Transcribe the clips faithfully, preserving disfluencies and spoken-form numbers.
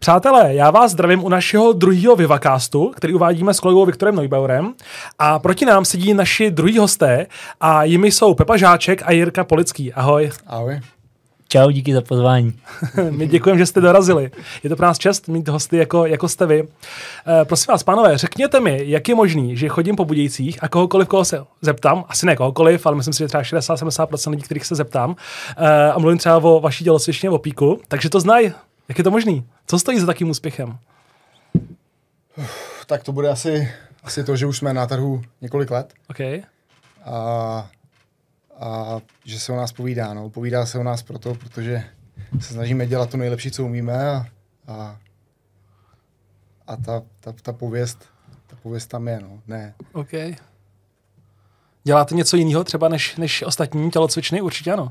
Přátelé, já vás zdravím u našeho druhého Vivacastu, který uvádíme s kolegou Viktorem Neubauerem. A proti nám sedí naši druhý hosté a jimi jsou Pepa Žáček a Jirka Polický. Ahoj. Ahoj. Čau, díky za pozvání. My děkujeme, že jste dorazili. Je to pro nás čest mít hosty, jako, jako jste vy. E, prosím vás, pánové, řekněte mi, jak je možný, že chodím po Budějcích a kohokoliv, koho se zeptám, asi ne kohokoliv, ale myslím si, že třeba šedesát až sedmdesát procent lidí, kterých se zeptám, e, a mluvím třeba o vaší tělocvičně, o Píku, takže to znají. Jak je to možný? Co stojí za takým úspěchem? Uf, tak to bude asi, asi to, že už jsme na trhu několik let. Okay. A, a že se o nás povídá. No. Povídá se o nás proto, protože se snažíme dělat to nejlepší, co umíme a, a, a ta, ta, ta, pověst, ta pověst tam je. No. Ne. Okay. Děláte něco jiného třeba než, než ostatní tělocvičny? Určitě ano.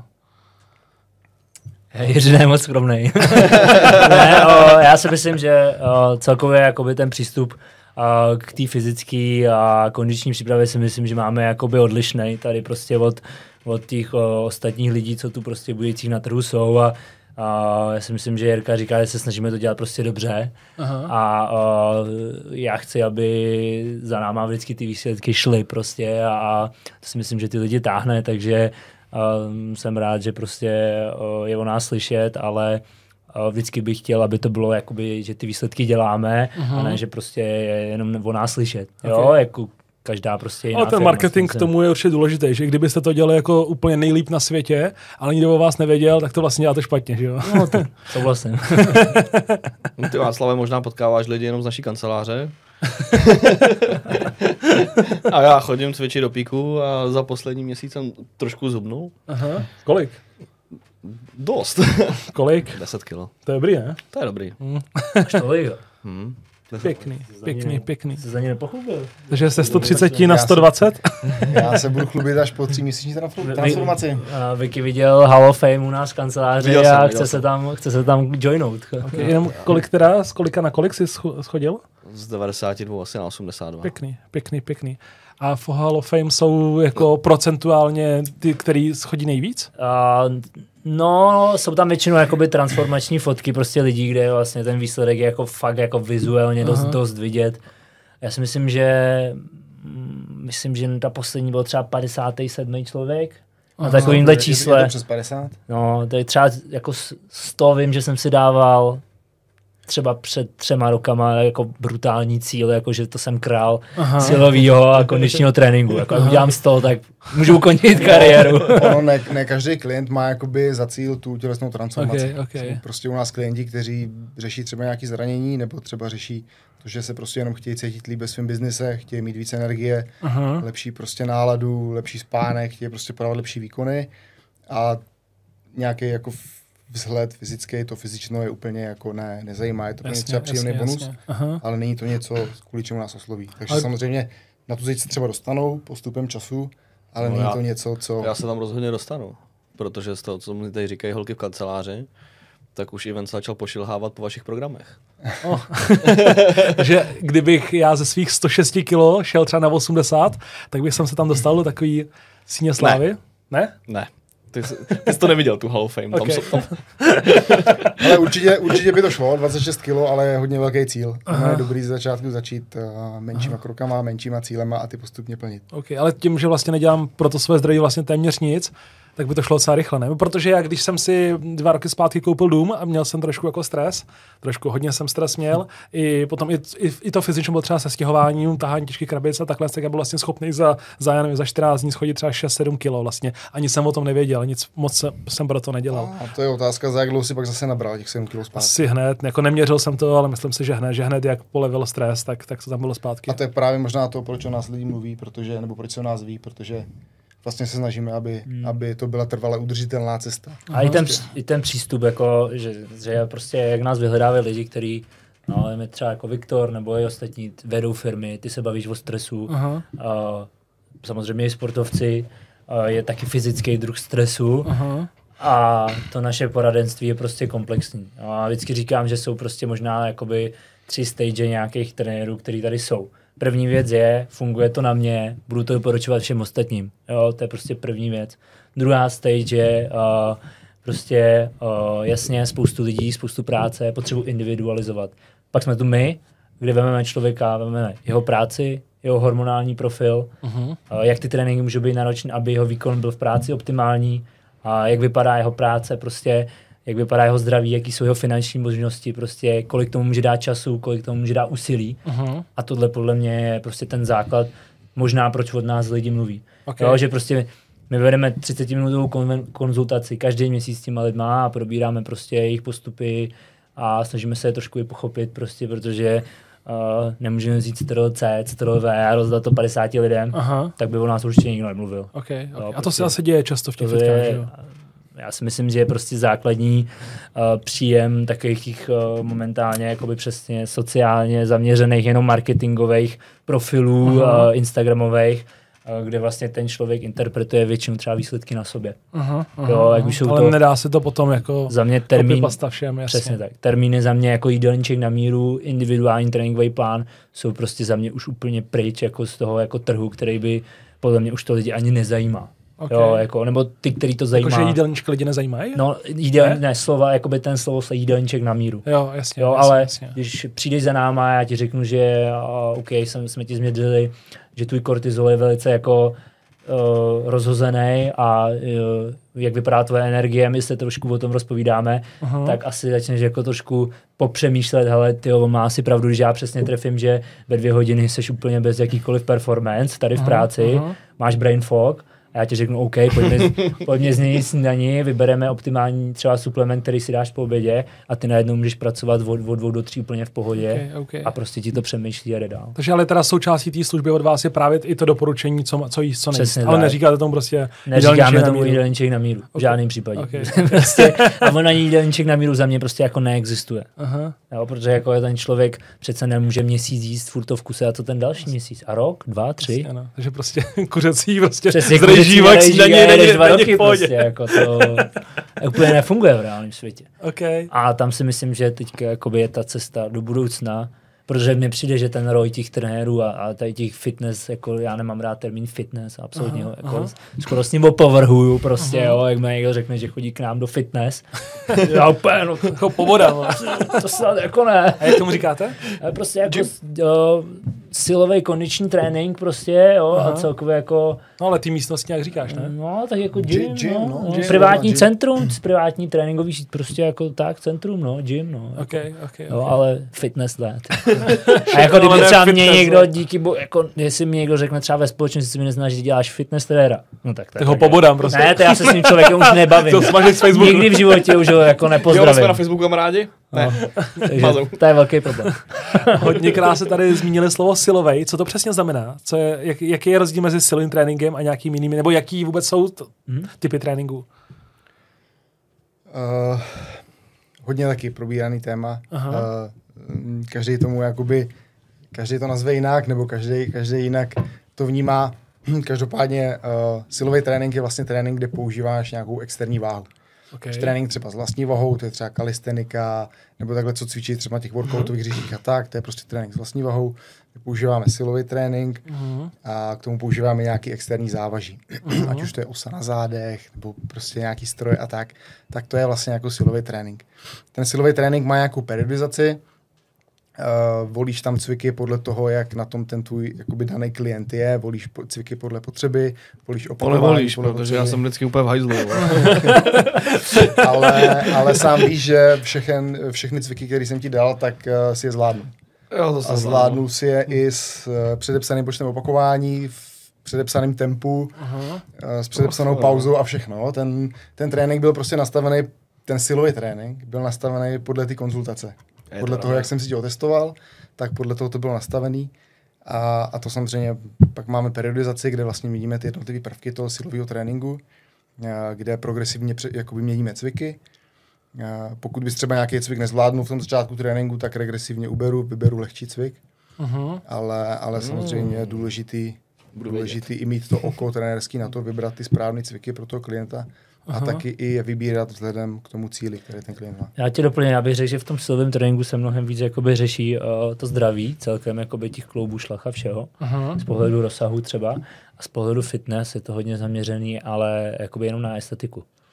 Jiří je moc skromnej. Ne, o, já si myslím, že o, celkově jakoby ten přístup o, k té fyzické a kondiční přípravě si myslím, že máme jakoby odlišnej tady prostě od, od těch o, ostatních lidí, co tu prostě Budějcích na trhu jsou a, a já si myslím, že Jirka říká, že se snažíme to dělat prostě dobře. Aha. A o, já chci, aby za náma vždycky ty výsledky šly prostě a, a to si myslím, že ty lidi táhne, takže Um, jsem rád, že prostě uh, je o nás slyšet, ale uh, vždycky bych chtěl, aby to bylo jakoby, že ty výsledky děláme, uh-huh. a ne, že prostě je jenom o nás slyšet. Okay. Jo, jako každá prostě jiná. Ale ten marketing k tomu je určitě důležitý, že kdybyste to dělali jako úplně nejlíp na světě, ale nikdo o vás nevěděl, tak to vlastně děláte špatně, že jo? No, to souhlasím. No, ty Václave, možná potkáváš lidi jenom z naší kanceláře. A já chodím cvičit do Píku a za poslední měsíc jsem trošku zhubnul. Aha. Kolik? Dost. Kolik? deset kilo. To je dobrý, ne? To je dobrý. Hmm. Až tolik, jo. Hmm. Pěkný, pěkný, pěkný. Jsi za ně nepochlubил. Takže se sto třicet na sto dvacet? Já se budu chlubit až po tří měsíční transformaci. Vicky viděl Hall of Fame u nás v kanceláři jsem, a chce se, tam, chce se tam joinout. Okay, jenom kolik teda, z kolika na kolik jsi schodil? Z devadesát dva asi na osmdesát dva. Pěkný, pěkný, pěkný. A v Hall of Fame jsou jako procentuálně ty, který schodí nejvíc? Uh, no, jsou tam většinou jakoby transformační fotky prostě lidí, kde vlastně ten výsledek je jako fakt jako vizuálně dost, dost vidět. Já si myslím, že myslím, že ta poslední byl třeba padesátý sedmý člověk. Na takovýmhle čísle. Je to přes padesát? No, to je třeba jako sto, vím, že jsem si dával třeba před třema rokama jako brutální cíl, jako že to jsem král silového a kondičního tréninku. Jako jak udělám z toho, tak můžu ukončit kariéru. Ono, ne, ne každý klient má jakoby za cíl tu tělesnou transformaci. Okay, okay. Jsou prostě u nás klienti, kteří řeší třeba nějaké zranění, nebo třeba řeší to, že se prostě jenom chtějí cítit líp ve svém biznise, chtějí mít více energie, Aha. lepší prostě náladu, lepší spánek, chtějí prostě podávat lepší výkony a nějaký jako vzhled fyzický, to fyzično je úplně jako ne, nezajímá, je to jasně, třeba příjemný jasně, bonus, jasně. Ale není to něco, kvůli čemu nás osloví. Takže ale samozřejmě na tu zeď se třeba dostanou postupem času, ale no není já, to něco, co... Já se tam rozhodně dostanu, protože z toho, co mi tady říkají holky v kanceláři, tak už event začal pošilhávat po vašich programech. Oh. Takže kdybych já ze svých sto šest kilo šel třeba na osmdesát, tak bych jsem se tam dostal do takový síně slávy? Ne. Ne? Ne. Ty jsi, ty jsi to neviděl, tu Hall of Fame. Okay. Tam jsou, tam... Ale určitě, určitě by to šlo, dvacet šest kilo, ale je hodně velký cíl. Je dobrý z začátku začít uh, menšíma Aha. krokama, menšíma cílema a ty postupně plnit. Okay, ale tím, že vlastně nedělám pro to své zdraví vlastně téměř nic, tak by to šlo docela rychle, ne? Protože já, když jsem si dva roky zpátky koupil dům a měl jsem trošku jako stres, trošku hodně jsem stres měl, i potom i, i, i to fyzično bylo třeba se stěhováním, tahání těžkých krabic a takhle, tak já byl vlastně schopný za, za, já nevím, za čtrnáct dní schodit třeba šest sedm kilo vlastně. Ani jsem o tom nevěděl, nic moc jsem pro to nedělal. A to je otázka, za jak dlouho si pak zase nabral těch sedm kilo zpátky. Asi hned, jako neměřil jsem to, ale myslím si, že hned, že hned jak polevil stres, tak, tak to tam bylo zpátky. A to je právě možná to, proč o nás lidi mluví, protože, nebo proč se o nás ví, protože vlastně se snažíme, aby, hmm. aby to byla trvale udržitelná cesta. A i ten, i ten přístup, jako, že, že prostě jak nás vyhledávají lidi, kteří, no, je třeba jako Viktor nebo i ostatní vedou firmy, ty se bavíš o stresu, uh, samozřejmě i sportovci, uh, je taky fyzický druh stresu Aha. a to naše poradenství je prostě komplexní. A vždycky říkám, že jsou prostě možná jakoby tři stage nějakých trenérů, který tady jsou. První věc je, funguje to na mě, budu to doporučovat všem ostatním. Jo, to je prostě první věc. Druhá stage je, uh, prostě uh, jasně spoustu lidí, spoustu práce, potřebuji individualizovat. Pak jsme tu my, kde vezmeme člověka, vezmeme jeho práci, jeho hormonální profil, uh-huh. uh, jak ty tréninky můžou být náročné, aby jeho výkon byl v práci optimální, a jak vypadá jeho práce, prostě jak vypadá jeho zdraví, jaký jsou jeho finanční možnosti, prostě kolik tomu může dát času, kolik tomu může dát úsilí. Uh-huh. A tohle podle mě je prostě ten základ, možná proč od nás lidi mluví. Okay. Jo, že prostě my vedeme třicetiminutovou konzultaci každý měsíc s těma lidma a probíráme prostě jejich postupy a snažíme se je trošku i pochopit prostě, protože uh, nemůžeme vzít Ctrl C, Ctrl V a rozdat to padesáti lidem, aha. tak by o nás určitě nikdo nemluvil. Okay, okay. Jo, a to se asi děje často v těch fitkách, že jo? Já si myslím, že je prostě základní uh, příjem takových těch uh, momentálně jakoby přesně sociálně zaměřených jenom marketingových profilů uh, instagramových, uh, kde vlastně ten člověk interpretuje většinou třeba výsledky na sobě. Aha, aha, jo, jak už ale to, nedá se to potom jako za mě termín, všem, jasně. Přesně tak. Termíny za mě jako jídelníček na míru, individuální tréninkový plán jsou prostě za mě už úplně pryč jako z toho jako trhu, který by podle mě už to lidi ani nezajímá. Okay. Jo, jako, nebo ty, který to zajímá. Jakože jídelníčky lidi nezajímají? No, jídel, ne? ne, slova, jakoby ten slovo se jídelníček na míru. Jo, jasně. Jo, jasně, ale jasně. když přijdeš za náma a já ti řeknu, že uh, OK, jsem, jsme ti změřili, že tvůj kortizol je velice jako uh, rozhozený a uh, jak vypadá tvoje energie, my se trošku o tom rozpovídáme, uh-huh. tak asi začneš jako trošku popřemýšlet, hele, tyjo, má si pravdu, když já přesně trefím, že ve dvě hodiny seš úplně bez jakýkoliv performance tady v práci, uh-huh. máš brain fog, a já ti řeknu, OK, pojďme, pojďme změnit snídaní, vybereme optimální třeba suplement, který si dáš po obědě a ty najednou můžeš pracovat od, od dvou do tří úplně v pohodě okay, okay. a prostě ti to přemýšlí a jde dál. Takže ale teda součástí té služby od vás je právě i to doporučení, co, co jíst, co nejíst. Ale tak. Neříkáte tomu prostě Neříkáme tomu jídelníček na míru, okay. v žádném případě. Okay. prostě, a on ani jídelníček na míru za mě prostě jako neexistuje. Aha. Jo, protože jako je ten člověk přece nemůže měsíc jíst furt to v kuse a to ten další měsíc. A rok, dva, tři. Ano. Takže prostě kuřecí prostě žívak snídaní není dva roky prostě, jako to úplně nefunguje v reálném světě. Okay. A tam si myslím, že teďka jakoby je ta cesta do budoucna, protože mně přijde, že ten roj těch trenérů a, a tady těch fitness, jako já nemám rád termín fitness, absolutně aha, ho jako aha. skoro s ním opovrhuju prostě, aha. jo, jak mi někdo řekne, že chodí k nám do fitness. Já úplně, no, jako povoda, no. To snad jako ne. A jak tomu říkáte? A prostě jako jo, silový kondiční trénink prostě, jo, aha. a celkově jako... No ale ty místnosti jak říkáš, ne? No, tak jako gym, gym no, no, no, gym, privátní gym. centrum, privátní tréninkový, prostě jako tak, centrum, no, gym, no. Jako, okay, okay, jo, okay. ale fitness ne. A jako kdyby třeba mě někdo, díky bo, jako jestli mi někdo řekne třeba ve společnosti, si mi neznáš, že děláš fitness trenéra. No tak tak. Ho pobodám prostě. Ne, to já se s tím člověkem už nebavím. To smažit z Facebooku. Nikdy v životě už ho jako nepozdravím. Jo, jsme na Facebooku kamarádi? Ne. No, takže to je velký problém. Hodněkrát se tady zmínili slovo silovej. Co to přesně znamená? Co je, jak, jaký je rozdíl mezi silovým tréninkem a nějakými jinými? Nebo jaký vůbec jsou t- hmm? typy tréninku? Uh, hodně taky probíraný téma. Uh, každý tomu jakoby, každý to nazve jinak, nebo každý, každý jinak to vnímá. Každopádně uh, silový trénink je vlastně trénink, kde používáš nějakou externí váhu. Okay. Trénink třeba s vlastní vahou, to je třeba kalistenika, nebo takhle, co cvičí třeba na těch workoutových hřištích a tak, to je prostě trénink s vlastní vahou. My používáme silový trénink uh-huh. a k tomu používáme nějaký externí závaží. Uh-huh. Ať už to je osa na zádech, nebo prostě nějaký stroj a tak, tak to je vlastně jako silový trénink. Ten silový trénink má nějakou periodizaci, Uh, volíš tam cviky podle toho, jak na tom ten tvůj jakoby daný klient je, volíš po, cviky podle potřeby, volíš opakování. Ale volíš, podle protože potřeby. já jsem vždycky úplně v hajzlu. ale, ale sám víš, že všechen, všechny cviky, které jsem ti dal, tak uh, si je zvládnu. Jo, to a zvládnu si je i s uh, předepsaným počtem opakování, v předepsaném tempu, uh, s předepsanou oh, pauzou a všechno. Ten, ten trénink byl prostě nastavený, ten silový trénink byl nastavený podle té konzultace. Je podle to toho, jak jsem si tě otestoval, tak podle toho to bylo nastavený. A, a to samozřejmě pak máme periodizaci, kde vlastně vidíme ty jednotlivé prvky toho silového tréninku, kde progresivně jakoby měníme cviky. Pokud bys třeba nějaký cvik nezvládnul v tom začátku tréninku, tak regresivně uberu, vyberu lehčí cvik. Uh-huh. Ale, ale samozřejmě je důležitý, důležitý i mít to oko trenérský na to, vybrat ty správné cviky pro toho klienta. A aha. taky i je vybírat vzhledem k tomu cíli, který ten klient má. Já tě doplním, já bych řekl, že v tom silovém tréninku se mnohem víc jakoby řeší uh, to zdraví, celkem jakoby těch kloubů, šlach a všeho. Aha. Z pohledu rozsahu třeba. A z pohledu fitness je to hodně zaměřený, ale jakoby jenom na estetiku.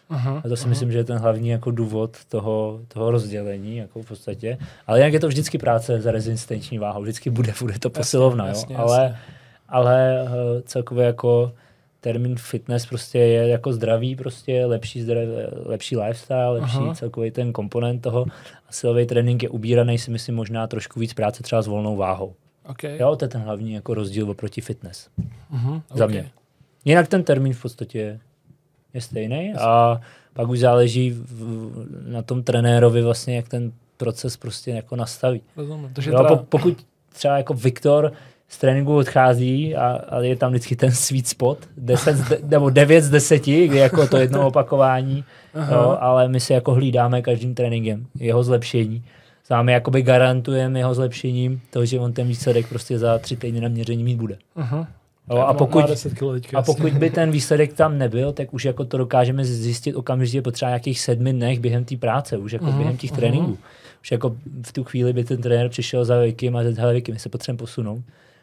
Uh-huh, a to si uh-huh. myslím, že je ten hlavní jako důvod toho, toho rozdělení, jako v podstatě. Ale jinak je to vždycky práce za rezistenční váhou, vždycky bude, bude to posilovna, jasně, jo. jasně. Ale, ale uh, celkově jako termín fitness prostě je jako zdravý, prostě lepší, zdraví, lepší lifestyle, lepší uh-huh. celkový ten komponent toho. A silový trénink je ubíraný, si myslím, možná trošku víc práce třeba s volnou váhou. Okay. Jo, to je ten hlavní jako rozdíl oproti fitness. Uh-huh. Za okay. mě. Jinak ten termín v podstatě je stejný a pak už záleží v, na tom trenérovi vlastně, jak ten proces prostě jako nastaví. Rozumím. Jo, teda... po, pokud třeba jako Viktor z tréninku odchází a, a je tam vždycky ten sweet spot, deset z de, nebo devět z deseti, kdy jako to jedno opakování, jo, ale my si jako hlídáme každým tréninkem jeho zlepšení. Sami jakoby garantujeme jeho zlepšením to, že on ten výsledek prostě za tři týdny na měření mít bude. Uh-huh. Jo, a, pokud, teďka, a pokud by ten výsledek tam nebyl, tak už jako to dokážeme zjistit okamžitě po třeba nějakých sedmi dnech během té práce, už jako uh-huh. během těch tréninků. Uh-huh. Už jako v tu chvíli by ten trenér přišel za Vikym a řekl, hele Viky, my se potřebujeme posunout.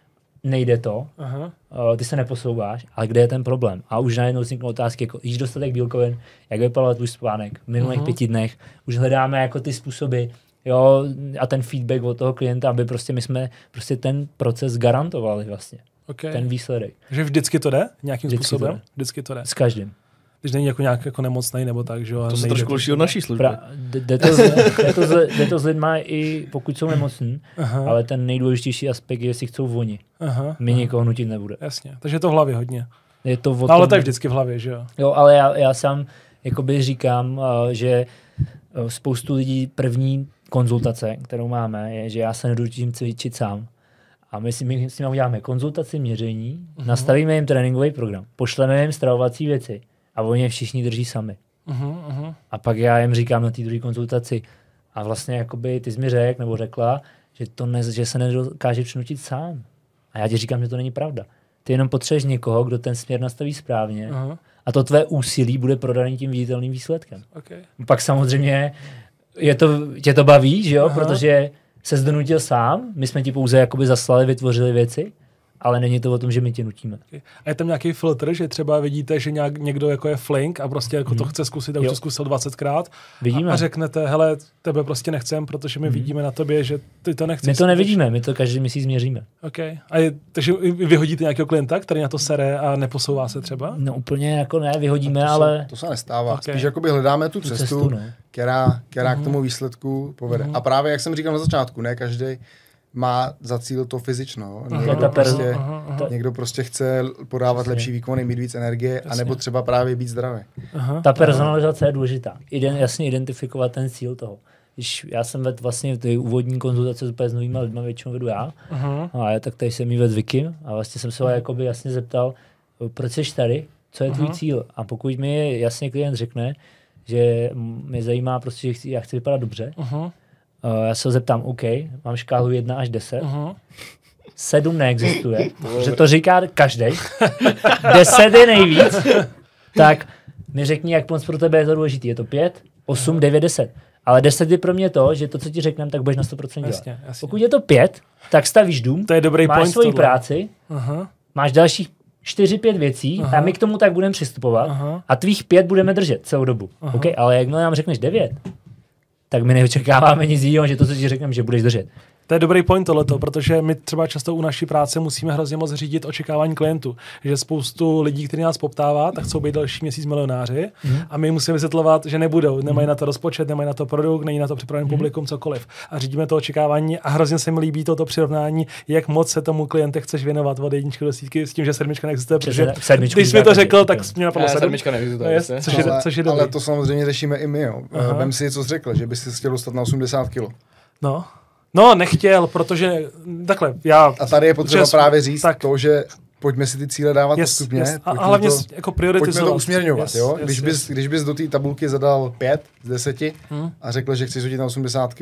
Nejde to, uh-huh. uh, ty se neposouváš, ale kde je ten problém? A už najednou vzniknou otázky, jako jíš dostatek bílkovin, jak vypadal tvůj spánek v minulých uh-huh. pěti dnech, už hledáme jako ty způsoby, jo, a ten feedback od toho klienta, aby prostě my jsme prostě ten proces garantovali vlastně. Okay. Ten výsledek. Že vždycky to jde? Nějakým vždycky způsobem? To jde. Vždycky to jde. S každým. Když není jako nějak jako nemocnej nebo tak, že jo. To se trošku liší od naší služby. Pra, jde, to, jde, to, jde to s lidma i pokud jsou nemocní, aha. ale ten nejdůležitější aspekt je, jestli chcou oni. Aha, My aha. nikoho nutit nebude. Jasně, takže je to v hlavě hodně. Je to no, ale to je vždycky v hlavě, že jo. Jo, ale já, já sám jakoby říkám, že spoustu lidí první konzultace, kterou máme, je, že já se nedutím cvičit sám. A my si, my s nimi uděláme konzultaci, měření, uh-huh. nastavíme jim tréninkový program, pošleme jim stravovací věci a oni je všichni drží sami. Uh-huh, uh-huh. A pak já jim říkám na té druhé konzultaci a vlastně jakoby ty jsi mi řekl nebo řekla, že, to ne, že se nedokáže přinutit sám. A já ti říkám, že to není pravda. Ty jenom potřebuješ někoho, kdo ten směr nastaví správně uh-huh. a to tvé úsilí bude prodaný tím viditelným výsledkem. Okay. Pak samozřejmě je to, tě to baví, že jo, uh-huh. protože se zdonutil sám, my jsme ti pouze jakoby zaslali, vytvořili věci, ale není to o tom, že my tě nutíme. A je tam nějaký filtr, že třeba vidíte, že nějak, někdo jako je flink a prostě jako hmm. to chce zkusit a už to zkusil dvacetkrát vidíme. A, a řeknete, hele, tebe prostě nechcem, protože my hmm. vidíme na tobě, že ty to nechceš. My to nevidíme, my to každý měsíc měříme. Okay. A je, takže vyhodíte nějakého klienta, který na to sere a neposouvá se třeba? No úplně jako ne, vyhodíme, to ale... Se, to se nestává. Okay. Spíš jakoby hledáme tu, tu cestu, cestu no. která, která uh-huh. k tomu výsledku povede. Uh-huh. A právě, jak jsem říkal na začátku, ne každý má za cíl to fyzično. Někdo, prostě, aha, aha. někdo prostě chce podávat Jasně. lepší výkony, mít víc energie, Jasně. anebo třeba právě být zdravý. Aha. Ta personalizace je důležitá. Iden, jasně identifikovat ten cíl toho. Když já jsem vedl vlastně ty úvodní konzultace s, s novými lidmi, většinou vedu já, aha. a já tak tady jsem jí vedl Vikym a vlastně jsem se ho jakoby jasně zeptal, proč jsi tady, co je tvůj aha. cíl. A pokud mi jasně klient řekne, že mě zajímá prostě, že chci, já chci vypadat dobře, aha. Uh, já se ho zeptám, OK, mám škálu jedna až deset. Uh-huh. sedm neexistuje, že to říká každý. deset je nejvíc. Tak mi řekni, jak moc pro tebe je to důležité. Je to pět, osm, devět, deset. Ale deset je pro mě to, že to, co ti řekneme, tak budeš na sto procent dělat. Jasně, jasně. Pokud je to pět, tak stavíš dům, to je dobrý máš point svoji tohle. práci, uh-huh. máš dalších čtyři, pět věcí uh-huh. a my k tomu tak budeme přistupovat uh-huh. a tvých pět budeme držet celou dobu. Uh-huh. Okay? Ale jakmile nám řekneš devět, tak my neočekáváme nic jiného, že to, co ti řekneme, že budeš držet. To je dobrý point tohleto, protože my třeba často u naší práce musíme hrozně moc řídit očekávání klientů. Že spoustu lidí, kteří nás poptává, tak chcou být další měsíc milionáři mm. a my musíme vysvětlovat, že nebudou. Nemají na to rozpočet, nemají na to produkt, není na to připravený mm. publikum, cokoliv. A řídíme to očekávání a hrozně se mi líbí toto přirovnání, jak moc se tomu kliente chceš věnovat od jedničky do sítky s tím, že sedmička neexistuje. Protože když jsi mi to řekl, tak mě napadlo sedm. Sedmička neexistuje. Což je, což je ale to samozřejmě řešíme i my. Jo. Vem si, co jsi řekl, že bys si chtěl dostat na osmdesát kilo. No. No, nechtěl, protože takhle, já... A tady je potřeba přes, právě říct tak, to, že pojďme si ty cíle dávat yes, postupně. Yes. A, a hlavně to, jako prioritizovat. Pojďme to usměrňovat, yes, jo? Yes, když, yes. bys, když bys do té tabulky zadal pět z deseti hmm. a řekl, že chceš hodit na osmdesát kilo, tak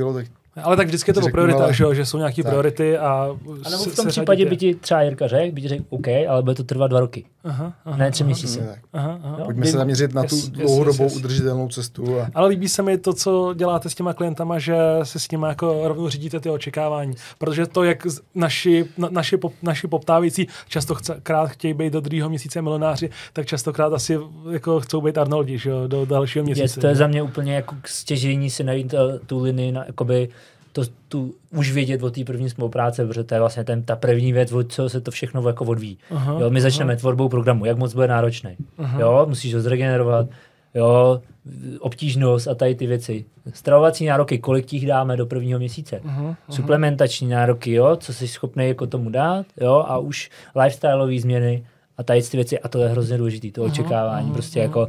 Ale tak vždycky je to o prioritách, ale... že, že jsou nějaké priority a... A nebo v tom případě by ti třeba Jirka řekl, by ti řekl OK, ale bude to trvat dva roky. Aha, aha, ne tři aha, měsíce. Aha, aha. No, pojďme se zaměřit na tu yes, dlouhodobou yes, yes. udržitelnou cestu. A... Ale líbí se mi to, co děláte s těma klientama, že se s nimi jako rovnou řídíte ty očekávání. Protože to, jak naši, na, naši, pop, naši poptávající častokrát chtějí být do druhého měsíce milionáři, tak častokrát asi jako chcou být Arnoldi, že jo, do dalšího měsíce. Yes, to je za mě úplně jako stěžejní si najít tu linii na, jakoby, to, tu, už vědět o té první spolupráce, protože to je vlastně ten, ta první věc, od čeho se to všechno jako odvíjí. Aha, jo, my začneme aha. tvorbou programu, jak moc bude náročný. Aha. Jo, musíš ho zregenerovat, jo, obtížnost a tady ty věci. Stravovací nároky, kolik těch dáme do prvního měsíce. Aha, aha. Suplementační nároky, jo, co jsi schopný jako tomu dát, jo, a už lifestyleové změny a tady ty věci, a to je hrozně důležité, to aha, očekávání, aha, prostě aha. jako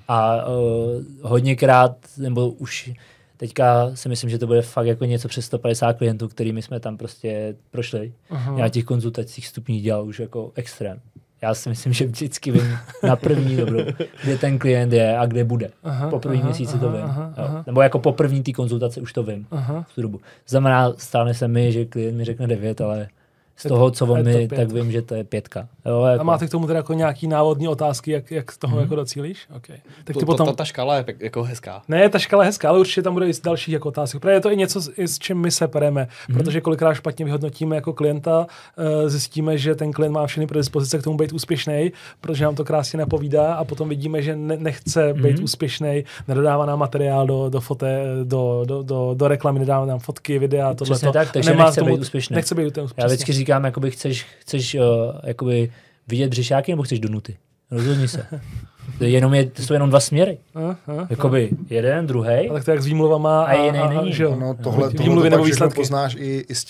a uh, hodněkrát, nebo už teďka si myslím, že to bude fakt jako něco přes sto padesát klientů, kterými jsme tam prostě prošli. Aha. Já těch konzultacích stupních dělal už jako extrém. Já si myslím, že vždycky vím na první dobrou, kde ten klient je a kde bude. Aha, po první aha, měsíci aha, to vím. Aha, aha. Nebo jako po první té konzultaci už to vím. Aha. V tu dobu. Znamená, stane se mi, že klient mi řekne devět, ale z toho, co on mi, tak vím, že to je pětka. Jo, jako. A máte k tomu teda jako nějaký návodní otázky, jak, jak z toho mm. jako docílíš? Okay. Tak to, ty potom... ta, ta škála je jako hezká. Ne, ta škála je hezká, ale určitě tam bude i dalších jako otázek. Protože je to i něco, s čím my se pereme, mm. protože kolikrát špatně vyhodnotíme jako klienta, zjistíme, že ten klient má všechny predispozice k tomu být úspěšný, protože nám to krásně napovídá a potom vidíme, že ne, nechce mm. být úspěšný, nedodává nám materiál do, do foté, do, do, do, do reklamy, nedává nám fotky, videa, tohle. Přesně tak, takže nechce být úspěšný. Nechce být úspěšný. Já vždycky říkám, jakoby chceš, chceš uh, jakoby vidět břešáky, nebo chceš do nuty? Rozhodni se. Jenom je, to jsou jenom dva směry. Uh, uh, jakoby uh. jeden, druhý. Tak to jak s výmluvama a, a jiný a, není. A, no, tohle tohle to pak poznáš i, i s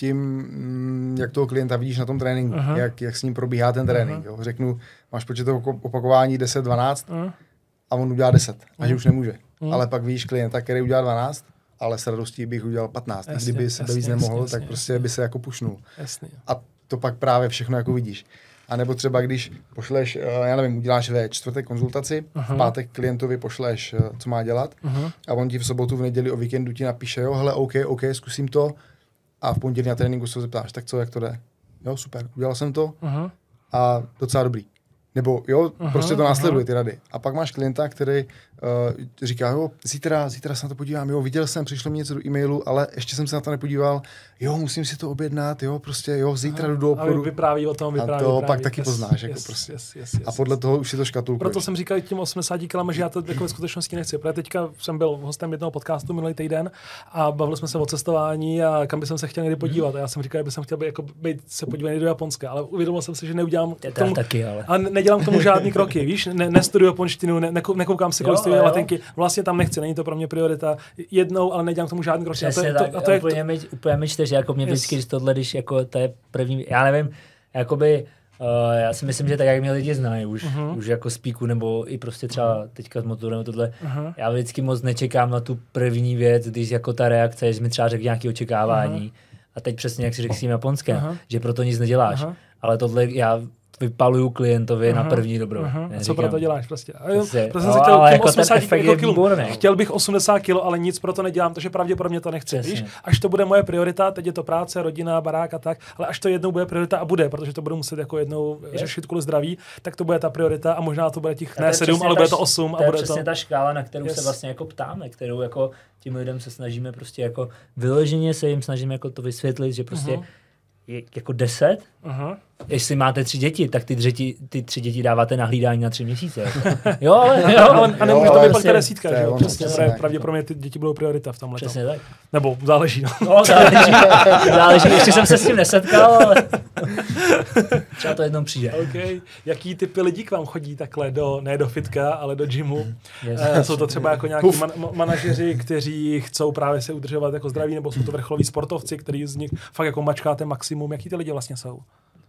tím, jak toho klienta vidíš na tom tréninku, uh-huh. jak, jak s ním probíhá ten trénink. Uh-huh. Jo. Řeknu, máš počet opakování deset dvanáct uh-huh. a on udělá deset, uh-huh. a že už nemůže. Uh-huh. Ale pak vidíš klienta, který udělá dvanáct, ale s radostí bych udělal patnáct. Jasně, kdyby se víc nemohl, jasně, tak jasně, prostě jasně. by se jako pušnul. Jasně. A to pak právě všechno jako vidíš. A nebo třeba když pošleš, já nevím, uděláš ve čtvrtek konzultaci, uh-huh. v pátek klientovi pošleš, co má dělat, uh-huh. a on ti v sobotu, v neděli, o víkendu ti napíše, jo, hele, OK, OK, zkusím to, a v pondělí na tréninku se zeptáš, tak co, jak to jde? Jo, super, udělal jsem to uh-huh. a docela dobrý. Nebo jo, aha, prostě to následuje ty rady. A pak máš klienta, který uh, říká, jo, zítra, zítra se na to podívám, jo, viděl jsem, přišlo mi něco do e-mailu, ale ještě jsem se na to nepodíval, jo, musím si to objednat, jo, prostě, jo, zítra jdu do obchodu. A vypráví o tom, vypráví. A to vypráví. pak taky yes, poznáš, jako yes, prostě. Yes, yes, yes, a podle toho už si to škatulkuješ. Proto jsem říkal tím osmdesáti kilama, že já to jako ve skutečnosti nechci. Protože teďka jsem byl hostem jednoho podcastu minulý týden a bavili jsme se o cestování a kam bych se chtěl někdy podívat. A já jsem říkal, že bych chtěl být, jako být se podívat do Japonska, ale uvědomil jsem si, že neudělám k tomu, taky, ale. a nedělám k tomu žádný kroky, víš? Ne, nestuduju japonštinu, ne, nekoukám si, kolik stojí letenky. Vlastně tam nechci, není to pro mě priorita. Jednou, ale nedělám k tomu žádný kroky. Přesně a to, tak, to, a to je úplně, mi, úplně mi čteš, jako mě vždycky, yes. tohle, když jako to je první, já nevím, jakoby, uh, já si myslím, že tak, jak mě lidi znají už, uh-huh. už jako spíku, nebo i prostě třeba teďka s motorem tohle, uh-huh. já vždycky moc nečekám na tu první věc, když jako ta reakce, že mi třeba řekl nějaké očekávání, uh-huh. a teď přesně jak si řekl s tím japonském, uh-huh. že proto nic neděláš, uh-huh. ale tohle já vypaluju klientovi uh-huh. na první dobrou. Uh-huh. Co pro to děláš prostě? Prostě, prostě jsem chtěl, jako osmdesát kilů. Chtěl bych osmdesát kilo, ale nic pro to nedělám, protože pravděpodobně to nechci. Víš? Až to bude moje priorita, teď je to práce, rodina, barák a tak, ale až to jednou bude priorita a bude, protože to budu muset jako jednou je. řešit kvůli zdraví, tak to bude ta priorita a možná to bude těch ne sedm, ale bude to osm. To je a bude přesně to... ta škála, na kterou yes. se vlastně jako ptáme, kterou jako tím lidem se snažíme prostě jako vyloženě se jim snažíme jako to vysvětlit, že prostě uh-huh. je jako deset. Uh-huh. Jestli máte tři děti, tak ty, dřeti, ty tři děti dáváte na hlídání na tři měsíce. Jo, ale jo, ale, a nemůže to být pak ta desítka, že jo? Přesně, pravděpodobně ty děti budou priorita v tomhle. Přesně tak. Nebo záleží. No, no záleží. záleží. Ještě jsem se s tím nesetkal, ale třeba to jednou přijde. Okay. Jaký typy lidí k vám chodí takhle do, ne do fitka, ale do gymu? Yes. Eh, jsou to třeba jako nějaký man, manažeři, kteří chcou právě se udržovat jako zdraví, nebo jsou to vrcholoví sportovci, kteří z nich fakt jako mačkáte maximum. Jaký ty lidi vlastně jsou?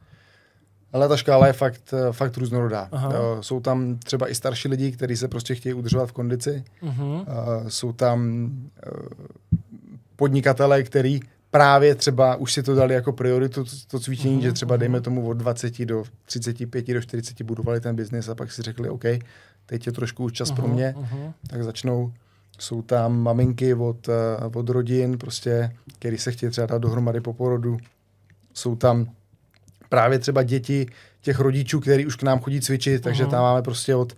Ale ta škála je fakt, fakt různorodá. Uh, jsou tam třeba i starší lidi, kteří se prostě chtějí udržovat v kondici. Uh-huh. Uh, jsou tam uh, podnikatelé, kteří právě třeba už si to dali jako prioritu, to, to cvičení, uh-huh. že třeba dejme tomu od dvaceti do třiceti pěti do čtyřiceti budovali ten biznis a pak si řekli, OK, teď je trošku už čas uh-huh. pro mě, uh-huh. tak začnou jsou tam maminky od, od rodin, prostě, který se chtějí třeba dát dohromady po porodu. Jsou tam právě třeba děti těch rodičů, který už k nám chodí cvičit, takže tam máme prostě od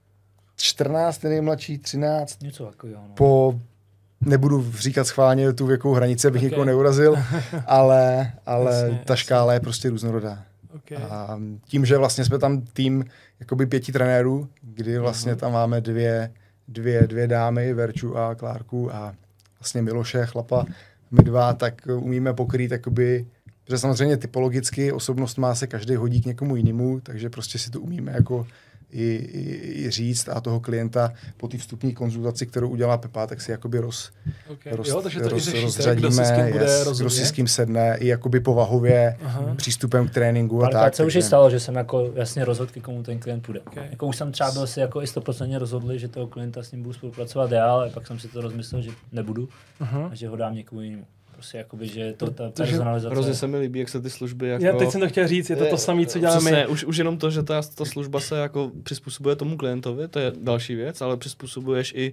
čtrnáct nejmladší, třináct, něco takového, no. po, nebudu říkat schválně tu věkovou hranici, abych okay. někoho neurazil, ale, ale jasně, ta škála jasně. je prostě různorodá. Okay. A tím, že vlastně jsme tam tým jakoby pěti trenérů, kdy vlastně tam máme dvě, dvě, dvě dámy, Verču a Klárku a vlastně Miloše, chlapa, my dva, tak umíme pokrýt jakoby, protože samozřejmě typologicky osobnost má se každý hodí k někomu jinému, takže prostě si to umíme jako i, i, i říct a toho klienta po té vstupní konzultaci, kterou udělá Pepa, tak si jakoby roz, okay. roz, jo, takže to roz, řešíte, rozřadíme, kdo si s kým bude yes, rozumět? Kdo si s kým sedne, i jakoby povahově, aha. přístupem k tréninku a tak. tak. Co už je stalo, že jsem jako jasně rozhodl, k komu ten klient půjde. Okay. Jako už jsem třeba byl si jako i sto procent rozhodli, že toho klienta s ním budu spolupracovat dál, ale pak jsem si to rozmyslel, že nebudu uh-huh. a že ho dám někomu jinému. Prostě jakoby, že to ta personalizace. Hrozně se mi líbí, jak se ty služby jako... Já teď jsem to chtěl říct, je to to samé, co děláme Přesně, my. už, už jenom to, že ta, ta služba se jako přizpůsobuje tomu klientovi, to je další věc, ale přizpůsobuješ i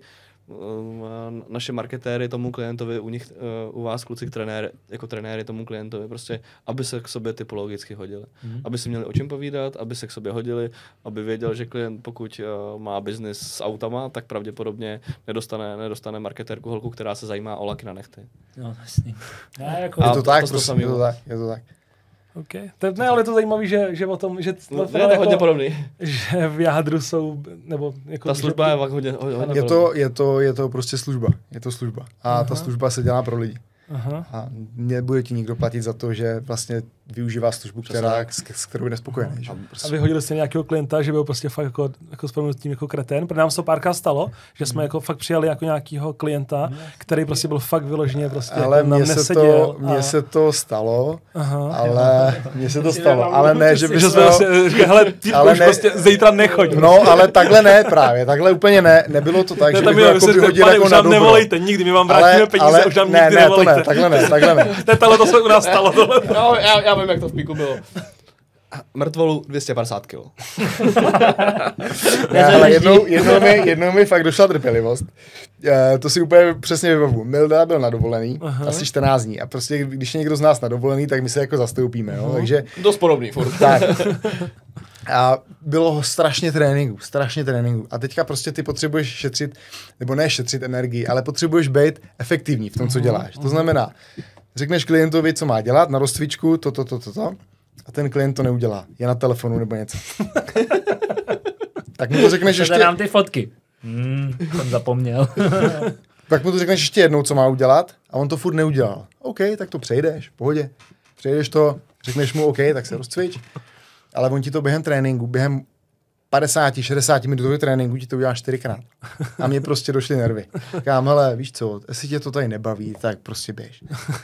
uh, naše marketéry tomu klientovi, u nich, uh, u vás kluci trenéry, jako trenéry tomu klientovi, prostě, aby se k sobě typologicky hodili. Mm-hmm. Aby si měli o čem povídat, aby se k sobě hodili, aby věděl, že klient, pokud uh, má biznis s autama, tak pravděpodobně nedostane, nedostane marketérku holku, která se zajímá o laky na nechty. No, jasný. Já, jako... Je to tak, to, to prostě, je to tak, je to tak. Okay. To, ne, ale je to zajímavé, že, že o tom, že no, je to jako, hodně podobný. Že v jádru jsou, nebo jako... Ta služba je hodně, hodně je to, je to, je to prostě služba, je to služba. A aha. ta služba se dělá pro lidi. Aha. A nebude ti nikdo platit za to, že vlastně využívá službu, která, s, s kterou je nespokojený. Že? A vyhodili jste nějakého klienta, že byl prostě fakt jako, jako s proměnutím jako kretén. Protože nám se to párkrát stalo, že jsme jako fakt přijali jako nějakého klienta, který prostě byl fakt vyloženě prostě ale jako nám mně se neseděl. To, mně a... se to stalo, aha. ale mně se to stalo, ale ne, že by jsme prostě říkali, hele, ty už ne, prostě zítra nechoď. No, ale takhle ne právě, takhle úplně ne, nebylo to tak, ne, že bych to jako vyhodil jako na dobro. Nevolejte nikdy, my vám vrátíme peníze, už nám nikdy nevolejte. Ne, takhle ne, takhle ne. Tohle to se u nás stalo. No, já, já vím, jak to v píku bylo. Mrtvolu dvě stě padesát kilo. Ne, ale jednou, jednou, mi, jednou mi fakt došla trpělivost. Uh, to si úplně přesně vybavu. Milda byl na dovolený, aha. asi čtrnáct dní. A prostě, když je někdo z nás na dovolený, tak my se jako zastoupíme. Jo? Takže, dost podobný furt. Tak. A bylo strašně tréninku, strašně tréninku. A teďka prostě ty potřebuješ šetřit, nebo ne šetřit energii, ale potřebuješ být efektivní v tom, co děláš. To znamená, řekneš klientovi, co má dělat na rozcvičku, to, to, to, to, to, a ten klient to neudělá. Je na telefonu nebo něco. Tak mu to řekneš ještě... nám ty fotky. Hmm, jsem zapomněl. Tak mu to řekneš ještě jednou, co má udělat, a on to furt neudělal. OK, tak to přejdeš, v pohodě. Přejdeš to, řekneš mu OK, tak se rozcvič. Ale on ti to během tréninku, během padesát šedesát minutového tréninku ti to udělá čtyřikrát. A mě prostě došly nervy. Říkám, hele, víš co, jestli tě to tady nebaví, tak prostě běž.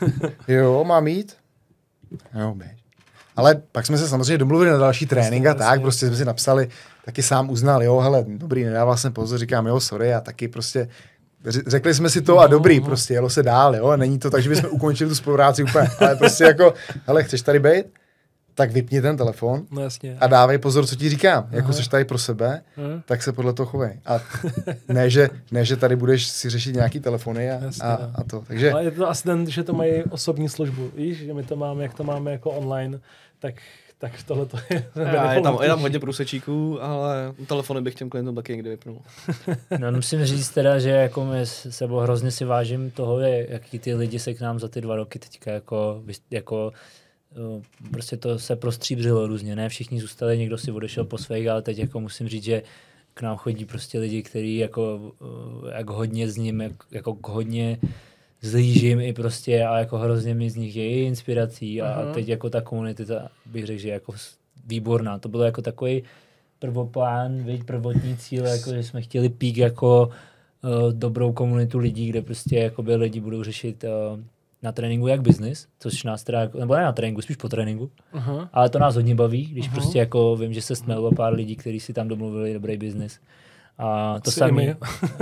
Jo, mám jít? Jo, běž. Ale pak jsme se samozřejmě domluvili na další trénink a tak, prostě jsme si napsali, taky sám uznal, jo, hele, dobrý, nedával jsem pozor, říkám, jo, sorry, a taky prostě řekli jsme si to a dobrý, prostě jelo se dál, jo, a není to tak, že bychom ukončili tu spolupráci úplně, ale prostě jako, hele, chceš tady být? Tak vypni ten telefon no, jasně. a dávej pozor, co ti říkám. Aha. Jako jsi tady pro sebe, Aha. tak se podle toho chovej. A ne že, ne, že tady budeš si řešit nějaký telefony a, jasně, a, a to. Takže... Ale je to asi ten, že to mají osobní službu. Víš, že my to máme, jak to máme jako online, tak, tak tohle to je... Já, je, tam, je tam hodně průsečíků, ale telefony bych těm klientům taky někdy vypnul. No, musím říct teda, že jako my s sebou hrozně si vážím toho, jaký ty lidi se k nám za ty dva roky teďka jako... jako prostě to se prostříbřilo různě, ne všichni zůstali, někdo si odešel po svých, ale teď jako musím říct, že k nám chodí prostě lidi, kteří jako jak hodně s ním, jak, jako hodně zlížím i prostě a jako hrozně mi z nich je i inspirací a uh-huh. teď jako ta komunita, ta, bych řekl, že jako výborná. To bylo jako takový prvoplán, viď, prvotní cíl, jako že jsme chtěli pík jako uh, dobrou komunitu lidí, kde prostě jakoby lidi budou řešit uh, na tréninku jak business, což nás teda, nebo ne na tréninku, spíš po tréninku, uh-huh. ale to nás hodně baví, když uh-huh. prostě jako vím, že se stmelilo pár lidí, kteří si tam domluvili dobrý business. A to samé.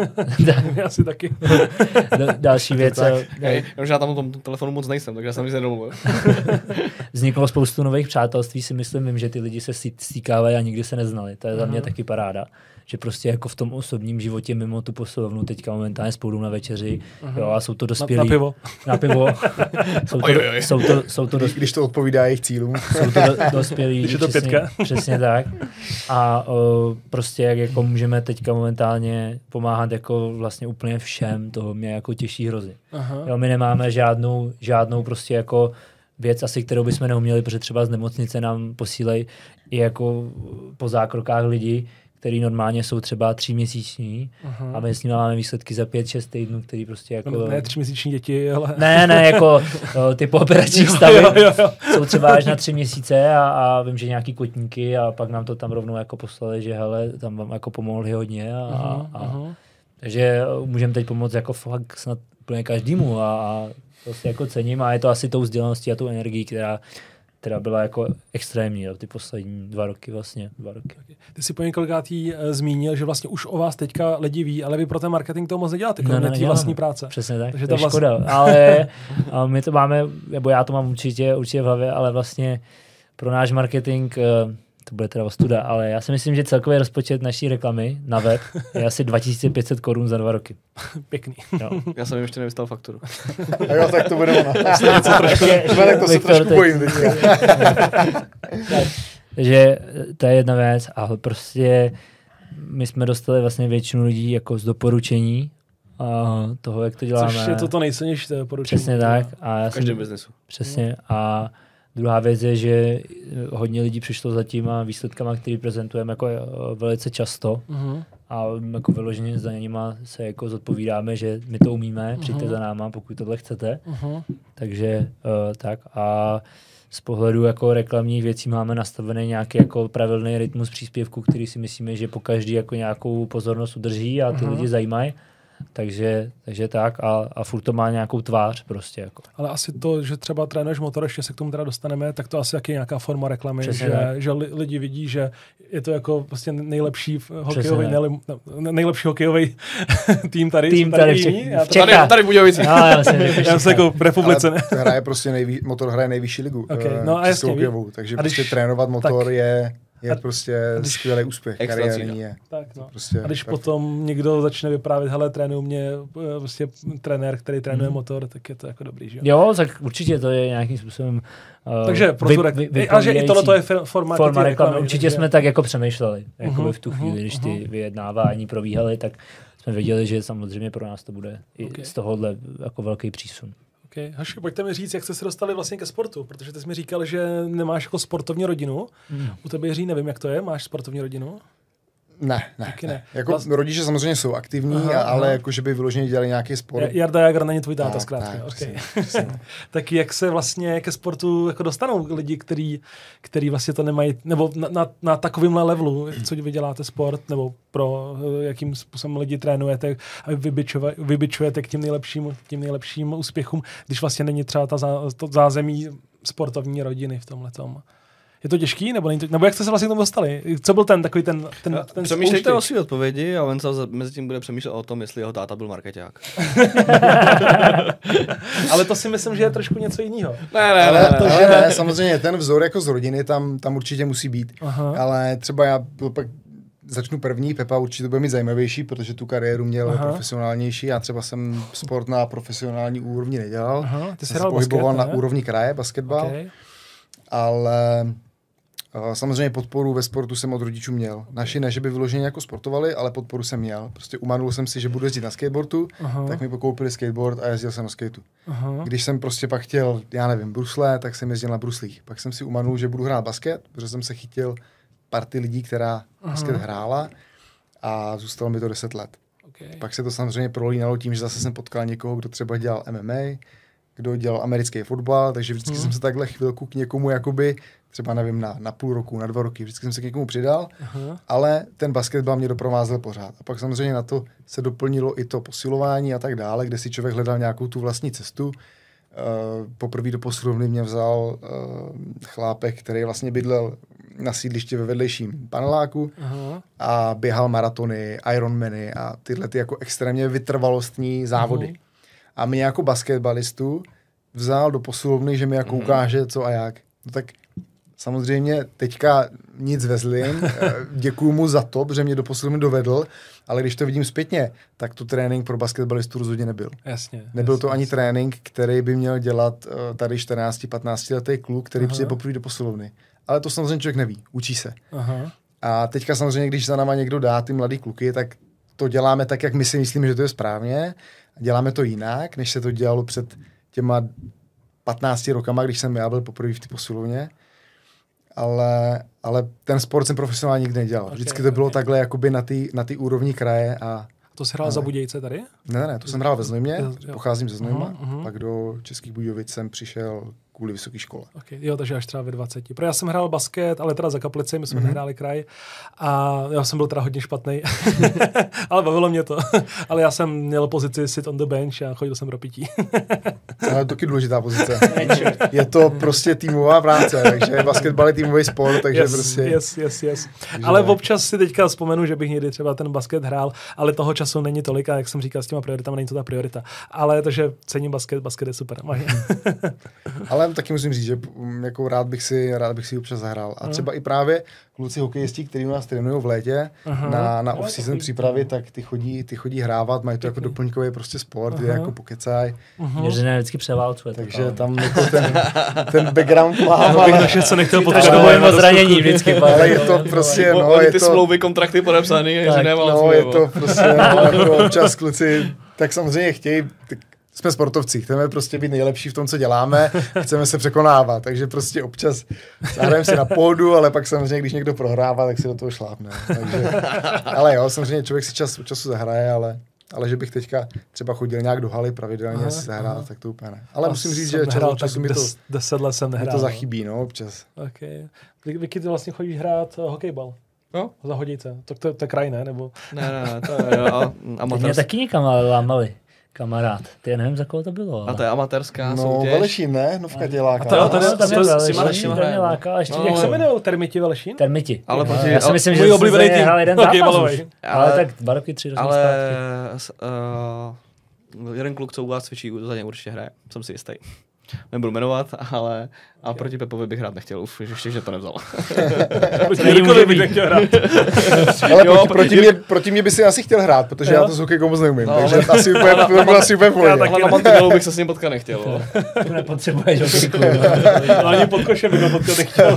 Asi taky. Další věc. Hej, já tam o tom telefonu moc nejsem, takže já jsem si nedomluvil. Vzniklo spoustu nových přátelství, si myslím, vím, že ty lidi se stýkávají a nikdy se neznali. To je za mě uh-huh. taky paráda. že prostě jako v tom osobním životě mimo tu posilovnu teďka momentálně spolu na večeři, uh-huh. jo, a jsou to dospělí. Na, na pivo. Na pivo. jsou, to, jsou to, jsou to dos... Když to odpovídá jejich cílům. Jsou to do, dospělí. Když je to přesně, pětka. Přesně tak. A o, prostě jak jako můžeme teďka momentálně pomáhat jako vlastně úplně všem, toho mě jako těší hrozně. Jo, my nemáme žádnou, žádnou prostě jako věc asi, kterou bychom neuměli, protože třeba z nemocnice nám posílají i jako po zákrokách lidi, který normálně jsou třeba tříměsíční uh-huh. a my s nimi máme výsledky za pět, šest týdnů, který prostě jako... No, ne tříměsíční děti, ale... Ne, ne, jako ty pooperační stavy jo, jo, jo. jsou třeba až na tři měsíce a, a vím, že nějaký kotníky a pak nám to tam rovnou jako poslali, že hele, tam vám jako pomohli hodně a... Uh-huh, a uh-huh. Takže můžeme teď pomoct jako fakt snad úplně každému a, a to si jako cením a je to asi tou vzdělaností a tou energií, která která byla jako extrémní, jo, ty poslední dva roky vlastně, dva roky. Ty jsi po několikátý uh, zmínil, že vlastně už o vás teďka lidi ví, ale vy pro ten marketing toho moc neděláte, kromě no, no, té vlastní práce. Přesně tak, Takže to je vlast... škoda, ale a my to máme, nebo já to mám určitě, určitě v hlavě, ale vlastně pro náš marketing, uh, to bude teda ostuda, ale já si myslím, že celkový rozpočet naší reklamy na web je asi dva tisíce pět set korun za dva roky. Pěkný. Jo. Já jsem jim ještě nevystal fakturu. A jo, tak to bude ono. Tak to se trošku bojím teďka. Takže to je jedna věc a prostě my jsme dostali vlastně většinu lidí jako z doporučení a toho, jak to děláme. Což je to to nejcennější doporučení. Přesně tak. A já v každém jsem, biznesu. Přesně. A druhá věc je, že hodně lidí přišlo za těma výsledkama, který prezentujeme jako velice často. Uh-huh. A jako vyloženě za nima se jako zodpovídáme, že my to umíme, uh-huh. přijďte za náma, pokud tohle chcete. Uh-huh. Takže uh, tak a z pohledu jako reklamních věcí máme nastavený nějaký jako pravidelný rytmus příspěvku, který si myslíme, že po každý jako nějakou pozornost udrží a ty uh-huh. lidi zajímají. Takže, takže tak a, a furt to má nějakou tvář prostě. Jako. Ale asi to, že třeba trénuješ motor, ještě se k tomu teda dostaneme, tak to asi je nějaká forma reklamy, Přesně že, tak. že lidi vidí, že je to jako prostě nejlepší hokejový, nejlep, nejlepší hokejový tým tady. Tým tady, tady, v v tady, tady v Budějovicích. No, já myslím, já jsem jako v republice. Ne? Hraje prostě nejvý, motor hraje nejvyšší ligu. Okay. No a jasně, hokejovou, takže a když, prostě trénovat motor tak, je... Je a, prostě když, skvělý úspěch, kariérní je. Tak, no. prostě a když perfect. potom někdo začne vyprávět, hele, trénuje mě prostě trenér, který trénuje mm. motor, tak je to jako dobrý, že jo? Tak určitě to je nějakým způsobem uh, takže pro tu reklamu. Ale že i tohle to je forma, forma reklamy. reklamy. Určitě že... jsme tak jako přemýšleli. Uh-huh, jakoby v tu chvíli, uh-huh, když ty uh-huh. vyjednávání probíhaly, tak jsme věděli, že samozřejmě pro nás to bude okay. i z tohohle jako velký přísun. Okay. Haši, pojďte mi říct, jak jste se dostali vlastně ke sportu, protože ty jsi mi říkal, že nemáš jako sportovní rodinu. Mm. U tebe, Jiří, nevím, jak to je, máš sportovní rodinu? Ne, ne. ne. ne. Jako Vlast... rodiče samozřejmě jsou aktivní, aha, ale aha. jako, že by vyloženě dělali nějaký sport. Jarda Jager není tvůj táta, tak, zkrátka. Tak, okay. přesně, přesně. Tak jak se vlastně ke sportu jako dostanou lidi, který, který vlastně to nemají, nebo na, na, na takovýmhle levelu, co vy děláte sport, nebo pro jakým způsobem lidi trénujete a vybičujete k těm nejlepším, tím nejlepším úspěchům, když vlastně není třeba ta zá, to zázemí sportovní rodiny v tomhletom. Je to těžký, nebo, to, nebo jak jste se vlastně k tomu dostali? Co byl ten takový ten, ten, ten Přemýšlejte o své odpovědi a on se mezi tím bude přemýšlet o tom, jestli jeho táta byl markeťák. Ale to si myslím, že je trošku něco jiného. Ne, ne, ale ne, to, ne, že ne. ne, samozřejmě ten vzor jako z rodiny tam, tam určitě musí být. Aha. Ale třeba já pak začnu první, Pepa určitě bude mít zajímavější, protože tu kariéru měl Aha. profesionálnější. Já třeba jsem sport na profesionální úrovni nedělal. Aha, ty jsi jsem pohyboval basket, na úrovni kraje, basketbal. Okay. Ale uh, samozřejmě podporu ve sportu jsem od rodičů měl. Naši ne, že by vyloženě jako sportovali, ale podporu jsem měl. Prostě umanul jsem si, že budu jezdit na skateboardu, Aha. tak mi pokoupili skateboard a jezdil jsem na skateu. Aha. Když jsem prostě pak chtěl, já nevím, brusle, tak jsem jezdil na bruslích. Pak jsem si umanul, že budu hrát basket, protože jsem se chytil party lidí, která Aha. basket hrála a zůstalo mi to deset let. Okay. Pak se to samozřejmě prolínalo tím, že zase jsem potkal někoho, kdo třeba dělal M M A, kdo dělal americký fotbal, takže vždycky hmm. jsem se takhle chvilku k někomu jakoby, třeba nevím, na, na půl roku, na dva roky, vždycky jsem se k někomu přidal, Aha. ale ten basketbal mě doprovázel pořád. A pak samozřejmě na to se doplnilo i to posilování a tak dále, kde si člověk hledal nějakou tu vlastní cestu. Uh, poprvé do posilovny mě vzal uh, chlápek, který vlastně bydlel na sídlišti ve vedlejším paneláku Aha. a běhal maratony, Ironmany a tyhle ty jako extrémně vytrvalostní závody. Aha. A mě jako basketbalistu vzal do posilovny, že mi jako ukáže co a jak. No tak samozřejmě teďka nic ve zlým, děkuju mu za to, protože mě do posilovny dovedl, ale když to vidím zpětně, tak to trénink pro basketbalistu rozhodně nebyl. Jasně. Nebyl jasně, to ani jasně. trénink, který by měl dělat uh, tady čtrnáct patnáct letý kluk, který Aha. přijde poprvé do posilovny. Ale to samozřejmě člověk neví, učí se. Aha. A teďka samozřejmě, když za náma někdo dá ty mladý kluky, tak to děláme tak, jak my si myslíme, že to je správně. Děláme to jinak, než se to dělalo před těma patnácti rokama, když jsem já byl poprvé v té posilovně. Ale, ale ten sport jsem profesionálně nikdy nedělal. Okay, Vždycky to bylo okay. takhle jakoby na té na ty úrovni kraje. A To jsi hrál ale... za Budějce tady? Ne, ne, to jsem hrál ve Znojmě, Jo. pocházím ze Znojma, Aha, aha. pak do Českých Budějovic jsem přišel kvůli vysoké škole. Okay. Jo, takže až třeba ve dvaceti. Pro já jsem hrál basket, ale teda za Kaplici, my jsme mm-hmm. nehráli kraj. A já jsem byl teda hodně špatný. Ale bavilo mě to. Ale já jsem měl pozici sit on the bench a chodil jsem pro pití. Ale to je důležitá pozice. Je to prostě týmová práce, takže basketbal je týmový sport, takže yes, prostě... Yes, yes, yes. Ale občas si teďka vzpomenu, že bych někdy třeba ten basket hrál, ale toho času není tolik a jak jsem říkal, s těma prioritami není to ta priorita. Ale takže cením basket, basket je super. Ale taky musím říct, že um, jako rád bych si, rád bych si občas zahrál. A třeba i právě kluci hokejisti, kteří u nás trénují v létě Aha. na, na Jo, off-season takový- přípravy, tak ty chodí, ty chodí hrávat, mají to jako doplňkový prostě sport, kde Aha. jako pokecaj. Měřené vždycky převálcuje. Takže tam jako ten, ten background mám, Já bych ale, naše, co nechtěl To potřebovat. bojím o zranění vždycky. ale je to prostě, no, Oni je ty to... smlouvy, kontrakty podepsaný, že nemám No, je to prostě, no, jako občas kluci, tak samozřejmě chtějí, tak jsme sportovci, chceme prostě být nejlepší v tom, co děláme, chceme se překonávat, takže prostě občas zahrajeme si na pohodu, ale pak samozřejmě, když někdo prohrává, tak si do toho šlápne. Takže, ale jo, samozřejmě člověk si čas od času zahraje, ale, ale že bych teďka třeba chodil nějak do haly pravidelně Aha, si zahrát, aha. tak to úplně ne. Ale Já musím říct, jsem že čas nehrál od času tak mi to, des, deset let jsem mi nehrál. to no. zachybí, no, občas. Okay. Vy, Vicky, ty vlastně chodíš hrát uh, hokejbal. Jo? Za Hodějce. Tak to, to je kraj, ne? Nebo... Ne, ne, ne, to je a, Teď mě amatérsk, taky někam lámali, kamarád. Ty já nevím, za koho to bylo. Ale... a to je amatérská No, soutěž. Velešín, ne? Novka děláka. A to- a to- No, tam je to- to- Velešín, s Velešínem to mě hraje. láká, ještě No, těch Jak se se jmenují Termiti Velešín? Termiti. Ale proti- já si myslím, že můj jsem oblíbený se tým. hrál jeden zápas Hokejbalovej. už. Ale tak dva roky, tři roky Ale zpátky. s- uh, jeden kluk, co u vás cvičí, za ně určitě hraje. Jsem si jistý. Nebudu jmenovat, ale a proti Pepovi bych hrát nechtěl, už ještě, že to nevzal. Proti není Jirkovi může bych být. nechtěl hrát. Ale Jo, proti, pro- proti, mě, proti mě by si asi chtěl hrát, protože Jo. já to s hokejkou moc neumím, No, takže ale- asi úplně, to by bylo asi úplně v pohodě. Ale na mantinelu bych se s ním potkat nechtěl. No. Tu nepotřebuješ hokejku. No, ani pod košem bych ho potkat nechtěl.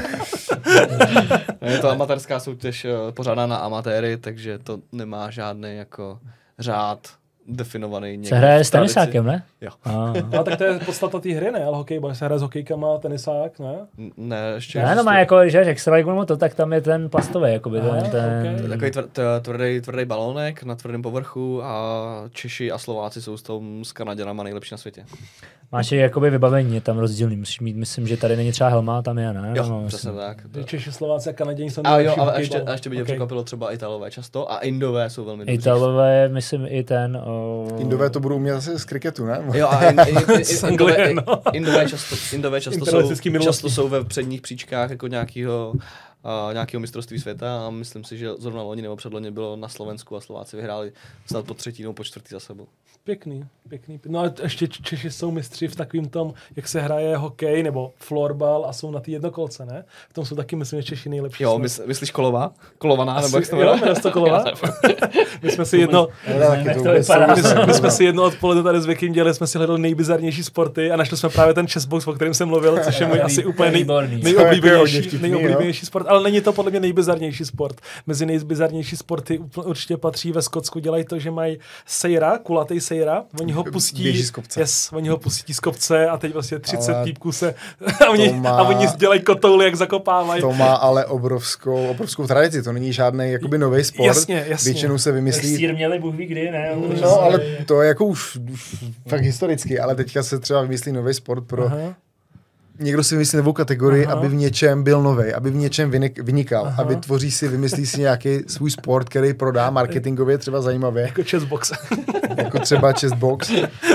Je to amatérská soutěž eh, pořádaná na amatéry, takže to nemá žádný jako řád definovaný někde. Se hraje v s tradici. tenisákem, ne? Jo. A. No, tak to je podstata té hry, ne? Ale hokejbal se hraje s hokejkama, tenisák, ne? N- Ne, ještě Ne, no existuje. má jako, že jak se to, tak tam je ten plastový, jakoby Aha, ten, ten... ok. Takový tvr, t- tvrdý, tvrdý balónek na tvrdém povrchu a Češi a Slováci jsou s tom s Kanaděnama nejlepší na světě. Máš i jakoby vybavení, je tam rozdílný, musíš mít, myslím, že tady není třeba helma, tam je, ne? Jo, No, přesně myslím. tak. Že Češi, Slováci a Kanaděni jsou A jo, nejlepší ale hokejbal. ještě, a ještě by tě Okay. překvapilo třeba Italové často a Indové jsou velmi dobří. Italové, myslím, i ten... O... Indové to budou umět zase z kriketu, ne? Jo, a in, in, in, Z in, Indové, Anglie, no. Indové často, Indové často, jsou, Imperialistický minulostí. často jsou ve předních příčkách jako nějakého uh, nějakého mistrovství světa a myslím si, že zrovna loni nebo předloni bylo na Slovensku a Slováci vyhráli snad po třetí nebo po čtvrtý za sebou. Pěkný, pěkný. No a ještě Češi jsou mistři v takovým tom, jak se hraje hokej nebo florbal a jsou na té jednokolce, ne? V tom jsou taky, myslím, že Češi nejlepší. Jo, jsme. mys, myslíš kolová? Kolovaná, nebo jak se to jo, jmenuje? jmenuje se to kolová? My jsme si jedno, Ne, taky jak to to vůbec vypadá. souvisí. my, jsme- my jsme si jedno odpoledne tady s Vikim dělali, jsme si hledali nejbizarnější sporty a našli jsme právě ten chessbox, o kterém jsem mluvil, což je můj asi úplně nej, Výborný. To je hodně nejoblíbenější, vtipný, nejoblíbenější sport, ale není to podle mě nejbizarnější sport. Mezi nejbizarnější sporty úplně určitě patří ve Skotsku, dělají to, že mají sejra, kulatý sejra, oni ho pustí, Běží z kopce. yes, oni ho pustí z kopce a teď vlastně třicet Ale týpků se a oni, má- a oni dělají kotouly, jak zakopávají. To má ale obrovskou, obrovskou tradici, to není žádný jakoby nový sport. Jasně, jasně. Většinou se vymyslí. Sír měli Bůh ví kdy, ne? No, ale to je jako už, už fakt historicky, ale teďka se třeba vymyslí nový sport pro... Aha. Někdo si vymyslí novou kategorii, Aha. aby v něčem byl novej, aby v něčem vynik, vynikal, Aha. a vytvoří si, vymyslí si nějaký svůj sport, který prodá marketingově třeba zajímavě, Jako chessbox. jako třeba chessbox.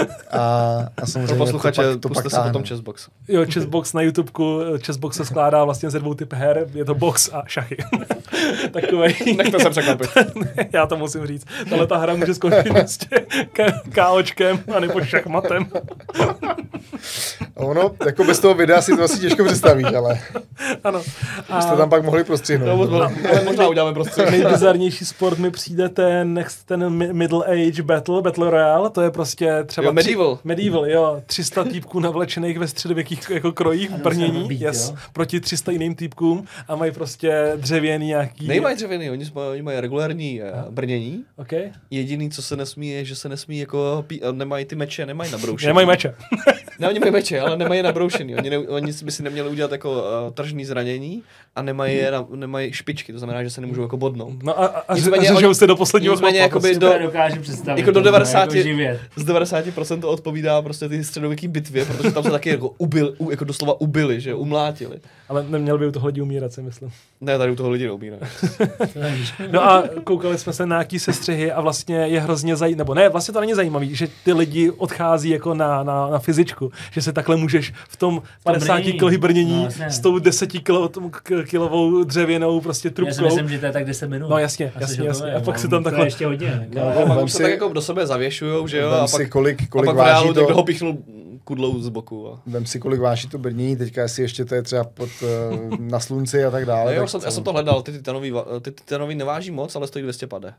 A, a samozřejmě Pro posluchače, to pak, to puste pak se potom táhne. Chessbox. Jo, chessbox na YouTubeku, chessbox se skládá vlastně ze dvou typ her, je to box a šachy. Takovej. Nechte se překvapit. Já to musím říct. Tahle ta hra může skončit prostě k- káočkem a nebo šachmatem. A ono, jako bez toho videa Bude asi to asi těžko představíš, ale Ano. a... jste tam pak mohli prostřihnout. No, no, ale možná uděláme prostě. Nejbizarnější sport mi přijde ten next, ten middle age battle, battle royale, to je prostě třeba... Jo, medieval. Tři, medieval, jo. tři sta týpků navlečených ve středověkých jako krojích v brnění, být, yes, jo. proti tři sta jiným týpkům a mají prostě dřevěný nějaký... Nejmají dřevěný, oni, oni mají regulární brnění. Okay. Jediný, co se nesmí, je, že se nesmí jako, pí, nemají ty meče, nemají nabroušený. Nemají meče. Ne, oni mají meče, ale nemají je nabroušený. Oni, ne, oni by si neměli udělat jako uh, tržní zranění a nemají, je na, nemají špičky, to znamená, že se nemůžou jako bodnout. No a, a, a Nicméně řežou oni- se do posledního nicméně chlapa. jakoby prostě. do- dokážu představit. jako do to, devadesát jako živě. Z devadesát procent to odpovídá prostě ty středověký bitvě, protože tam se taky jako ubil, u, jako doslova ubili, že umlátili. Ale neměl by u toho lidi umírat, si myslím. Ne, tady u toho lidi neumírají. No a koukali jsme se na nějaký sestřihy a vlastně je hrozně zajímavý, nebo ne, vlastně to není zajímavý, že ty lidi odchází jako na, na, na fyzičku, že se takhle můžeš v tom padesát brnění. kilogramů brnění No, jasně. s tou desetikilovou dřevěnou prostě Já si trubkou. myslím, že to je tak deset minut. No jasně, Asi jasně, že to jasně. je, A pak no, si tam to je takhle... ještě hodně. No, a Vem pak už se si- tak jako do sebe zavěšujou, že jo, Vem a si, pak, kolik, a kolik pak v reálu váží někdo to, ho pichnul kudlou z boku. A... vem si, kolik váží to brnění, teďka jestli ještě to je třeba pod, uh, na slunci a tak dále. Ale jo, tak jsem, co? já jsem to hledal, ty titanový, va- ty titanový neváží moc, ale stojí dvě stě pade.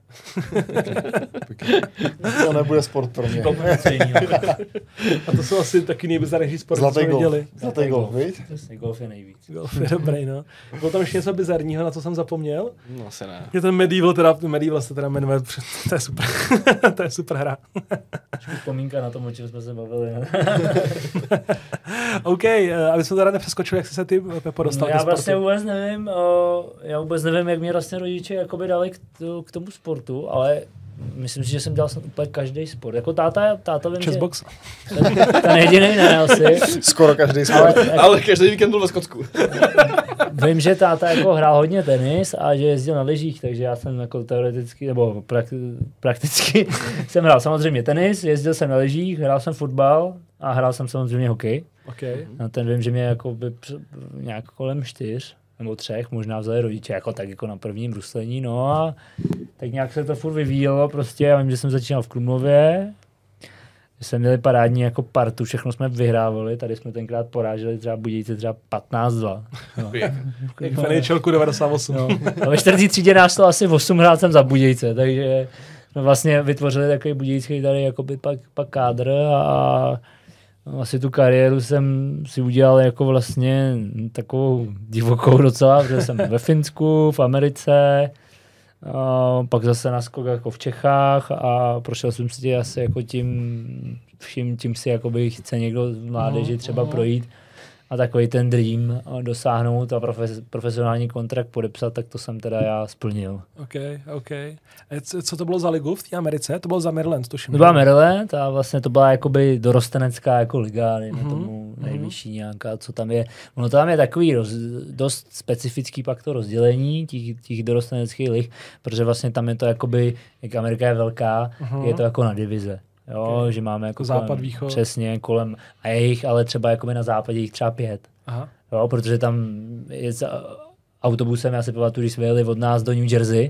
To nebude sport pro mě. A to jsou asi taky nejbizarnější sporty, co Zlatý jsme golf. viděli. Zlatý golf, viď? Přesně, golf je nejvíc. Golf je dobrý, no. Bylo tam ještě něco bizarního, na co jsem zapomněl? No asi ne. Je ten Medieval, teda, Medieval se teda jmenuje, to je super, to je super hra. Vzpomínka na tom, o čem jsme se bavili. OK, eh, aby jsme teda nepřeskočili, jak jsi se ty, Pepo, No, dostal já do vlastně sportu. vůbec nevím, o, já vůbec nevím, jak mě vlastně rodiče jakoby dali k, to, k tomu sportu, ale myslím si, že jsem dělal snad úplně každý sport. Jako táta, táta vím, Chessbox? že ten, ten jediný ne asi, Skoro každý sport. ale jako, Ale každý víkend byl ve Skotsku. vím, že táta jako hrál hodně tenis a že jezdil na lyžích, takže já jsem jako teoreticky, nebo prakti- prakticky jsem hrál samozřejmě tenis, jezdil jsem na lyžích, hrál jsem fotbal a hrál jsem samozřejmě hokej. OK. A ten vím, že mě jako by př- nějak kolem čtyř nebo třech možná vzali rodiče, jako tak jako na prvním bruslení, no a tak nějak se to furt vyvíjelo prostě, já vím, že jsem začínal v Krumlově, že jsme měli parádní jako partu, všechno jsme vyhrávali, tady jsme tenkrát poráželi třeba Budějce třeba patnáct dva. No. Jak v N H L ku devadesát osm. No. A ve čtvrtý třídě nás to asi osm hrát jsem za Budějce, takže jsme vlastně vytvořili takový budějický tady jakoby pak, pak kádr a no, asi tu kariéru jsem si udělal jako vlastně takovou divokou docela, protože jsem ve Finsku, v Americe, a pak zase naskok jako v Čechách a prošel jsem si tě asi jako tím vším, tím si jakoby chce někdo z mládeži třeba projít a takový ten dream dosáhnout a profes, profesionální kontrakt podepsat, tak to jsem teda já splnil. OK, OK. A co, co to bylo za ligu v té Americe? To bylo za Maryland, tuším. To byla Maryland a vlastně to byla jakoby dorostenecká jako liga, dejme tomu nejvyšší nějaká, co tam je. Ono tam je takový roz, dost specifický pak to rozdělení těch, těch dorosteneckých lig, protože vlastně tam je to jakoby, jak Amerika je velká, uh-huh. je to jako na divize. Jo, Okay. že máme jako Západ, kolem, východ. Přesně, kolem, a je jich ale třeba jakoby na západě jich třeba pět. Aha. Jo, protože tam je za autobusem, já si pamatuju, když jsme jeli od nás do New Jersey,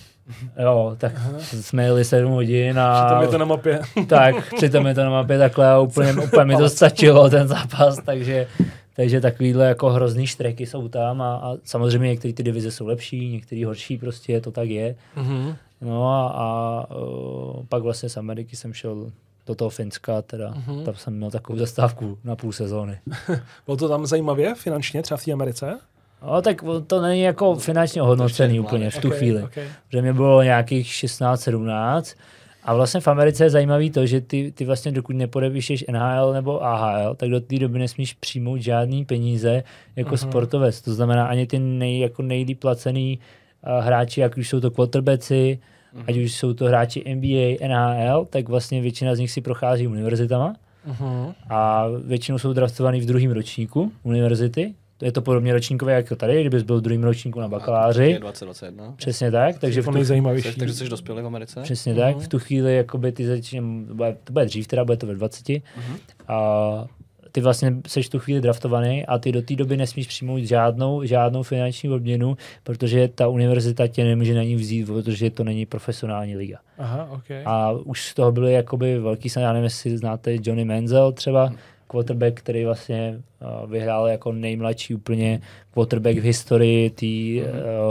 jo, tak aha. jsme jeli sedm hodin a... Přitom je to na mapě. Tak, přitom je to na mapě takhle a úplně, úplně mi to stačilo, ten zápas, takže, takže takovýhle jako hrozný štreky jsou tam a, a samozřejmě některé ty divize jsou lepší, některé horší, prostě to tak je. Mhm. No a, a uh, pak vlastně z Ameriky jsem šel do toho Finska, teda uh-huh. tam jsem měl takovou zastávku na půl sezóny. Bylo to tam zajímavě finančně, třeba v té Americe? No tak to není jako finančně ohodnocený úplně v tu okay, chvíli, okay. že mě bylo nějakých šestnáct sedmnáct a vlastně v Americe je zajímavý to, že ty, ty vlastně dokud nepodepíšeš N H L nebo A H L, tak do té doby nesmíš přijmout žádný peníze jako uh-huh. sportovec, to znamená ani ty nej, jako nejlíp placený uh, hráči, jak už jsou to quarterbacki, uh-huh. ať už jsou to hráči N B A, N H L, tak vlastně většina z nich si prochází univerzitama uh-huh. a většinou jsou draftovaný v druhém ročníku univerzity. Je to podobně ročníkové jako tady, kdybys byl v druhém ročníku na bakaláři. dvacet dvacet jedna. Přesně tak. Takže to nejzajímavější. Takže jsi dospělý v Americe? Přesně uh-huh. tak. V tu chvíli jakoby ty začíná, to bude, to bude dřív, teda bude to ve dvaceti. Uh-huh. A ty vlastně seš tu chvíli draftovaný a ty do té doby nesmíš přijmout žádnou, žádnou finanční odměnu, protože ta univerzita tě nemůže na ní vzít, protože to není profesionální liga. Aha, okay. A už z toho byly jakoby velký, já nevím, jestli znáte Johnny Manziel třeba, quarterback, který vlastně uh, vyhrál jako nejmladší úplně quarterback v historii té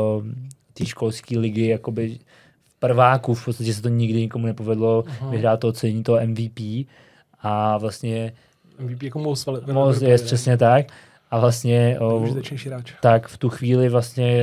uh, školské ligy, jakoby prváků, v podstatě se to nikdy nikomu nepovedlo uh-huh. vyhrát to ocenění toho M V P a vlastně M V P jako most, ale most je přesně tak a vlastně o, tak v tu chvíli vlastně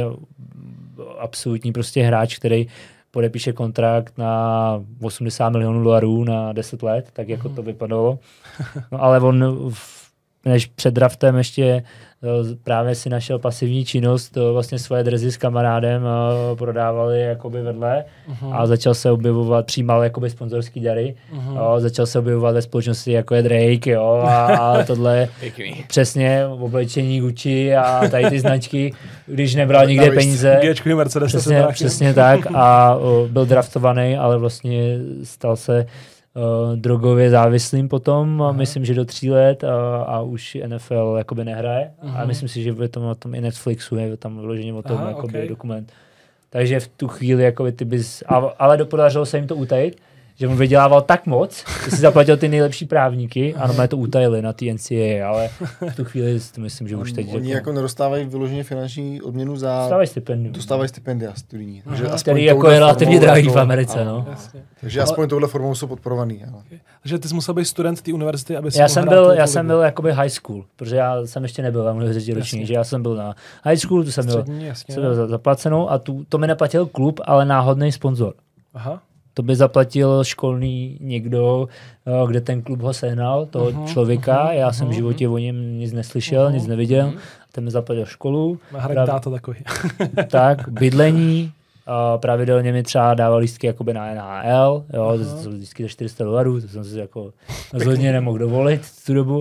absolutní prostě hráč, který podepíše kontrakt na osmdesát milionů dolarů na deset let, tak jako uh-huh. to vypadalo. No ale on v, než před draftem ještě právě si našel pasivní činnost, vlastně svoje dresy s kamarádem prodávali jakoby vedle uh-huh. a začal se objevovat, přijímal jakoby sponzorský dary, uh-huh. jo, začal se objevovat ve společnosti jako je Drake, jo, a, a tohle přesně oblečení Gucci a tady ty značky, když nebral nikde peníze. Mercedes, přesně, přesně tak a o, byl draftovaný, ale vlastně stal se Uh, drogově závislým potom, uh-huh. myslím, že do tří let a, a už N F L jakoby nehraje. Uh-huh. A myslím si, že je tam o tom i Netflixu, je tam vyloženě o tom jakoby okay. dokument. Takže v tu chvíli jakoby ty bys, ale dopodařilo se jim to utajit, že on vydělával tak moc, že si zaplatil ty nejlepší právníky a normálně to utajili na té N C A A, ale v tu chvíli to myslím, že už teď... Oni jako nedostávají vyloženě finanční odměnu za... Dostávají stipendium. Dostávají stipendia studijní. Který jako je relativně drahý v Americe, no. Takže aspoň touhle formou jsou podporovaný. Okay. Takže ty jsi musel být student té univerzity, aby si Já jsem byl, já jsem byl jakoby high school, protože já jsem ještě nebyl na univerzitě ročník, že já jsem byl na high school, tu jsem byl, jsem byl zaplacenou a tu, to mi neplatil klub, ale náhodný sponzor. Aha. To by zaplatil školný někdo, kde ten klub ho sehnal, toho uh-huh, člověka. Já uh-huh, jsem v životě uh-huh. o něm nic neslyšel, uh-huh, nic neviděl. Uh-huh. Ten mi zaplatil školu. Prav... táta takový. tak, bydlení. Uh, pravidelně mi třeba dával lístky jakoby na N H L, jo, uh-huh. to jsou lístky za čtyři sta dolarů, to jsem si jako rozhodně nemohl dovolit v tu dobu.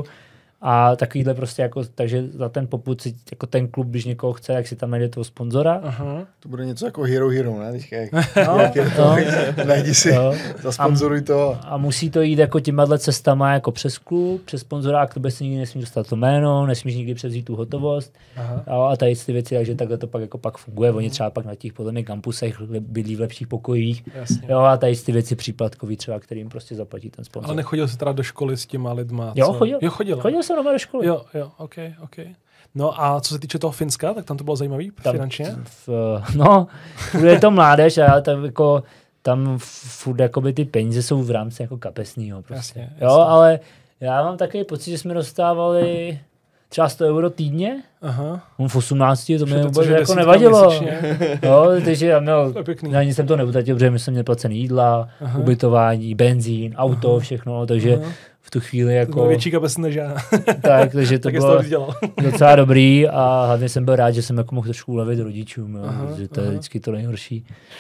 A takovýhle prostě jako, takže za ten popud si, jako ten klub, když někoho chce, jak si tam najde toho sponzora. Uh-huh. To bude něco jako Hero Hero, ne? Teďka, jak, no, jak je to, no, najdi si, no. zasponzoruj to. A musí to jít jako těma cestama jako přes klub, přes sponzora, k tobě si nikdy nesmí dostat to jméno, nesmíš nikdy převzít tu hotovost. Uh-huh. A tady ty věci, takže takhle to pak jako pak funguje. Oni třeba pak na těch podle mě kampusech bydlí v lepších pokojích. Jasně. Jo, a tady ty věci příplatkový třeba, kterým prostě zaplatí ten sponzor. Ale nechodil jsi teda do školy s těma lidma? Jo, chodil. Jo, chodil. Chodil jsem do školy. Jo, jo, ok, ok. No a co se týče toho Finska, tak tam to bylo zajímavý tam, finančně? V, no, je to mládež a tam jako tam furt jakoby ty peníze jsou v rámci jako kapesnýho prostě. Jasně, jo, jasně. Ale já mám takový pocit, že jsme dostávali třeba sto euro týdně. Aha. V osmnácti to mi vůbec jako nevadilo. Jo, takže já měl, na nic jsem to neutratil, protože my jsem měl placený jídla, aha. ubytování, benzín, auto, aha. všechno, takže aha. v tu chvíli jako... To bylo větší kapes než já. Tak, takže to tak bylo docela dobrý a hlavně jsem byl rád, že jsem jako mohl trošku ulevit rodičům, jo, aha, že to je aha. vždycky to nejhorší.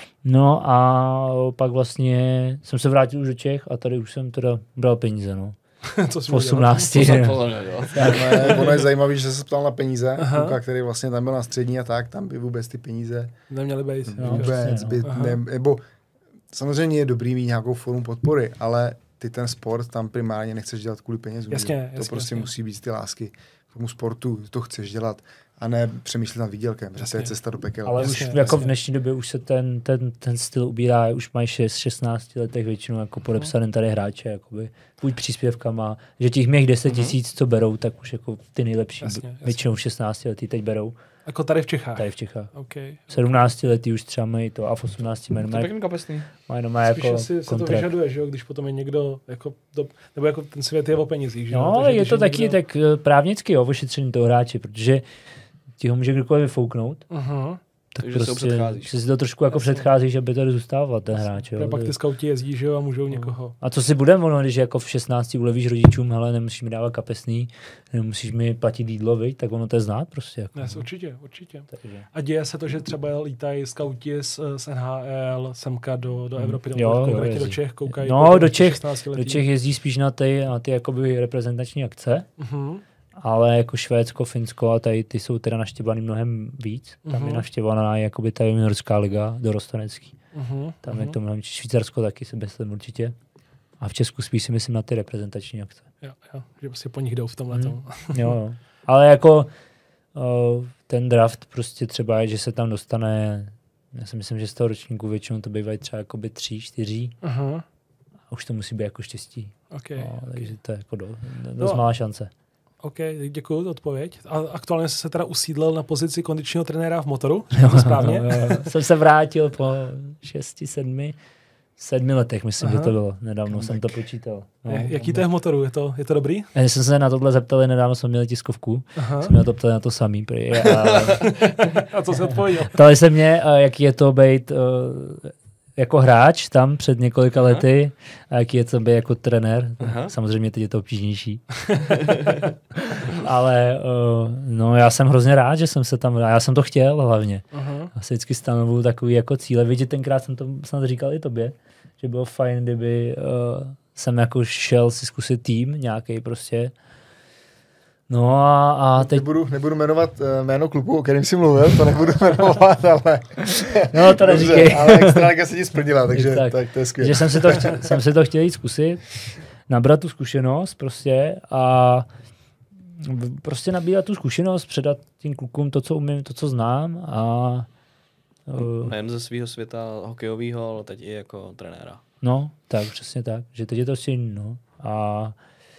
No a pak vlastně jsem se vrátil už do Čech a tady už jsem teda bral peníze, no. V osmnácti. Ono je zajímavé, že se ptal na peníze, Luka, který vlastně tam byl na střední a tak, tam by vůbec ty peníze neměly být. Vůbec by, ne, nebo samozřejmě je dobrý mít nějakou formu podpory, ale ty ten sport tam primárně nechceš dělat kvůli penězům. Jasně, to jasně, prostě jasně. musí být z ty lásky k tomu sportu, to chceš dělat a ne přemýšlet nad výdělkem, že to je cesta do pekel. Ale jasně, už jasně. jako v dnešní době už se ten, ten, ten styl ubírá, už mají šest šestnáct letech většinou jako podepsaný tady hráče, jakoby, buď příspěvkama, že těch měch deset tisíc, co berou, tak už jako ty nejlepší, jasně, jasně. většinou šestnáct letý teď berou. Jako tady v Čechách? Tady v Čechách. Okay. sedmnáct letý už třeba mají to a v osmnácti mají to je pěkně kapesný. Mají doma jako asi se to vyžaduje, že jo, když potom je někdo, jako do, nebo jako ten svět je o penězích, že jo? No, je to taky někdo... tak právnicky jo, ošetřený toho hráče, protože ti ho může kdykoliv vyfouknout. Uh-huh. Tak takže prostě se předcházíš. Si to trošku jako předcházíš, aby tady zůstával ten hráč. Jo. Pak ty skauti jezdí, že jo, a můžou no. někoho. A co si budeme ono, když jako v šestnácti ulevíš rodičům, hele, nemusíš mi dávat kapesný, nemusíš mi platit jídlo, viď? Tak ono to je znát prostě. Jako. Yes, určitě, určitě. Takže. A děje se to, že třeba lítají skauti z, z N H L semka do, do Evropy, jo, do, jo, do Čech, koukají. No, do Čech, do Čech jezdí spíš na ty, na ty jakoby reprezentační akce. Uh-huh. Ale jako Švédsko, Finsko a tady ty jsou teda naštěvaný mnohem víc. Tam uh-huh. je naštěvaná jakoby ta juniorská liga dorostenecký. Uh-huh. Tam uh-huh. je to mnohem, Švýcarsko taky si myslím určitě. A v Česku spíš si myslím na ty reprezentační akce. Jo, jo, že prostě po nich jdou v tomhle tomu. Hmm. jo, jo. Ale jako uh, ten draft prostě třeba je, že se tam dostane, já si myslím, že z toho ročníku většinou to bývají třeba jakoby tři, čtyři. Uh-huh. a už to musí být jako štěstí. Okay, no, okay. Takže to je jako do, dost no. malá šance. OK, děkuji za odpověď. A aktuálně jsi se teda usídlil na pozici kondičního trenéra v motoru, to správně? Jsem se vrátil po šesti, sedmi, sedmi letech, myslím, Aha. že to bylo. Nedávno Comeback. Jsem to počítal. No, jaký to je v motoru? Je to, je to dobrý? Já jsem se na tohle zeptal, nedávno jsme měli tiskovku. Aha. Jsme na to ptali na to samý. Prý, a... a co jsi odpověděl? Ptali se mě, jaký je to být uh, jako hráč tam před několika Aha. lety a jaký je to být jako trenér. Aha. Samozřejmě teď je to obtížnější. Ale uh, no, já jsem hrozně rád, že jsem se tam, já jsem to chtěl hlavně. Aha. A se vždycky stanovuju takový jako cíle. Vidíte, tenkrát jsem to snad říkal i tobě, že bylo fajn, kdyby uh, jsem jako šel si zkusit tým nějaký prostě. No a, a teď... Nebudu, nebudu jmenovat uh, jméno klubu, o kterém jsi mluvil, to nebudu jmenovat, ale... No to neříkej. Ale extraliga se ti splnila, takže tak, tak to je skvělé. Že jsem si to, chtěl, jsem si to chtěl jít zkusit, nabrat tu zkušenost prostě a prostě nabírat tu zkušenost, předat tím klukům to, co umím, to, co znám a... Uh, Nejen ze svého světa hokejového, ale teď i jako trenéra. No, tak, přesně tak, že teď je to stejný, no. A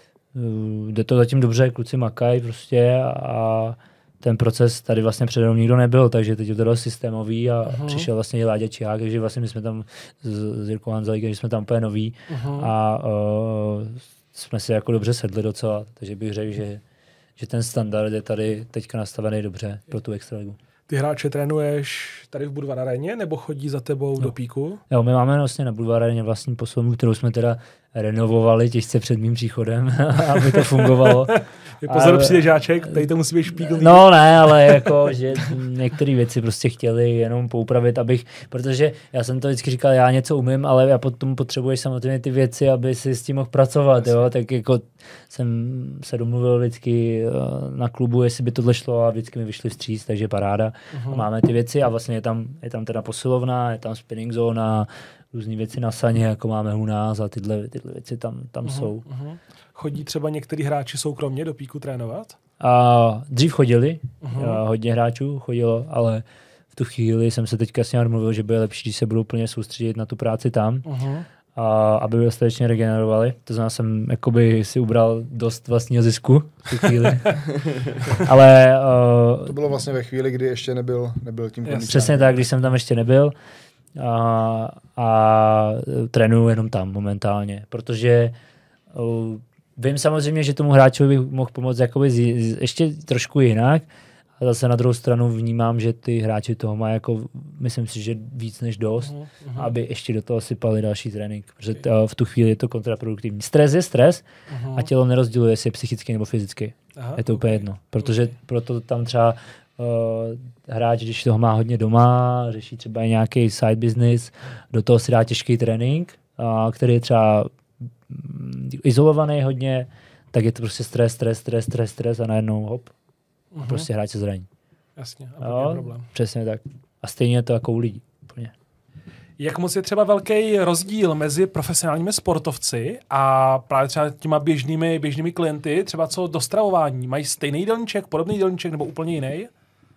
uh, jde to zatím dobře, kluci makají prostě a ten proces tady vlastně přede mnou nikdo nebyl, takže teď je to dost systémový a uh-huh. přišel vlastně i Láďa Čihák, takže vlastně my jsme tam s, s Jirkou Hanzelíkem, že jsme tam úplně noví uh-huh. a uh, jsme si jako dobře sedli docela, takže bych řekl, že, že ten standard je tady teďka nastavený dobře pro tu extraligu. Ty hráče trénuješ tady v Budvar Aréně, nebo chodí za tebou no. do Píku? Jo, my máme vlastně na Budvar Aréně vlastní poslovnu, kterou jsme teda renovovali těžce před mým příchodem, aby to fungovalo. Pozor, ale... přijde žáček, tady to musí být špíglný. No ne, ale jako, že některé věci prostě chtěli jenom poupravit, abych, protože já jsem to vždycky říkal, já něco umím, ale já potom potřebuješ samozřejmě ty věci, aby si s tím mohl pracovat, jo, tak jako jsem se domluvil vždycky na klubu, jestli by tohle šlo a vždycky mi vyšli vstříc, takže paráda. Uh-huh. Máme ty věci a vlastně je tam, je tam teda posilovna, je tam spinning zóna, různý věci na saně, jako máme u nás a tyhle, tyhle věci tam, tam uh-huh, jsou. Uh-huh. Chodí třeba některý hráči soukromně do Píku trénovat? A dřív chodili, uh-huh. a hodně hráčů chodilo, ale v tu chvíli jsem se teďka s ním mluvil, že bude lepší, když se budou plně soustředit na tu práci tam, uh-huh. a aby dostatečně regenerovali. To znamená, jsem jakoby si ubral dost vlastního zisku v tu chvíli. ale... Uh, to bylo vlastně ve chvíli, kdy ještě nebyl, nebyl tím kondičánem. Přesně tak, když jsem tam ještě nebyl. A, a trénuju jenom tam momentálně, protože uh, vím samozřejmě, že tomu hráčovi bych mohl pomoct jakoby z, z, ještě trošku jinak a zase na druhou stranu vnímám, že ty hráči toho mají jako, myslím si, že víc než dost, uh-huh, uh-huh. aby ještě do toho sypali další trénink, protože t, uh, v tu chvíli je to kontraproduktivní. Stres je stres uh-huh. a tělo nerozděluje, jestli je psychicky nebo fyzicky. Aha, je to úplně okay. jedno, protože okay. proto tam třeba Uh, hráč, když toho má hodně doma, řeší třeba i nějaký side business, do toho si dá těžký trénink, uh, který je třeba um, izolovaný hodně, tak je to prostě stres, stres, stres, stres, stres a najednou hop, uh-huh. a prostě hráč se zraní. Jasně, a to je problém. Přesně tak. A stejně je to jako u lidí. Úplně. Jak moc je třeba velký rozdíl mezi profesionálními sportovci a právě třeba těma běžnými, běžnými klienty, třeba co do stravování? Mají stejný jídelníček, podobný jídelníček nebo úplně jiný?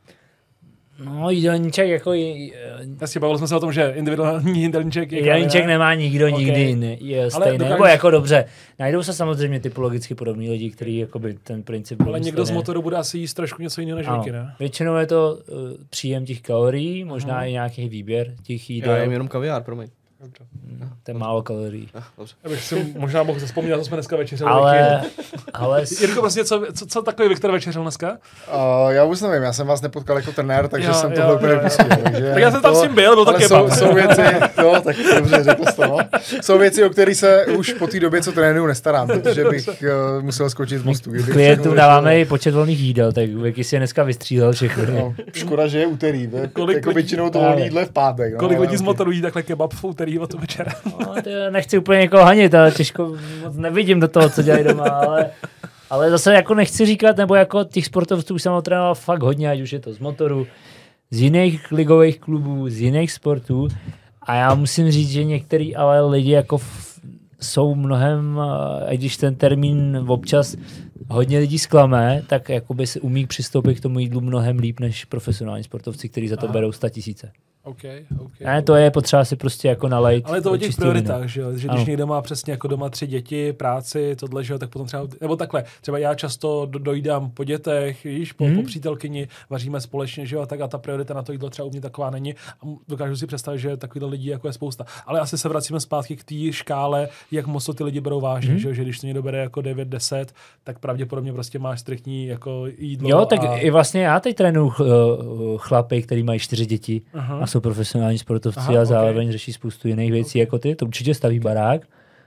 No, jídelníček jako... Jasně, bavili jsme se o tom, že individuální jídelníček... Jídelníček nemá nikdo okay. nikdy jiný, je stejný. Dokážeš... Nebo jako dobře, najdou se samozřejmě typologicky podobní lidi, kteří jakoby ten princip... Ale někdo z motoru bude asi jíst trošku něco jiného než Vicky, ne? Většinou je to uh, příjem těch kalorií, možná hmm. i nějaký výběr těch jídel. Já jim jenom kaviár, promiň. Dobře. No, to je málo kalorií. Já bych si možná mohl zapomnět, co jsme dneska večeřili. Ale... ale... Jirko, prostě, co, co, co takový Viktor večeřil dneska? Uh, já vůbec nevím, já jsem vás nepotkal jako trenér, takže jo, jsem tohle úplně nepustil. Tak já jsem tam to, s tím byl, byl to kebab. Jsou, jsou věci, jo, tak dobře řekl jsi to, no. Jsou věci, o kterých se už po té době, co trénuju, nestarám, protože bych uh, musel skočit z mostu. Klientům dáváme i počet volných jídel, tak Vicky si je dneska vystřílel všechno. No, škoda, že je úterý, jako většinou toho jídle v pátek. Kolik lidí z motoru jí takhle kebab v úterý od večera? No, nechci úplně někoho hanit, ale těžko moc nevidím do toho, co dělají doma, ale, ale zase jako nechci říkat, nebo jako těch sportovců už jsem otrénoval fakt hodně, ať už je to z motoru, z jiných ligových klubů, z jiných sportů a já musím říct, že některý ale lidi jako f- jsou mnohem, i když ten termín občas hodně lidí zklame, tak jakoby si umí přistoupit k tomu jídlu mnohem líp než profesionální sportovci, kteří za to Aha. berou sta tisíce. Okay, okay, ne, to je potřeba si prostě jako nalejt. Ale to o těch prioritách, že jo? Že když ano. někdo má přesně jako doma tři děti, práci, tohle, že jo, tak potom třeba, nebo takhle, třeba já často do, dojídám po dětech, víš, po, hmm. po přítelkyni, vaříme společně, že jo, a tak a ta priorita na to jídlo třeba u mě taková není a dokážu si představit, že takovýhle lidí jako je spousta. Ale asi se vracíme zpátky k té škále, jak moc to ty lidi berou vážně, hmm. že jo, že když to někdo bere jako devět deset, tak pravděpodobně prostě máš striktní jako jídlo. Jo, tak a... i vlastně já teď trénuju chlapy, který mají čtyři děti Aha. a jsou profesionální sportovci Aha, a zároveň okay. řeší spoustu jiných věcí okay. jako ty, to určitě staví barák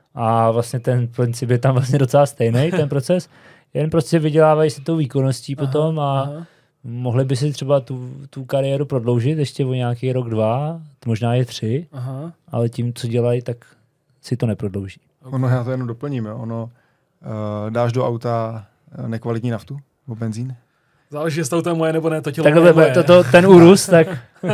a vlastně ten princip je tam vlastně docela stejný, ten proces, jen prostě vydělávají si tou výkonností aha, potom a aha. mohli by si třeba tu, tu kariéru prodloužit ještě o nějaký rok, dva, možná je tři, aha. ale tím, co dělají, tak si to neprodlouží. Okay. Ono, já to jenom doplním, jo. Ono uh, dáš do auta nekvalitní naftu nebo benzín. Záleží, jestli to je moje nebo ne, to tělo tak moje. To, to, ten úrus, tak...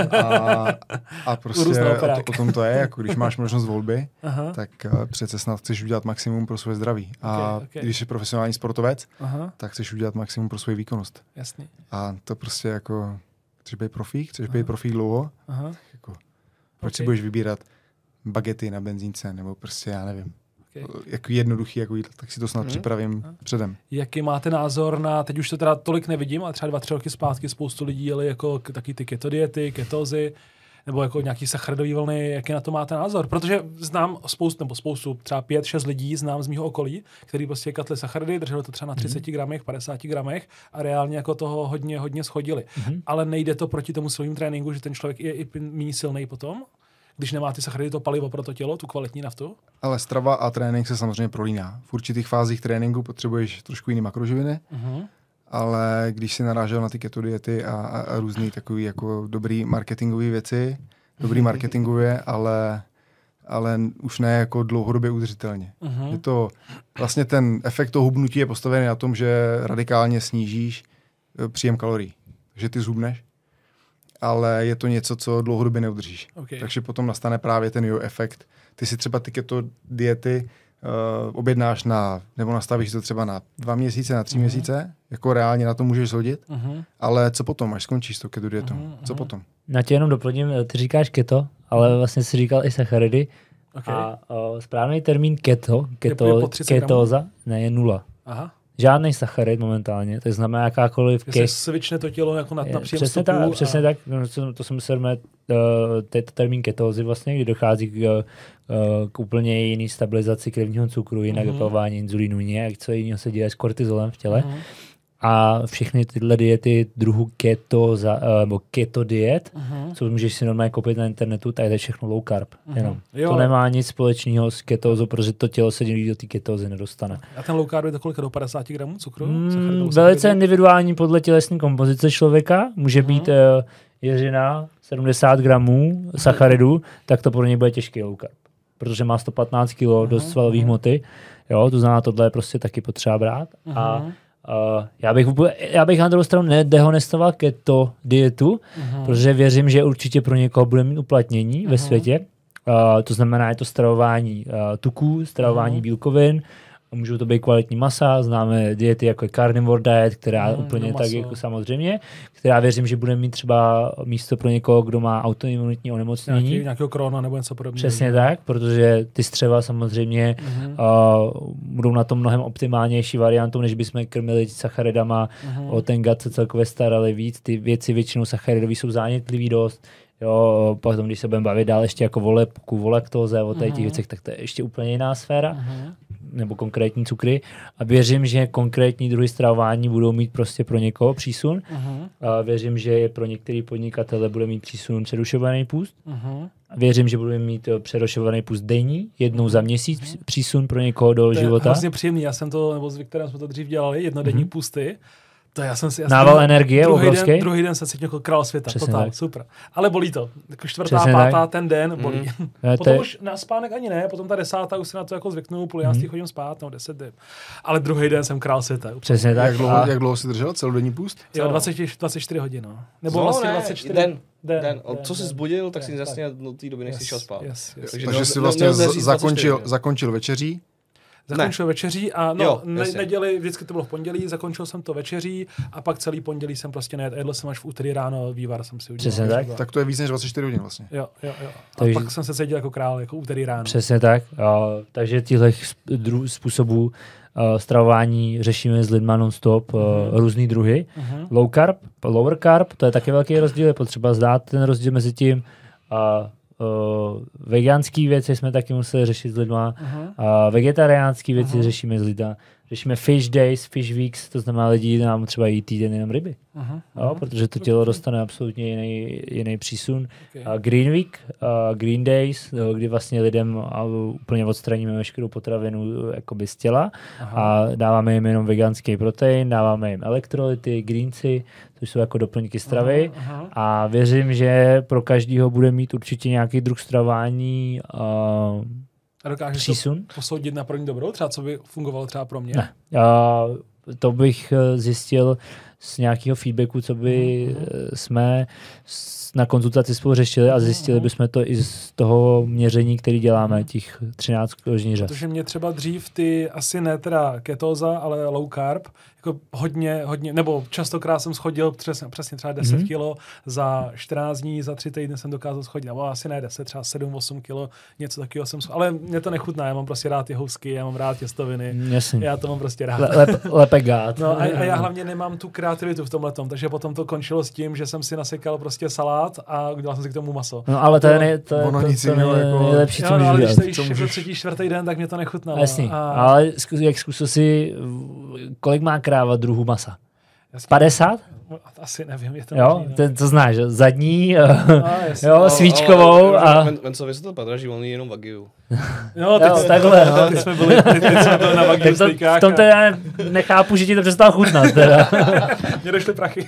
A, a prostě o, o tom to je, jako když máš možnost volby, aha. tak uh, přece snad chceš udělat maximum pro svoje zdraví. A okay, okay. když jsi profesionální sportovec, aha. tak chceš udělat maximum pro svoji výkonnost. Jasný. A to prostě jako, chceš být profík, chceš aha. být profík dlouho, aha. jako, proč okay. si budeš vybírat bagety na benzínce, nebo prostě já nevím. Okay. Jako jednoduchý jako jídlo, tak si to snad hmm. připravím hmm. předem. Jaký máte názor na, teď už to teda tolik nevidím, ale třeba dva, tři roky zpátky spoustu lidí jeli jako taky ty keto diety, ketózy, nebo jako nějaký sacharidový vlny, jaký na to máte názor? Protože znám spoustu, nebo spoustu, třeba pět, šest lidí znám z mýho okolí, který prostě katli sacharidy, drželi to třeba na třicet hmm. gramech, padesát gramech a reálně jako toho hodně, hodně schodili. Hmm. Ale nejde to proti tomu silovému tréninku, že ten člověk je i méně silnej potom? Když nemá ty sacharidy, to palivo pro to tělo, tu kvalitní naftu? Ale strava a trénink se samozřejmě prolíná. V určitých fázích tréninku potřebuješ trošku jiný makroživiny, uh-huh. ale když si narážel na ty keto diety a, a, a různý takový jako dobrý marketingové věci, dobrý marketingové, ale, ale už ne jako dlouhodobě udržitelně. Uh-huh. Je to vlastně ten efekt toho hubnutí je postavený na tom, že radikálně snížíš příjem kalorií. Takže ty zhubneš, ale je to něco, co dlouhodobě neudržíš. Okay. Takže potom nastane právě ten jo efekt. Ty si třeba ty keto diety uh, objednáš na, nebo nastavíš to třeba na dva měsíce, na tři uh-huh. měsíce, jako reálně na to můžeš shodit, uh-huh. ale co potom, až skončíš s tou keto dietou? Uh-huh. Co potom? Na tě jenom doplním, ty říkáš keto, ale vlastně si říkal i sacharidy. Okay. A uh, správný termín keto, keto ketóza, ne, je nula. Aha. Žádný sacharid momentálně, to znamená jakákoliv... Ke... se svične to tělo jako na, na příjem přesně vstupu. Tak, a... Přesně tak, no, to jsem se uh, tento termín ketózy vlastně, kdy dochází k, uh, k úplně jiný stabilizaci krevního cukru, jinak uh-huh. vypalování inzulínu, nějak co jiného se děje s kortizolem v těle. Uh-huh. A všechny tyhle diety druhu keto, za, uh, nebo keto diet, uh-huh. co můžeš si normálně koupit na internetu, tak je všechno low carb. Uh-huh. Jenom. To nemá nic společného s ketózou, protože to tělo se do té ketózy nedostane. A ten low carb je to kolika do padesát gramů cukru? Mm, velice individuální podle tělesné kompozice člověka. Může uh-huh. být uh, jeřina sedmdesát gramů sacharidů, tak to pro něj bude těžký low carb. Protože má sto patnáct kilogramů uh-huh. dost svalové hmoty. Jo, to znamená, tohle je prostě taky potřeba brát. Uh-huh. A Uh, já, bych, já bych na druhou stranu nedehonestoval keto dietu, uh-huh. protože věřím, že určitě pro někoho bude mít uplatnění uh-huh. ve světě. Uh, to znamená, je to stravování uh, tuků, stravování uh-huh. bílkovin, můžou to být kvalitní masa, známe diety jako je carnivore diet, která uh-huh, úplně tak jako samozřejmě, která věřím, že bude mít třeba místo pro někoho, kdo má autoimunitní onemocnění. Nějaký, nějakého korona nebo něco podobného. Přesně tak, protože ty střeva samozřejmě uh-huh. uh, budou na tom mnohem optimálnější variantou, než bychom krmili sacharidama, uh-huh. o ten gut se celkově starali víc, ty věci většinou sacharidový jsou zánětlivý dost. Jo, potom, když se budeme bavit dál ještě jako o lepku, o laktóze, o těch uh-huh. věcech, tak to je ještě úplně jiná sféra, uh-huh. nebo konkrétní cukry. A věřím, že konkrétní druhy stravování budou mít prostě pro někoho přísun. Uh-huh. A věřím, že pro některý podnikatele bude mít přísun přerušovaný půst. Uh-huh. A věřím, že budeme mít přerušovaný půst denní, jednou uh-huh. za měsíc uh-huh. přísun pro někoho do to života. To je vlastně příjemný. Já jsem to, nebo s Viktorem jsme to dřív dělali, jednodenní uh-huh. pusty. To já jsem si, já Nával jsem, energie druhý obrovský. Den, druhý den jsem cítil jako král světa, Přesně totál, tak. super. Ale bolí to. Jako čtvrtá, Přesně pátá, tak. ten den bolí. Mm. Potom je... už na spánek ani ne, potom ta desátá už se na to jako zvyknu, půl jedenáctý mm. chodím spát, no deset den. Ale druhý den jsem král světa. Úplně. Přesně tak. Jak dlouho, a... jak dlouho jsi držel celodenní půst? Jo, dvacet, dvacet čtyři hodin, no. Nebo no, vlastně ne, dvacet čtyři. Den. Den, den. den, Co jsi den, zbudil, tak den, si jasně tak. do té doby, než jsi šel spát. Yes, yes. Takže, Takže jsi vlastně zakončil, zakončil večeří? Zakončil ne. večeří a no, jo, ne, neděli, vždycky to bylo v pondělí, zakončil jsem to večeří a pak celý pondělí jsem prostě nejedl, jedl jsem až v úterý ráno, vývar jsem si udělal. Přesně tak. Tak to je víc než dvacet čtyři hodin vlastně. Jo, jo, jo. A takže, pak jsem se cítil jako král, jako úterý ráno. Přesně tak. A, takže těchto způsobů uh, stravování řešíme s lidma non-stop, uh, mm. různý druhy. Mm. Low carb, lower carb, to je taky velký rozdíl, je potřeba zdát ten rozdíl mezi tím. A Uh, veganský věci jsme taky museli řešit s lidma, uh-huh. uh, vegetariánský věci uh-huh. řešíme s lidma. Řešíme fish days, fish weeks, to znamená lidi nám třeba jí týden jenom ryby. Uh-huh. Jo, protože to tělo dostane absolutně jiný, jiný přísun. Okay. Uh, green week, uh, green days, jo, kdy vlastně lidem uh, úplně odstraníme veškerou potravinu uh, jakoby z těla uh-huh. a dáváme jim jenom veganský protein, dáváme jim elektrolyty, greenci, což jsou jako doplňky stravy uh-huh. a věřím, že pro každýho bude mít určitě nějaký druh stravování uh, a dokážeš přísun. To posoudit na první dobrou? Třeba co by fungovalo třeba pro mě? Ne. Uh, to bych zjistil z nějakého feedbacku, co by uh-huh. jsme na konzultaci spolu řešili a zjistili uh-huh. bychom to i z toho měření, který děláme, těch třináct ložníř. Protože mě třeba dřív ty, asi ne teda ketóza, ale low carb, jako hodně, hodně, nebo častokrát jsem schodil přesně, přesně třeba deset mm-hmm. kilo, za čtrnáct dní, za tři týdny jsem dokázal schodit, nebo asi ne deset, třeba sedm osm kilo, něco takového jsem schodil, ale mě to nechutná, já mám prostě rád ty housky, já mám rád těstoviny, Jasně. já to mám prostě rád. Le, lep, lepegát. No a, a já hlavně nemám tu kreativitu v tomhletom, takže potom to končilo s tím, že jsem si nasekal prostě salát a udělal jsem si k tomu maso. No ale to je nej, to, ono to, nic to, to jiného, jako... nejlepší, co jo, no, můžeš ale dělat. když to jíš třetí, čtvrtý den, tak mě to nechutnalo. Jasný, a... ale jak zkusil si, kolik má kráva druhů masa? padesát? Asi nevím, je to jo, možný, no. ten, to znáš, zadní, a, jasný, jo, no, svíčkovou a... Vencovi se to podraží, on je jenom Wagyu. No, teď, jo, takhle, no. teď jsme byli, teď, teď jsme byli na Wagyu stejkách. V tom teda nechápu, že ti to přestalo chutnat. Teda. Mně došly prachy.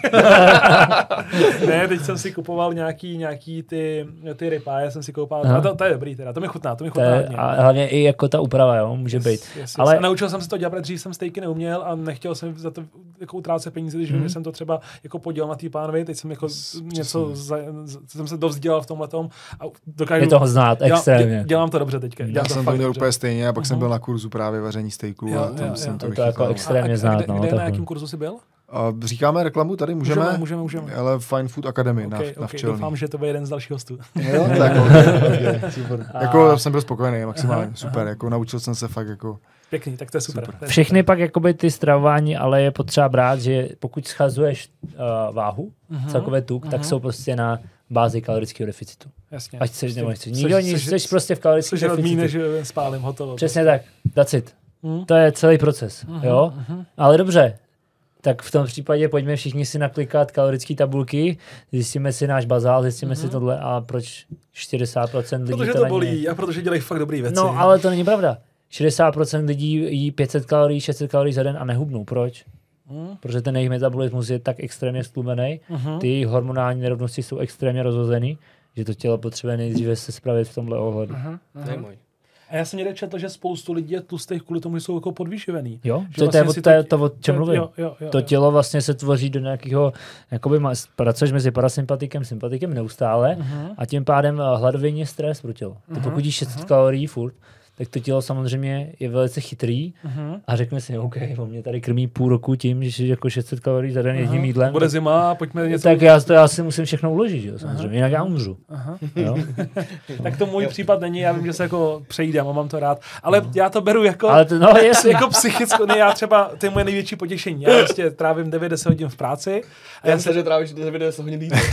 Ne, teď jsem si kupoval nějaký, nějaký ty, ty rypáje, jsem si koupal. A to, to je dobrý teda, to mi chutná, to mi chutná. Je, a hlavně i jako ta úprava, jo, může yes, být. Yes, yes. Ale... A naučil jsem se to dělat, protože dřív jsem stejky neuměl a nechtěl jsem za to jako utrácet peníze, když mm. vím, že jsem to třeba jako podělal na té pánvi, teď jsem jako Přesně. něco, za, jsem se dovzdělal v tomhletom a dokážu... Je toho znát extrémně. Dělám, dělám to dobře teďka. Já jsem to měl úplně stejně a pak uh-huh. jsem byl na kurzu právě vaření stejků a tam jsem to vychytal. To jako extrémně znát. A kde, kde na jakém kurzu jsi byl? A říkáme reklamu tady, můžeme? Můžeme, můžeme, můžeme. Ale Fine Food Academy okay, na, okay. na Včelný. Doufám, že to bude jeden z dalších hostů. Jo, tak okay, okay, super. A... Jako jsem byl spokojený maximálně, aha, super, aha. Jako naučil jsem se fakt jako... Pěkný, tak to je super. super. To je Všechny super. Pak jakoby ty stravování, ale je potřeba brát, že pokud schazuješ uh, váhu, uh-huh. celkově tuk, uh-huh. tak jsou prostě na bázi kalorického deficitu. Jasně. Ať chceš nebo nechceš. Nikdo nic, jsi prostě v kalorickém deficitu. Což než spálím, hotovo. Přesně tak, that's it. Hmm. To je celý proces, uh-huh. jo? Uh-huh. Ale dobře, tak v tom případě pojďme všichni si naklikat kalorické tabulky, zjistíme si náš bazál, zjistíme uh-huh. si tohle a proč šedesát procent lidí protože to to bolí a protože dělají fakt dobrý věci. No, ale to není pravda. šedesát procent lidí jí pět set kalorií, šest set kalorií za den a nehubnou. Proč? Hmm. Protože ten jejich metabolismus je tak extrémně stlumený, uh-huh. ty jejich hormonální nerovnosti jsou extrémně rozhozený, že to tělo potřebuje nejdříve se spravit v tomhle ohledu. Uh-huh. Uh-huh. A já jsem někde četl, že spoustu lidí je tlustých kvůli tomu, že jsou jako podvyživený. Jo, to, vlastně to, to, to je to, o čem mluvím. Jo, jo, jo, to tělo vlastně se tvoří do nějakého, jakoby pracuješ mezi parasympatikem, sympatikem neustále uh-huh. a tím pádem hladovění je stres pro tělo. Uh-huh. To pokud jíš šest set uh-huh. kalorií furt, tak to tělo samozřejmě je velice chytrý uh-huh. a řekne si, OK, on mě tady krmí půl roku tím, že jako šest set kalorií za den uh-huh. jedním jídlem. Bude zima, pojďme něco... Tak já, to já si musím všechno uložit, jo, samozřejmě, uh-huh. jinak já umřu. Uh-huh. Jo? Tak to můj případ není, já vím, že se jako přejídám a mám to rád, ale uh-huh. já to beru jako, ale to, no, jako psychicko, ne, já třeba, to je moje největší potěšení, já prostě trávím devět deset hodin v práci. A já, já se, že trávíš devět deset hodin líbí.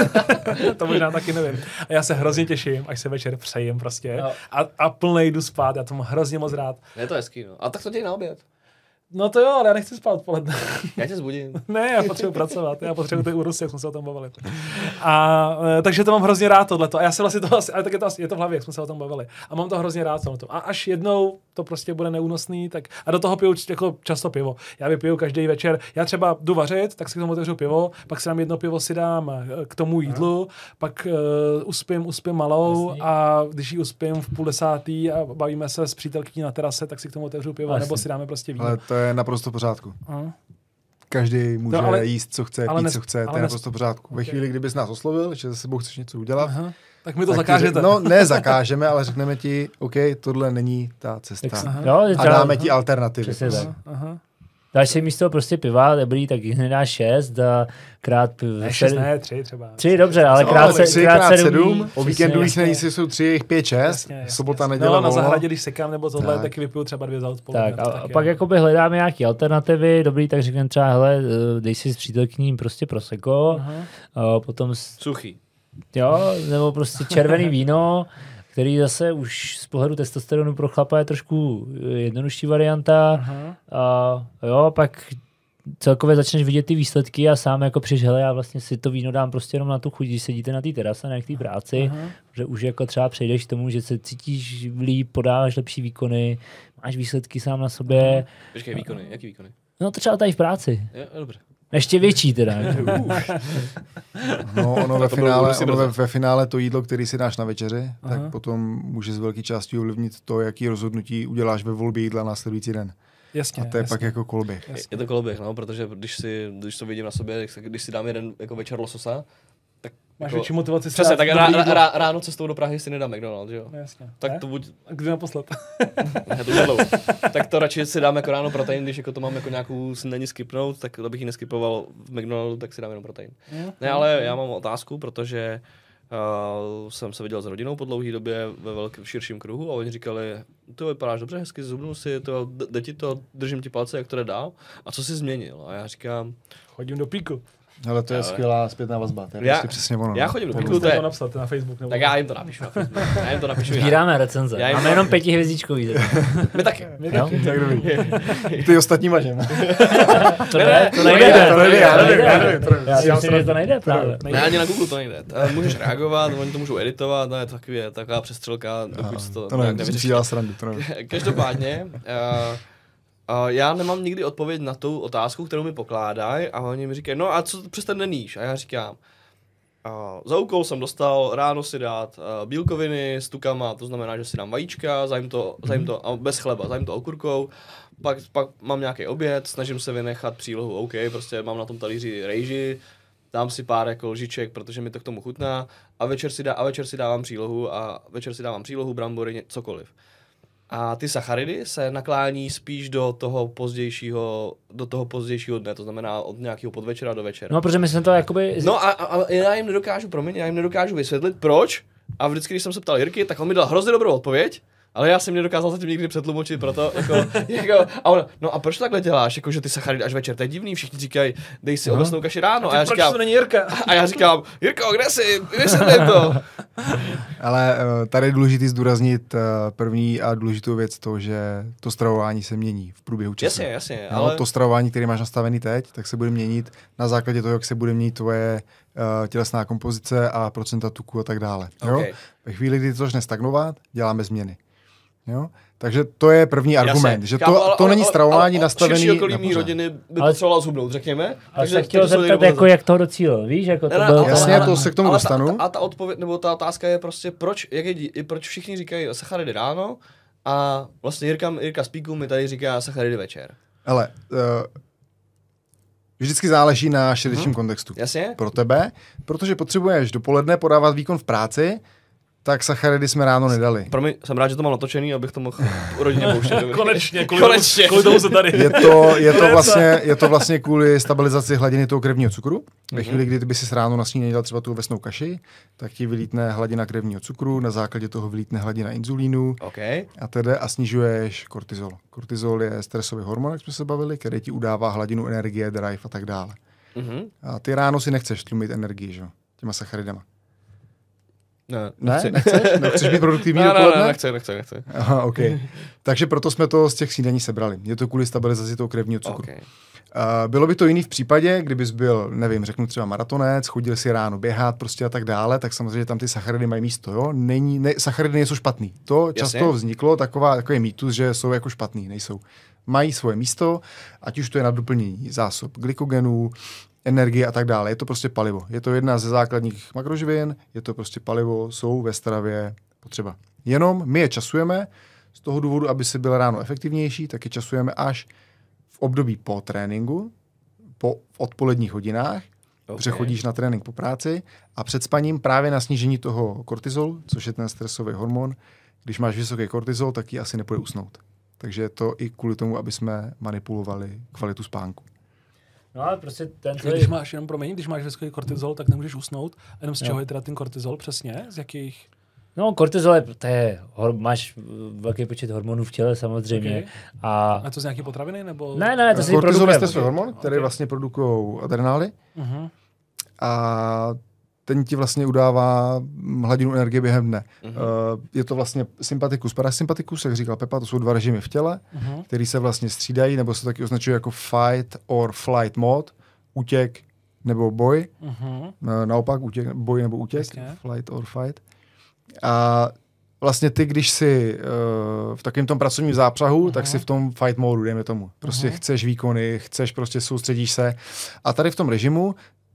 To možná taky nevím. A já se hrozně těším, až se večer přejím prostě no. a, a plnej jdu spát, já to mám hrozně moc rád. Je to hezký, no. A tak to děj na oběd. No to jo, ale já nechci spát odpoledne. Já tě zbudím. Ne, já potřebuji pracovat, já potřebuji ty urusy, jak jsme se o tom bavili. A takže to mám hrozně rád tohleto. A já si vlastně to asi, ale tak je to, je to v hlavě, jak jsme se o tom bavili. A mám to hrozně rád tohleto. A až jednou to prostě bude neúnosný, tak a do toho piju jako často pivo. Já vypiju každý večer. Já třeba jdu vařit, tak si k tomu otevřu pivo, pak si dám jedno pivo si dám k tomu jídlu, Aha. pak uh, uspím, uspím malou Jasný. A když ji uspím v půl desátý a bavíme se s přítelkyní na terase, tak si k tomu otevřu pivo, Jasný. Nebo si dáme prostě víno. Ale to je naprosto v pořádku. Aha. Každý může no, ale, jíst, co chce, pít, ne, co chce, to je naprosto v pořádku. Okay. Ve chvíli, kdybys nás oslovil, že se sebou chceš něco udělat, Aha. Tak mi to tak zakážete. No, ne zakážeme, ale řekneme ti, OK, tohle není ta cesta. Jo, A třeba- dáme ti alternativy. Přesně tak. Aha. Dáš si místo prostě piva, dobrý, tak hned dáš šest a krát... Ne, šest, ne, tři třeba. Tři, dobře, ale No, krát, se, tři krát, krát sedm, sedm, dní, o přesně, víkendových jasně. snědících jsou tři, jejich pět, šest, Jasně, jasně, sobota, jasně. neděle, No, na volno. zahradě, když sekám nebo tohle, Tak. tak vypiju třeba dvě za odpoledne. Tak a, to a taky pak je. jakoby hledáme nějaké alternativy, dobrý, tak řekneme třeba, hele, eh, dej si s přítelkyním prostě prosecco, Aha. a potom, s- Suchý. jo, nebo prostě červený víno, který zase už z pohledu testosteronu pro chlapa je trošku eh, jednodušší varianta. Aha. A jo, pak celkově začneš vidět ty výsledky a sám jako přiš, hele, já vlastně si to víno dám prostě jenom na tu chuť, když sedíte na té terase, ne k té práci, Aha. že už jako třeba přejdeš k tomu, že se cítíš líp, podáváš lepší výkony, máš výsledky sám na sobě, Počkej, výkony, jaký výkony? no to třeba tady v práci. Jo, dobře. Ještě větší teda. No, ono, ve to bylo finále, prostě ono ve, brzo. ve finále to jídlo, který si dáš na večeři, Aha. tak potom může z velké části ovlivnit to, jaký rozhodnutí uděláš ve volbě jídla následující den. Jasně, A to je jasně. pak jako kolběh. Jasně. Je to koloběh, no, protože když, si, když to vidím na sobě, tak když si dám jeden jako večer lososa, tak Máš jako, větší motivaci si přesně, dát tak dobrý rá, jídlo. rá, ráno cestou do Prahy si nedám McDonald's, že jo? No, jasně. Tak Ne? to buď, A kdy naposled? ne, to už je dlouho. Tak to radši si dám jako ráno protein, když jako to mám jako nějakou snídani skipnout, tak abych ji neskipoval v McDonaldu, tak si dám jenom protein. Ne, ale já mám otázku, protože uh, jsem se viděl s rodinou po dlouhé době ve velkém širším kruhu a oni říkali, ty vypadáš dobře, hezky, zubnu si, to, jde ti to, držím ti palce, jak to jde dál. A co jsi změnil? A já říkám, Chodím do píku. Ale to je Ale- skvělá zpětná vazba, to je Já- prostě přesně ono. já no. chodím do Tak píku, Můžete to to je, napsat na Facebook. Nebo tak já jim to napíšu na Facebook. Já jim to napíšu. já. Sbíráme recenze. Já jim Máme to- jenom pětihvězdičkový. My taky. Jo? Tak dobrý. Ty ostatní mažem. To ne, to nejde, nejde. to nejde, já nevím, já nevím, to nevím. Já si myslím, že to nejde právě. Ne, ani na Google to nejde. Eh, Můžeš reagovat, oni to můžou editovat, no, je to takový, je taková přestřelka, dokud to, To nějak nevím, to si nevyřešíš. dělal srandu, to nevím. Každopádně, uh, uh, já nemám nikdy odpověď na tu otázku, kterou mi pokládají a oni mi říkají, no a co přes ten den jíš? A já říkám, uh, za úkol jsem dostal ráno si dát uh, bílkoviny s tukama, to znamená, že si dám vajíčka, zajím to, zajím to a bez chleba, zajím to okurkou, pak, pak mám nějaký oběd, snažím se vynechat přílohu, OK, prostě mám na tom talíři rejži, dám si pár jako lžiček, protože mi to k tomu chutná a večer si, dá, a večer si dávám přílohu a večer si dávám přílohu, brambory, ně- cokoliv. A ty sacharidy se naklání spíš do toho pozdějšího, do toho pozdějšího dne, to znamená od nějakého podvečera do večera. No, protože my jsme to jakoby... No a, a, a já jim nedokážu, promiň, já jim nedokážu vysvětlit, proč. A vždycky, když jsem se ptal Jirky, tak on mi dal hrozně dobrou odpověď, ale já jsem nedokázal zatím nikdy přetlumočit, proto jako, jako a on, no a proč to takhle děláš, jako, že ty sacharidy až večer, to je divný, všichni říkají, dej si ovesnou kaši ráno, a já Proč říkám, to není Jirka? a já říkám, Jirko, kde jsi, vysvětli to. Ale uh, tady je důležité zdůraznit uh, první a důležitou věc to, že to stravování se mění v průběhu času. Jasně, jasně, No, ale to stravování, které máš nastavený teď, tak se bude měnit na základě toho, jak se bude měnit tvoje uh, tělesná kompozice a procenta tuku a tak dále. Jo? Okay. Ve chvíli, kdy to začne stagnovat, děláme změny. Jo? Takže to je první argument, že Chápu, to, ale- to ale- není ale- stravování ale nastavený širší okolí na mý pořád. rodiny by Ale- potřebovala zhubnout, řekněme. Ale se teď chtěl jsou zeptat, někdo jako, jak toho docílil, víš, jako to Ne, ne, byl... ale- Jasně, ale- to se k tomu ale dostanu. Ta, ta, a ta odpověď, nebo ta otázka je prostě, proč, jak je, dí- proč všichni říkají sacharidy ráno a vlastně Jirka, Jirka z Píku mi tady říká sacharidy večer. Ale uh, vždycky záleží na širším kontextu. Jasně? Pro tebe, protože potřebuješ dopoledne podávat výkon v práci, tak sacharidy jsme ráno nedali. Pro mě jsem rád, že to mám natočený, abych to mohl rodině pouštět. Konečně, kvůli, Konečně. Tomu, kvůli tomu se tady. Je to, je, to vlastně, je to vlastně kvůli stabilizaci hladiny toho krevního cukru. Ve chvíli, kdy ty by si ráno na snídaní dal třeba tu ovesnou kaši, tak ti vylítne hladina krevního cukru, na základě toho vylítne hladina inzulínu OK. a tedy a snižuješ kortizol. Kortizol je stresový hormon, jak jsme se bavili, který ti udává hladinu energie, drive a tak dále. Mhm. A ty ráno si nechceš tlumit energii, že? Těma sacharidama. Ne, Ne? nechci. Nechceš? Nechceš být produktivní Ne, ne, dopoledne? ne, nechci, nechci, nechci. Aha, OK. Takže proto jsme to z těch snídaní sebrali. Je to kvůli stabilizaci toho krevního cukru. Okay. Uh, bylo by to jiný v případě, kdybys byl, nevím, řeknu třeba maratonec, chodil si ráno běhat prostě a tak dále, tak samozřejmě tam ty sacharidy mají místo, jo? Není, ne, sacharidy nejsou špatný. To často Jasně. vzniklo, taková, takový mýtus, že jsou jako špatný, nejsou. Mají svoje místo, ať už to je na doplnění zásob glykogenů, energie a tak dále. Je to prostě palivo. Je to jedna ze základních makroživin, je to prostě palivo, jsou ve stravě potřeba. Jenom my je časujeme z toho důvodu, aby se byl ráno efektivnější, tak je časujeme až v období po tréninku, po v odpoledních hodinách, Okay. Přechodíš na trénink po práci a před spaním právě na snížení toho kortizolu, což je ten stresový hormon. Když máš vysoký kortizol, tak ji asi nepůjde usnout. Takže je to i kvůli tomu, aby jsme manipulovali kvalitu spánku. No ale prostě ten... Když, když máš, jenom promiň, když máš vysoký kortizol, tak nemůžeš usnout. A jenom z čeho je teda ten kortizol přesně? Z jakých... No, kortizol je, to je, hor, máš velký počet hormonů v těle samozřejmě. Okay. A... a to z nějaké potraviny? Nebo... Ne, ne, to si produkuje. Kortizol je stresový hormon, který okay. vlastně produkují adrenály. Uh-huh. A ten ti vlastně udává hladinu energie během dne. Uh-huh. Uh, je to vlastně sympatikus, parasympatikus, jak říkal Pepa, to jsou dva režimy v těle, uh-huh. který se vlastně střídají, nebo se taky označují jako fight or flight mode, útěk nebo boj. Uh-huh. Naopak, útěk, boj nebo útěk, Jasně. flight or fight. A vlastně ty, když jsi uh, v takovém tom pracovním zápřahu, uh-huh. tak si v tom fight modu, dejme tomu. Prostě uh-huh. chceš výkony, chceš, prostě soustředíš se. A tady v tom režimu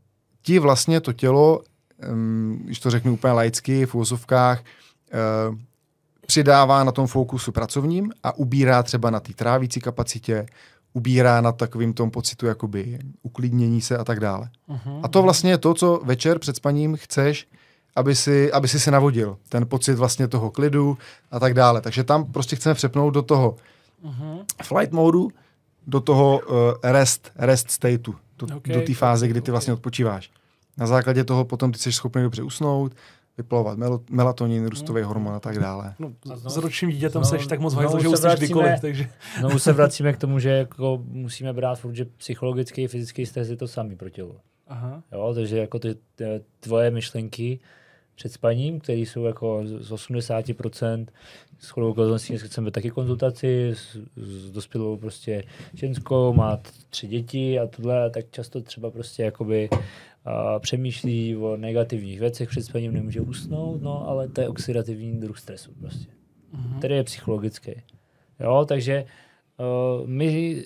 ti vlastně to tělo, um, když to řeknu úplně laicky, v úvozovkách, uh, přidává na tom fokusu pracovním a ubírá třeba na té trávící kapacitě, ubírá na takovým tom pocitu jakoby uklidnění se a tak dále. Uh-huh. A to vlastně je to, co večer před spaním chceš, aby si, aby si se navodil. Ten pocit vlastně toho klidu a tak dále. Takže tam prostě chceme přepnout do toho uh-huh. flight modu, do toho uh, rest, rest stateu, do, okay. do té fáze, kdy ty vlastně odpočíváš. Na základě toho potom ty jsi schopný dobře usnout, vyplavovat mel- melatonin, růstový uh-huh. hormon a tak dále. No, s ročním dítětem no, seš tak moc hajzl, že usneš kdykoliv. Takže... No, se vracíme k tomu, že jako musíme brát furt, že psychologický i fyzický stres je to samý pro tělo. Aha. Jo, takže jako ty, ty tvoje myšlenky před spaním, které jsou jako z osmdesát procent shodou okolností, chceme taky konzultaci s, s dospělou prostě ženskou, má tři děti a tohle, tak často třeba prostě jakoby a, přemýšlí o negativních věcech před spaním, nemůže usnout, no, ale to je oxidativní druh stresu prostě, mm-hmm. který je psychologický. Jo, takže uh, my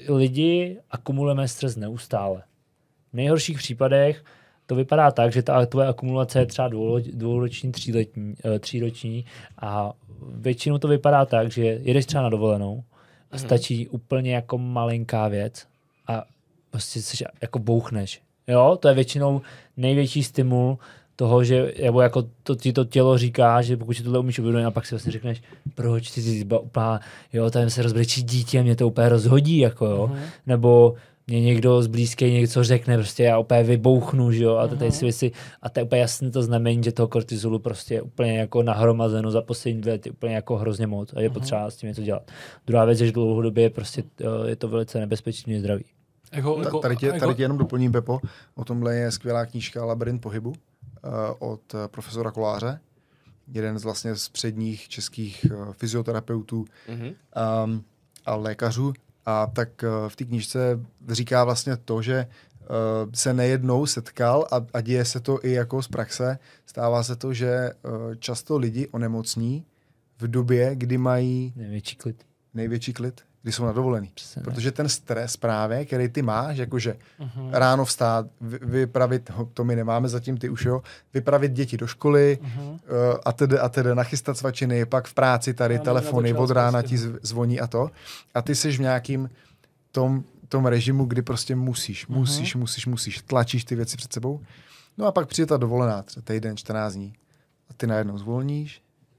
lidi akumulujeme stres neustále. V nejhorších případech to vypadá tak, že ta tvoje akumulace je třeba dvouroční, tříletní, tříroční a většinou to vypadá tak, že jedeš třeba na dovolenou a stačí úplně jako malinká věc a prostě se jako bouchneš. Jo, to je většinou největší stimul toho, že nebo jako to ti to tělo říká, že pokud si tohle umíš uvědomit a pak si vlastně řekneš, proč ty jsi úplně, jo, tam se rozbrečí dítě, mě to úplně rozhodí, jako jo, uh-huh. nebo mě někdo z blízké něco řekne, prostě já úplně vybouchnu, že jo, a to, si věci, a to je úplně jasné to znamení, že toho kortizolu prostě je úplně jako nahromazeno za poslední dvě lety, úplně jako hrozně moc a je potřeba s tím něco dělat. Druhá věc je, že dlouhodobě prostě je to velice nebezpečné zdraví. Jako, jako, tady, tě, tady tě jenom doplním, Pepo, o tomhle je skvělá knížka Labyrint pohybu uh, od profesora Koláře, jeden z vlastně z předních českých uh, fyzioterapeutů mm-hmm. um, a lékařů. A tak v té knížce říká vlastně to, že uh, se nejednou setkal a, a děje se to i jako z praxe. Stává se to, že uh, často lidi onemocní v době, kdy mají největší klid, největší klid kdy jsou na dovolený. Přesně. Protože ten stres právě, který ty máš, jakože uh-huh. ráno vstát, vy, vypravit, to my nemáme zatím, ty už jo, vypravit děti do školy uh-huh. uh, a tedy, a tedy nachystat svačiny, pak v práci tady, no, telefony, od rána ti zvoní a to. A ty jsi v nějakým tom, tom režimu, kdy prostě musíš, uh-huh. musíš, musíš, musíš, tlačíš ty věci před sebou. No a pak přijde ta dovolená, třeba týden, čtrnáct dní. A ty najednou zvolníš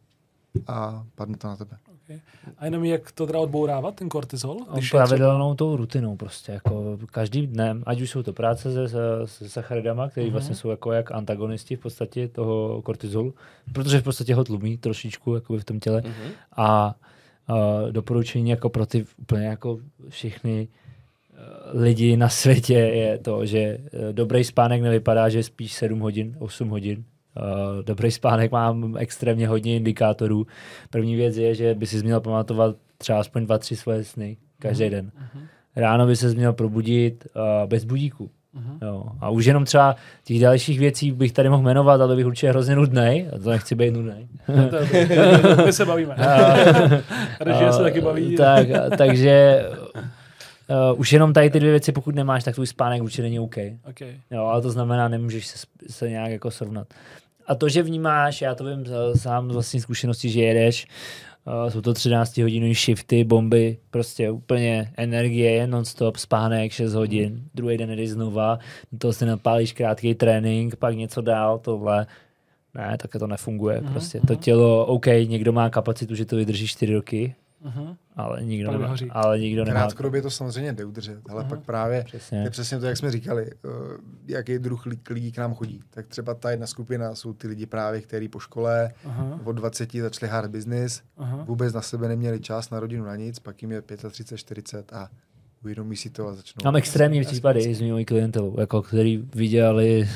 a padne to na tebe. Okay. A jenom jak to teda odbourávat, ten kortizol? Pravidelnou třeba... tou rutinou prostě, jako každým dnem, ať už jsou to práce se, se sacharidama, které uh-huh. vlastně jsou jako jak antagonisti v podstatě toho kortizolu, protože v podstatě ho tlumí trošičku jakoby v tom těle uh-huh. a, a doporučení jako pro ty úplně jako všechny lidi na světě je to, že dobrý spánek nevypadá, že spíš sedm hodin, osm hodin. Uh, dobrý spánek mám extrémně hodně indikátorů. První věc je, že by si měl pamatovat třeba aspoň dva, tři svoje sny každý uh-huh. den. Uh-huh. Ráno by se měl probudit uh, bez budíku. Uh-huh. Jo. A už jenom třeba těch dalších věcí bych tady mohl jmenovat, ale bych určitě hrozně nudnej. A to nechci být nudnej. My se bavíme. Režie se taky baví. Tak, takže Uh, už jenom tady ty dvě věci, pokud nemáš, tak tvůj spánek určitě není OK. Okay. Jo, ale to znamená, nemůžeš se, se nějak jako srovnat. A to, že vnímáš, já to vím sám z vlastní zkušenosti, že jedeš Uh, jsou to třináctihodinové shifty, bomby, prostě úplně energie, non-stop, spánek šest hodin, druhý den jdeš znova, do toho si napálíš krátký trénink, pak něco dál, tohle. Ne, také to nefunguje. Uh-huh, prostě uh-huh. To tělo, OK, někdo má kapacitu, že to vydrží čtyři roky, uh-huh. ale nikdo nemá. Ale nikdo nemá. Krátkodobě to samozřejmě jde udržet, ale uh-huh. pak právě přesně. je přesně to, jak jsme říkali, uh, jaký druh lidí k nám chodí. Tak třeba ta jedna skupina jsou ty lidi právě, kteří po škole uh-huh. od dvaceti začali hard business, uh-huh. vůbec na sebe neměli čas, na rodinu, na nic, pak jim je třicet pět, čtyřicet a uvědomí si to a začnou. Mám extrémní případy s mými klientelou, jako, který vydělali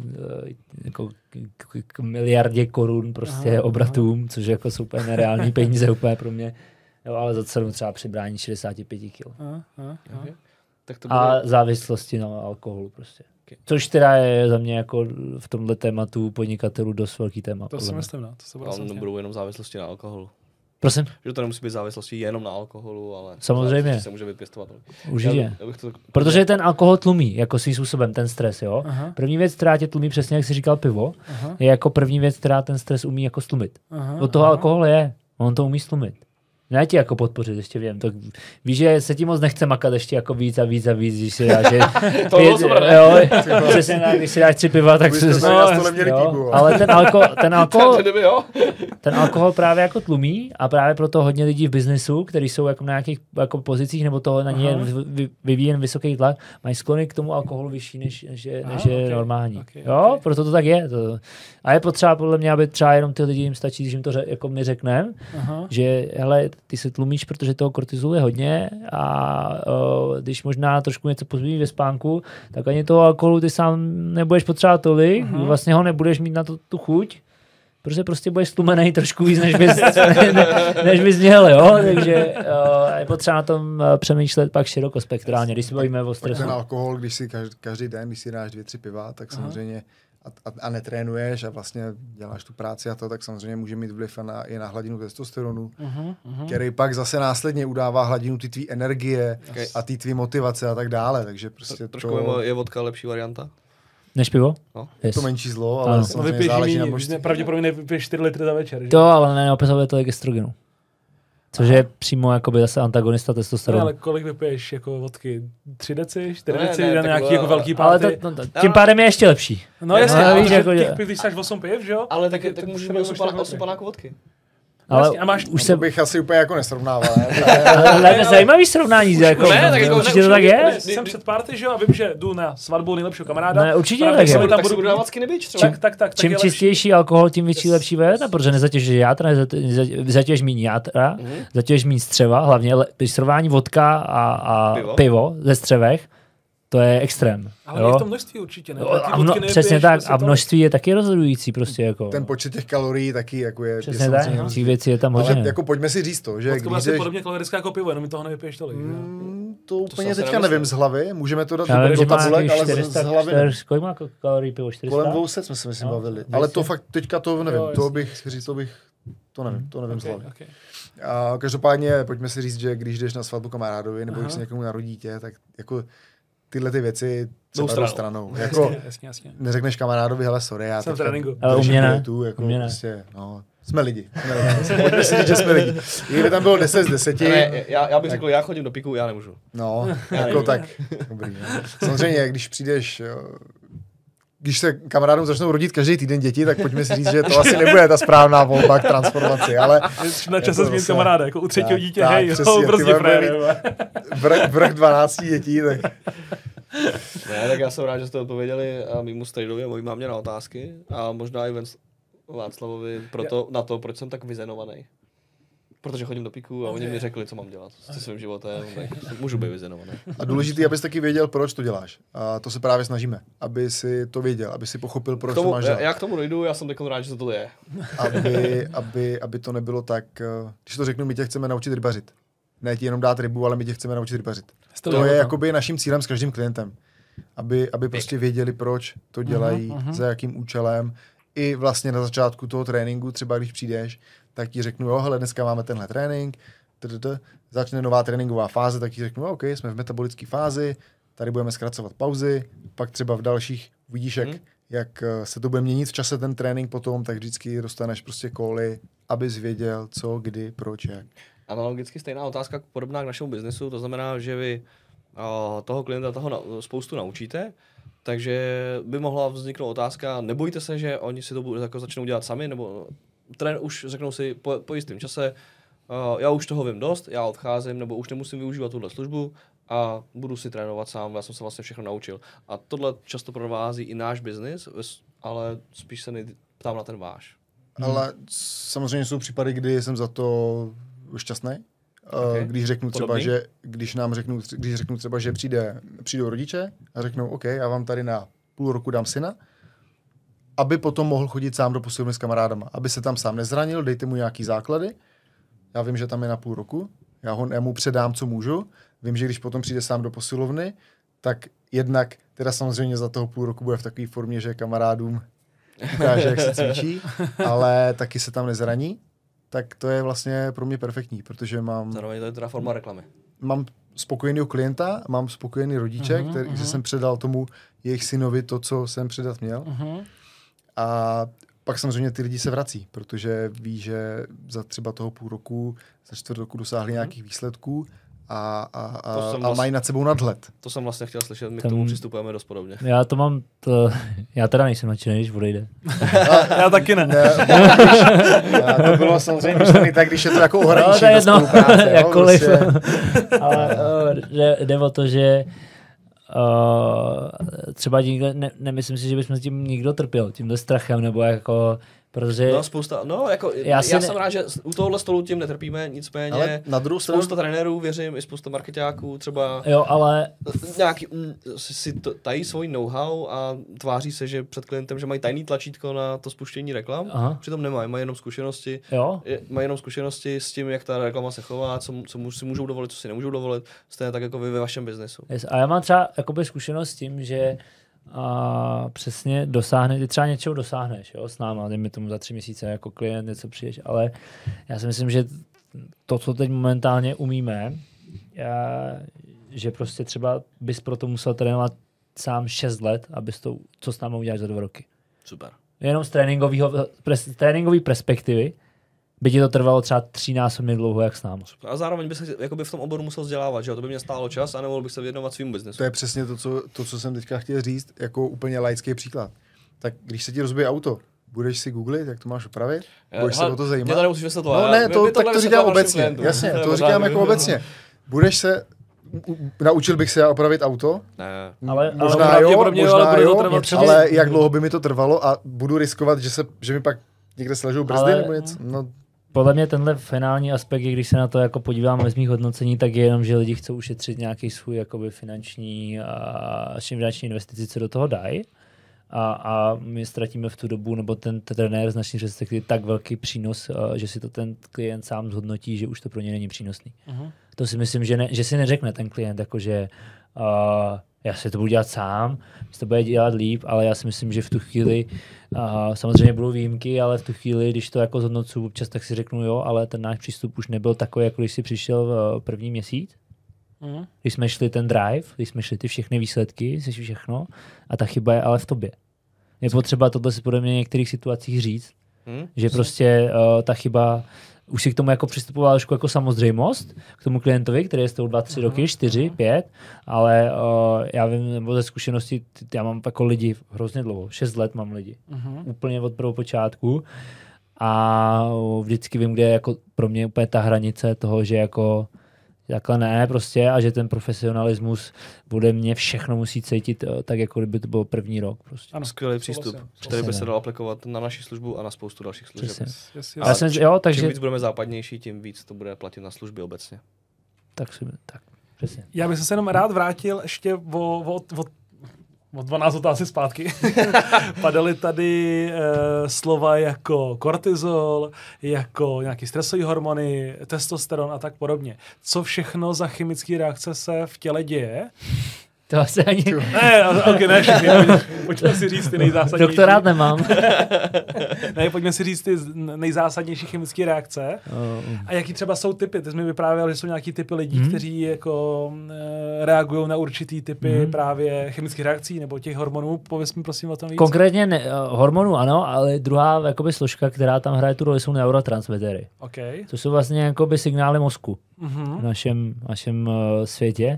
jako k, k miliardě korun prostě aha, obratům, aha. což jako jsou úplně nereální peníze úplně pro mě. Jo, ale za cenu třeba přibrání šedesát pět kil. Aha, aha. Okay. Tak to bude... A závislosti na alkoholu prostě. Okay. Což teda je za mě jako v tomhle tématu podnikatelů dost velký téma. To si myslím, no. To se bude ale nebudou jenom závislosti na alkoholu. Prosím? Že to nemusí být závislosti jenom na alkoholu, ale samozřejmě se může vypěstovat. Určitě. To... Protože ten alkohol tlumí jako svým způsobem ten stres, jo. Aha. První věc, která tě tlumí, přesně jak jsi říkal pivo, aha. je jako první věc, která ten stres umí jako stlumit. Aha, od toho aha. alkohol je, on to umí stlumit. Ne ti jako podpořit, ještě vím. To, víš, že se ti moc nechce makat ještě jako víc a víc a víc, když si dáš, že... to bylo super, ne? Jo, přesně tak, když si dáš tři piva, tak se... No, ale ten, alko, ten, alkohol, ten alkohol právě jako tlumí a právě proto hodně lidí v biznesu, kteří jsou jako na nějakých jako pozicích nebo toho na ně vy, vyvíjen vysoký tlak, mají sklony k tomu alkoholu vyšší, než, než, je, než je okay, normální. Okay, jo, okay. Proto to tak je. To. A je potřeba podle mě, aby třeba jenom ty lidi jim stačí, když jim to jako my řekneme, že hele, ty se tlumíš, protože toho kortizolu je hodně a o, když možná trošku něco pozmění ve spánku, tak ani toho alkoholu ty sám nebudeš potřebovat tolik, uh-huh. vlastně ho nebudeš mít na to tu chuť, protože prostě budeš stlumený trošku víc, než bys, ne, než bys měl, jo, takže o, je potřeba na tom přemýšlet pak širokospektrálně, když si bavíme o stresu. Ten alkohol, když si každý, každý den, když si dáš dvě, tři piva, tak samozřejmě A, a, a netrénuješ a vlastně děláš tu práci a to, tak samozřejmě může mít vliv na, i na hladinu testosteronu, uh-huh, uh-huh. který pak zase následně udává hladinu ty tvý energie yes. a ty tvý motivace a tak dále, takže prostě Trošku to... je vodka lepší varianta? Než pivo? No. Yes. To menší zlo, ale samozřejmě záleží na množství. Pravděpodobně nevypiješ čtyři litry za večer. Že? To, ale neobsahuje tolik estrogenu. Což je přímo jakoby zase antagonista testosteronu. Ale kolik vypiješ jako vodky? Tři deci, čtyři deci, ne, ne, nějaký bylo, jako velký party? Ale to, to, to, tím pádem je ještě lepší. No jasně, no, víš, jako, těch piv, když jsi osm piv, že jo? Ale tak, tak, tak můžeš mít osm panáků vodky. Ale vlastně, a máš, už se bych asi úplně jako nesrovnával. Ale to je zajímavý srovnání. Jako, ne, tak jako, určitě ne, to tak je. Jsem před party, že jo, a vím, že jdu na svatbu nejlepšího kamaráda. Ne, určitě tak je. Tak si budu dávat skinny bitch třeba. Tak, tak, tak, čím čistější alkohol, tím větší lepší varianta, protože nezatěžuješ játra, zatěžuješ méně játra, zatěžuješ méně střeva, hlavně při srovnání vodka a pivo ze střevech. To je extrém. Ale je v tom množství určitě, ne? A mno, přesně tak. A množství je taky rozhodující prostě jako. Ten počet těch kalorií taky jako je. Přesně je tak. Těch věcí je tam hodně. Ale jako pojďme si říct to, že vodka když jdeš... podobně kalorická jako pivo, jenom mi toho nevypiješ tolik. Mm, to úplně to teďka nevím z hlavy. Můžeme to dát já do tabulek, ale čtyři sta, z hlavy. Kolik má kalorií pivo? čtyři sta? Kolem dvě stě jsme se myslím bavili. Ale to fakt teďka to nevím. To bych říct, to bych to nevím, to nevím z hlavy. A každopádně pojďme si říct, že když jdeš na svatbu kamarádovi nebo když se někomu narodí dítě, tak jako tyhle ty věci se stranou. stranou. Jako, jasně, jasně, jasně. Neřekneš kamarádovi, hele, sorry, já jsem v tréninku. Ale u mě ne. Tu, jako prostě, no, jsme lidi. Pojďme si říct, že jsme lidi. Kdyby tam bylo deset z deseti. Ne, já, já bych tak... řekl, já chodím do piku, já nemůžu. No, já jako tak. Dobrý, no. Samozřejmě, když přijdeš, když se kamarádům začnou rodit každý týden děti, tak pojďme si říct, že to asi nebude ta správná volba k transformaci, ale... Na čase změnit kamaráda, jako u třetího dítě, tak, hej, jo, prostě frajer. Vrch dvanácti dětí, tak... Ne, tak já jsem rád, že jste odpověděli a mýmu strejdovi a mojí mámě na otázky a možná i Václavovi proto, na to, proč jsem tak vyzenovaný. Protože chodím do piku a oni mi řekli, co mám dělat se svým životem, tak můžu být vyzenovaný. A důležitý, abys taky věděl, proč to děláš. A to se právě snažíme, aby si to věděl, aby si pochopil, proč tomu, to máš dělat. Já k tomu dojdu, já jsem teď rád, že to to je. Aby, aby, aby to nebylo tak, když to řeknu, my tě chceme naučit rybařit. Ne ti jenom dát rybu, ale my tě chceme naučit rybařit. To, to je jakoby naším cílem s každým klientem. Aby, aby prostě věděli, proč to dělají, uh-huh, uh-huh. za jakým účelem. I vlastně na začátku toho tréninku, třeba když přijdeš, tak ti řeknu, jo, hele, dneska máme tenhle trénink, td, začne nová tréninková fáze, tak ti řeknu, OK, jsme v metabolické fázi, tady budeme zkracovat pauzy, pak třeba v dalších vidíš, jak, hmm. jak se to bude měnit v čase ten trénink potom, tak vždycky dostaneš prostě kóly abys věděl, co, kdy, proč, jak. Analogicky stejná otázka podobná k našemu biznesu, to znamená, že vy uh, toho klienta toho na, spoustu naučíte, takže by mohla vzniknout otázka, nebojte se, že oni si to budou, jako začnou dělat sami, nebo trén už řeknou si po, po jistém čase, uh, já už toho vím dost, já odcházím, nebo už nemusím využívat tuhle službu a budu si trénovat sám, já jsem se vlastně všechno naučil. A tohle často provází i náš biznis, ale spíš se ptám na ten váš. Ale samozřejmě jsou případy, kdy jsem za to šťastný. Okay. Když řeknu třeba, Podobný? že když nám řeknu, když řeknu třeba, že přijde, přijdou rodiče a řeknou, OK, já vám tady na půl roku dám syna, aby potom mohl chodit sám do posilovny s kamarádama. Aby se tam sám nezranil, dejte mu nějaký základy. Já vím, že tam je na půl roku. Já, ho, já mu předám, co můžu. Vím, že když potom přijde sám do posilovny, tak jednak teda samozřejmě za toho půl roku bude v takové formě, že kamarádům ukáže, jak se cvičí, ale taky se tam nezraní. Tak to je vlastně pro mě perfektní, protože mám... Zároveň to je teda forma reklamy. Mám spokojeného klienta, mám spokojený rodiče, uh-huh, který uh-huh. jsem předal tomu jejich synovi to, co jsem předat měl. Uh-huh. A pak samozřejmě ty lidi se vrací, protože ví, že za třeba toho půl roku, za čtvrt roku dosáhli uh-huh. nějakých výsledků a, a, a, a vlastně, mají nad sebou nadhled. To jsem vlastně chtěl slyšet, my Tam, k tomu přistupujeme dost podobně. Já to mám, to, já teda nejsem nadšený, když odejde. já, já taky ne. ne když, já, to bylo samozřejmě myšlený tak, když je to jako ohraničení no, do spolupráce. Jakkoliv. No, prostě. Ale jde, jde o to, že uh, třeba nikdo, ne, nemyslím si, že bychom s tím nikdo trpěl, tímhle strachem, nebo jako protože... No, spousta, no, jako, já, já jsem ne... rád, že u tohohle stolu tím netrpíme, nicméně ale na druhou stranu... spousta trenérů, věřím, i spousta marketáků třeba jo, ale... nějaký, m, si tají svůj know-how a tváří se, že před klientem, že mají tajný tlačítko na to spuštění reklam, Aha. přitom nemají, mají jenom zkušenosti, jo? Je, mají jenom zkušenosti s tím, jak ta reklama se chová, co, co si můžou dovolit, co si nemůžou dovolit, stejně tak jako vy ve vašem biznesu. Yes, a já mám třeba jakoby zkušenost s tím, že a přesně dosáhne, ty třeba něčeho dosáhneš, jo, s náma, dejme tomu za tři měsíce jako klient, něco přijdeš, ale já si myslím, že to, co teď momentálně umíme, já, že prostě třeba bys proto musel trénovat sám šest let, abys to, co s náma uděláš za dva roky. Super. Jenom z tréninkového, pres, tréninkové perspektivy by ti to trvalo třeba třínásobně dlouho, jak s námi. A zároveň bych se jakoby v tom oboru musel vzdělávat, že jo? To by mě stálo čas a nemohl bych se věnovat svým biznesu. To je přesně to co, to, co jsem teďka chtěl říct, jako úplně laický příklad. Tak když se ti rozbije auto, budeš si googlit, jak to máš opravit? Budeš se o to zajímat? Mě to nemusíš vysvětlovat. No ne, to, tak to říkám obecně. Klientů. Jasně, to říkám jako obecně. Budeš se, naučil bych se opravit auto? Ne. Ale, možná ale jo, možná ale, jo, ale, ale jak dlouho by mi to trvalo a budu riskovat, že, se, že mi pak někde sležou brzdy nebo něco? No, podle mě tenhle finální aspekt, když se na to jako podívám ve mých hodnocení, tak je jenom, že lidi chcou ušetřit nějaký svůj jakoby finanční a finanční investici, co do toho dají. A, a my ztratíme v tu dobu, nebo ten trenér z naší perspektivy tak velký přínos, že si to ten klient sám zhodnotí, že už to pro ně není přínosný. Uh-huh. To si myslím, že, ne, že si neřekne ten klient, jakože uh, já si to budu dělat sám, si to bude dělat líp, ale já si myslím, že v tu chvíli, uh, samozřejmě budou výjimky, ale v tu chvíli, když to jako zhodnocuju občas, tak si řeknu jo, ale ten náš přístup už nebyl takový, jako když jsi přišel v první měsíc. Mm. Když jsme šli ten drive, když jsme šli ty všechny výsledky, si všechno, a ta chyba je ale v tobě. Je potřeba tohle si podle mě v některých situacích říct, mm. že prostě uh, ta chyba, už si k tomu jako přistupoval jako samozřejmost, k tomu klientovi, který je s tou dva, tři roky, čtyři, pět, ale uh, já vím, nebo ze zkušenosti, já mám jako lidi hrozně dlouho, šest let mám lidi, mm. úplně od prvopočátku a vždycky vím, kde je jako pro mě úplně ta hranice toho, že jako takhle ne prostě a že ten profesionalismus bude mě všechno musí cítit tak, jako kdyby to byl první rok. Prostě. Ano, skvělý přístup, který by se dal aplikovat na naši službu a na spoustu dalších služeb. Yes, yes. A jsem, jo, takže... Čím víc budeme západnější, tím víc to bude platit na služby obecně. Tak si, tak, přesně. Já bych se jenom rád vrátil ještě o, o, o O dvanáct otázek zpátky. Padaly tady e, slova jako kortizol, jako nějaký stresové hormony, testosteron a tak podobně. Co všechno za chemické reakce se v těle děje, To asi ani... Ne, ok, ne všichni, pojďme si říct ty nejzásadnější. Doktorát nemám. Ne, pojďme si říct ty nejzásadnější chemické reakce. Oh. A jaký třeba jsou typy? Ty jsi mi vyprávěl, že jsou nějaký typy lidí, hmm. kteří jako e, reagují na určitý typy hmm. právě chemických reakcí nebo těch hormonů. Pověz mi prosím o tom víc. Konkrétně ne, hormonů ano, ale druhá jakoby složka, která tam hraje tu roli, jsou neurotransmitery. Okay. To jsou vlastně jakoby signály mozku mm-hmm. v našem, našem uh, světě.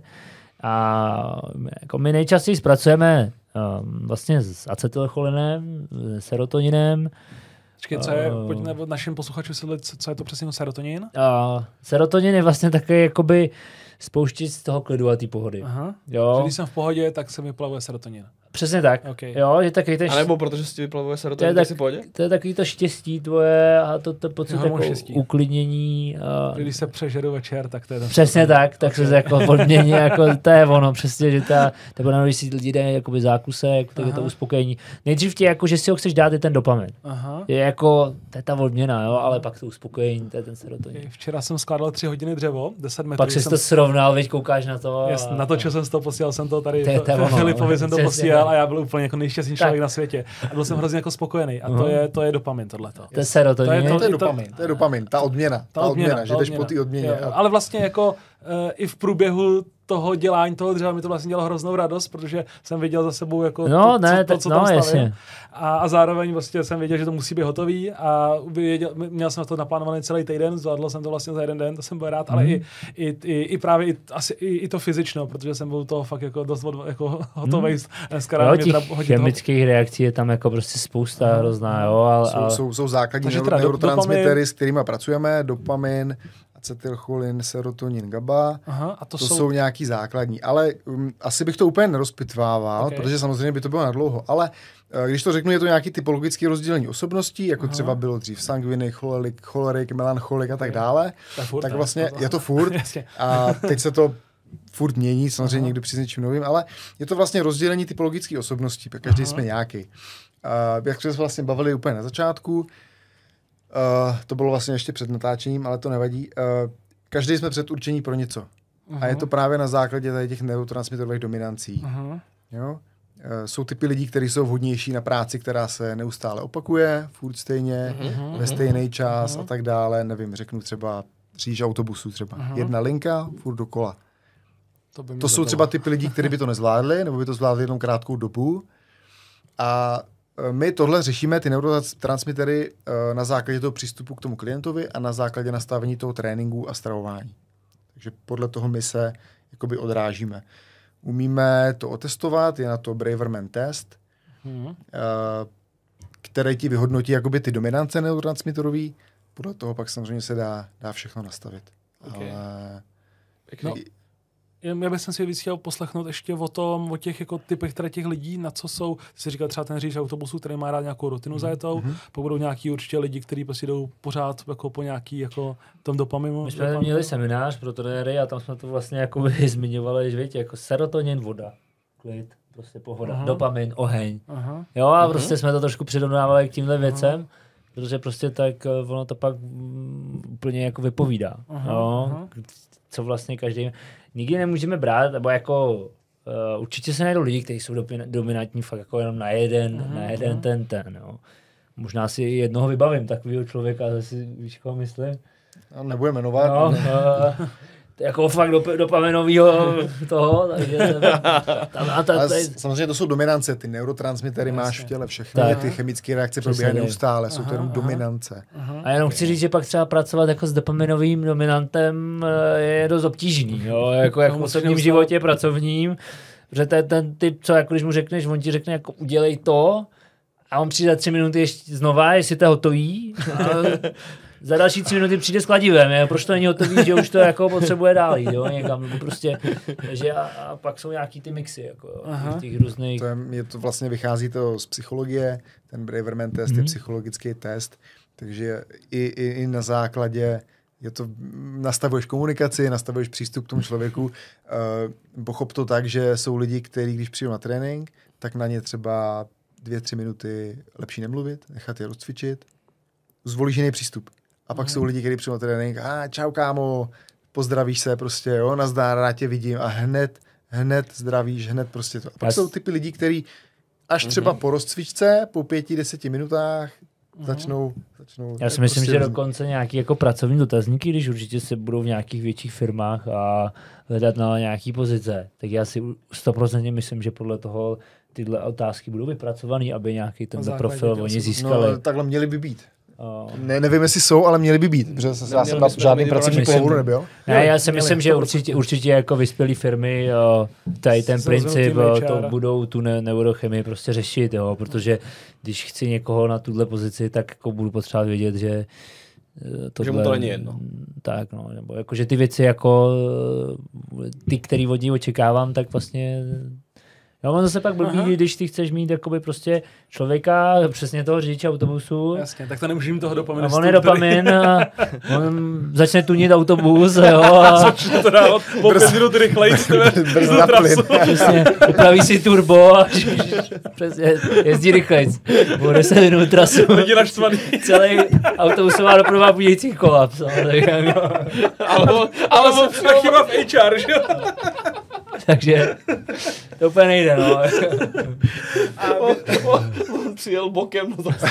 A jako my nejčastěji zpracujeme um, vlastně s acetylcholinem, s serotoninem. Počkej, co je, pojďme našim posluchačům světlit, co je to přesně serotonin? Uh, serotonin je vlastně takový jakoby spouštěč z toho klidu a té pohody. Aha. Jo. Že když jsem v pohodě, tak se mi vyplavuje serotonin. Přesně tak. Okay. Jo, že takový ten... A nebo protože si ti vyplavuje serotonin, to je, tak tak, si pohodě? to je takový to štěstí tvoje a to, to pocit jako uklidnění. A... Když se přežeru večer, tak to je ten přesně serotonin. Tak, tak okay. se jako odmění, jako to je ono, přesně, že ta, nebo když si lidi dají jakoby zákusek, tak je to uspokojení. Nejdřív ti jako, že si ho chceš dát, je ten dopamin. Aha. Je jako, to je ta odměna, jo, ale pak to uspokojení, to je ten serotonin. Včera jsem skládal tři hodiny dřevo, deset metrů. Pak jsi jsem... to srovnal, veď koukáš na to. Yes, A... natočil jsem to, posílal jsem to tady, to to, ono, Filipovi jsem to přesně, posílal a já byl úplně jako nejšťastnější člověk na světě. A byl jsem hrozně jako spokojený. A to, uh-huh. je, to je dopamin tohleto. To je serotonin. To je, to, to je dopamin, to je dopamin, ta odměna, ta, ta odměna, odměna, že jdeš po té odměně. Jo, jo. Ale vlastně jako uh, i v průběhu toho dělání toho dřeva mi to vlastně dělalo hroznou radost, protože jsem viděl za sebou jako no, to, ne, to, to, co no, tam stavím. A, a zároveň vlastně jsem věděl, že to musí být hotový a věděl, měl jsem to naplánovaný celý týden, zvládl jsem to vlastně za jeden den, to jsem byl rád, mm. ale i, i, i, i právě i, asi, i, i to fyzično, protože jsem byl toho fakt jako dost jako hotový. Mm. Jo, těch chemických toho... reakcí je tam jako prostě spousta mm. hrozná, jo. Ale, jsou, jsou, jsou základní neuro, neurotransmitery, s kterými pracujeme, dopamin, acetylcholin, serotonin, GABA. Aha, a to, to jsou... jsou nějaký základní, ale um, asi bych to úplně nerozpitvával, okay. protože samozřejmě by to bylo nadlouho, ale uh, když to řeknu, je to nějaký typologický rozdělení osobností, jako Aha. třeba bylo dřív sangvinik, cholerik, cholerik, melancholik a tak okay. dále, tak, furt, tak ne? vlastně je to furt a teď se to furt mění, samozřejmě Aha. někdo přijde něčím novým, ale je to vlastně rozdělení typologických osobností, každý Aha. jsme nějaký. Uh, jak jsme se vlastně bavili úplně na začátku, Uh, to bylo vlastně ještě před natáčením, ale to nevadí. Uh, každý jsme předurčení pro něco. Uh-huh. A je to právě na základě tady těch neurotransmiterových dominancí. Uh-huh. Jo? Uh, jsou typy lidí, kteří jsou vhodnější na práci, která se neustále opakuje, furt stejně, uh-huh. ve stejný čas uh-huh. a tak dále. Nevím, řeknu třeba říž autobusu třeba. Uh-huh. Jedna linka, furt dokola. To, to jsou třeba typy lidí, kteří by to nezvládli, nebo by to zvládli jenom krátkou dobu. A my tohle řešíme, ty neurotransmitery, na základě toho přístupu k tomu klientovi a na základě nastavení toho tréninku a stravování. Takže podle toho my se jakoby odrážíme. Umíme to otestovat, je na to Braverman test, hmm. který ti vyhodnotí jakoby ty dominance neurotransmiterový. Podle toho pak samozřejmě se dá, dá všechno nastavit. Okay. Ale... No. Já bych si víc chtěl poslechnout ještě o tom, o těch jako typech teda těch lidí, na co jsou, jsi říkal třeba ten řidič autobusu, který má rád nějakou rutinu mm-hmm. zajetou, mm-hmm. pak budou nějaký určitě lidi, kteří prostě jdou pořád jako po nějaký jako tom dopaminu. My jsme dopaminu. Měli seminář pro trenéry a tam jsme to vlastně jako zmiňovali, že víte, jako serotonin, voda, klid, prostě pohoda, Aha. dopamin, oheň. Aha. Jo a Aha. prostě jsme to trošku přirovnávali k tímhle věcem. Aha. Protože prostě tak ono to pak mm, úplně jako vypovídá. Aha, jo? Aha. Co vlastně každý... Nikdy nemůžeme brát, nebo jako uh, určitě se najdou lidi, kteří jsou dominantní fakt jako jenom na jeden, aha, na jeden aha. ten, ten, jo. Možná si jednoho vybavím, takového člověka, zase víš, koho myslím. No, nebudu jmenovat. No, uh, jako fakt do, dopaminovýho toho, takže tam, a ta, tady... Samozřejmě to jsou dominance, ty neurotransmitery Jasně. máš v těle všechny, tak. ty chemické reakce probíhají neustále, jsou to jenom aha. dominance. Aha. A jenom chci říct, že pak třeba pracovat jako s dopaminovým dominantem je dost obtížný, jo, jako jak v osobním životě pracovním, protože to je ten typ, co jako když mu řekneš, on ti řekne jako udělej to a on přijde za tři minuty ještě znova, jestli to je hotový. Za další tři minuty přijde s kladivem, je, proč to není hotový, že už to jako potřebuje dál jít, jo, někam, nebo prostě, že a, a pak jsou nějaký ty mixy, jako jo, těch různých. To je, je to vlastně vychází to z psychologie, ten Braverman test mm-hmm. je psychologický test, takže i, i, i na základě, je to, nastavuješ komunikaci, nastavuješ přístup k tomu člověku, uh, pochop to tak, že jsou lidi, kteří když přijdou na trénink, tak na ně třeba dvě, tři minuty lepší nemluvit, nechat je rozcvičit, zvolíš jiný přístup. A pak mm. jsou lidi, kteří přijdou na trénink, a čau kámo, pozdravíš se prostě, jo, nazdár, rád tě vidím a hned, hned zdravíš, hned prostě to. A pak Já jsou typy lidí, kteří až třeba po rozcvičce, po pěti, deseti minutách začnou, začnou... Já si myslím, prostě že roz- dokonce nějaký jako pracovní dotazníky, když určitě se budou v nějakých větších firmách a hledat na nějaký pozice, tak já si sto procent myslím, že podle toho tyhle otázky budou vypracovaný, aby nějaký ten základě profil těch oni osob- získali. No, takhle měli by být. Uh, Ne, nevím, jestli jsou, ale měli by být, protože já jsem Neměli na bychom žádným mít pracovním myslím- pohovoru nebyl. Ne, já si měli, myslím, že sto procent. určitě, určitě jako vyspělé firmy uh, tady ten S princip rozvinutým uh, H R. to budou tu ne- neurochemii prostě řešit, jo, protože když chci někoho na tuhle pozici, tak jako budu potřebovat vědět, že uh, tohle, Že mu to není jedno. Tak, no, nebo jako, že ty věci jako uh, ty, který od něj očekávám, tak vlastně jo, on zase pak blbý, Aha. když ty chceš mít jakoby prostě člověka, přesně toho řidiče autobusu, Jasně, tak to nemůžu jim toho a dopaminu. on je dopamin a on začne tunit autobus, jo, a to dávat po pět minut rychleji z tebe Brz z na plyn. trasu. přesně, upraví si turbo a přesně, jezdí rychlejc. O deset minut trasu. Lidi naštvaný. Celý autobusová doprava budící kolaps. No, tak jako, Ale, ale on tak chyba v H R, že jo? takže to úplně nejde, no. On, on, on přijel bokem do toho.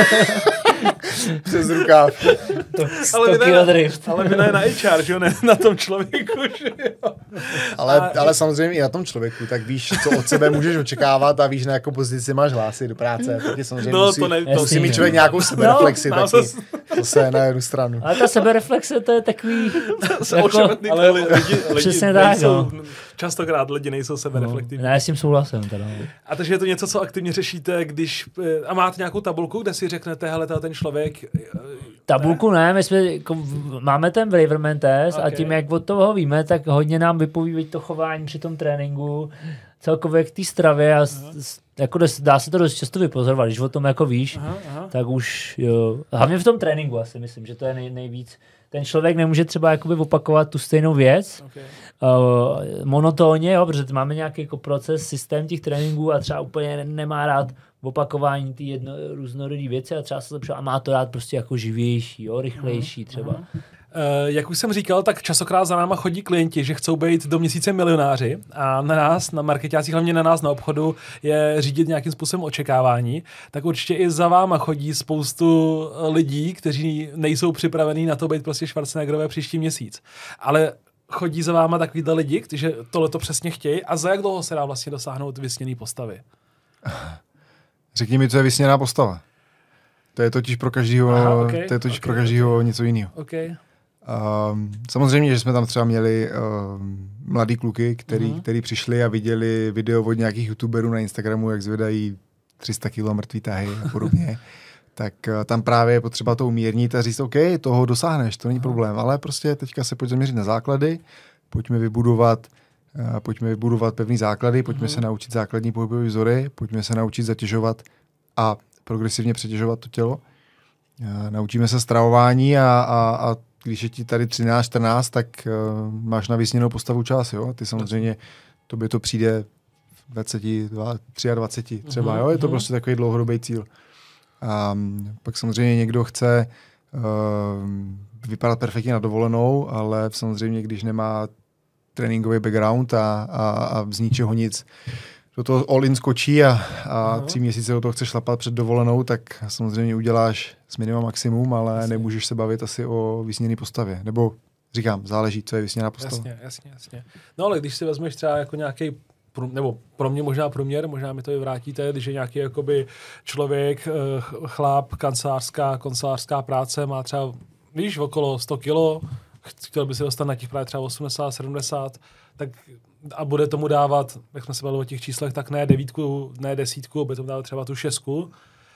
Přes rukáv. sto vy ne, kilo drift. ale vy ne na H R, že jo? Ne na tom člověku, že jo? Ale, A- ale samozřejmě i na tom člověku, tak víš, co od sebe můžeš očekávat a víš, na jakou pozici máš hlasy do práce. Taky samozřejmě No, musí, to ne- to musí si- mít člověk nějakou sebereflexi, No, taky zase- zase na jednu stranu. Ale ta sebereflexe, to je takový... Se ošemetný, ale li- lidi, lidi Přesně tak, nejsou, no. častokrát lidi nejsou sebereflektivní. Ne, s tím souhlasím teda. no. A takže je to něco, co aktivně řešíte, když... eh, A máte nějakou tabulku, kde si řeknete, hele, ten člověk... eh, Tabulku ne, my jsme, jako, v- máme ten Braverman test a Ok. tím, jak od toho víme, tak hodně nám vypoví to chování při tom tréninku, celkově k té stravě a s, s, jako des, dá se to dost často vypozorovat, když o tom jako víš, Aha, aha. tak už jo. Hlavně v tom tréninku asi myslím, že to je nej, nejvíc. Ten člověk nemůže třeba jakoby opakovat tu stejnou věc Okay. uh, monotónně, jo, protože máme nějaký jako proces, systém těch tréninků a třeba úplně nemá rád opakování ty jedno, různorodý věci a třeba se zlepšuje a má to rád prostě jako živější, jo, rychlejší třeba. Uh, jak už jsem říkal, tak častokrát za náma chodí klienti, že chcou být do měsíce milionáři a na nás, na marketácích, hlavně na nás na obchodu, je řídit nějakým způsobem očekávání. Tak určitě i za váma chodí spoustu lidí, kteří nejsou připravení na to být prostě Schwarzeneggerové příští měsíc. Ale chodí za váma takovýhle lidi, kteří tohleto přesně chtějí a za jak dlouho se dá vlastně dosáhnout vysněný postavy? Řekni mi, co je vysněná postava. To je totiž pro každého, Aha, okay, to je totiž okay, pro každého něco jiného. Okay. Um, samozřejmě, že jsme tam třeba měli um, mladý kluky, který, Mhm. který přišli a viděli video od nějakých youtuberů na Instagramu, jak zvedají tři sta kilo mrtvý tahy a podobně. Tak uh, tam právě je potřeba to umírnit a říct, OK, toho dosáhneš, to není problém, ale prostě teďka se pojď zaměřit na základy, pojďme vybudovat, uh, pojďme vybudovat pevný základy, pojďme Mhm. se naučit základní pohybové vzory, pojďme se naučit zatěžovat a progresivně přetěžovat to tělo. Uh, naučíme se stravování a, a, a když je ti tady třináct čtrnáct, tak uh, máš na vysněnou postavu čas, jo? Ty samozřejmě, tobě to přijde v dvacet, dvacet tři třeba, Mhm, jo? Je to mhm. prostě takový dlouhodobý cíl. A pak samozřejmě někdo chce uh, vypadat perfektně na dovolenou, ale samozřejmě, když nemá tréninkový background a, a, a z ničeho nic do toho all-in skočí a, a tři měsíce do toho chceš šlapat před dovolenou, tak samozřejmě uděláš s minimum maximum, ale Jasně. nemůžeš se bavit asi o vysněné postavě. Nebo říkám, záleží, co je vysněná postava. Jasně, jasně, jasně. No ale když si vezmeš třeba jako nějaký, nebo pro mě možná průměr, možná mi to vyvrátíte, když je nějaký jakoby člověk, eh, chlap, kancelářská, kancelářská práce, má třeba, víš, okolo sto kilo, chtěl by se dostat na těch právě třeba osmdesát, sedmdesát, tak a bude tomu dávat, jak jsme se bavili o těch číslech, tak ne devítku, ne desítku, bude tomu dávat třeba tu šestku,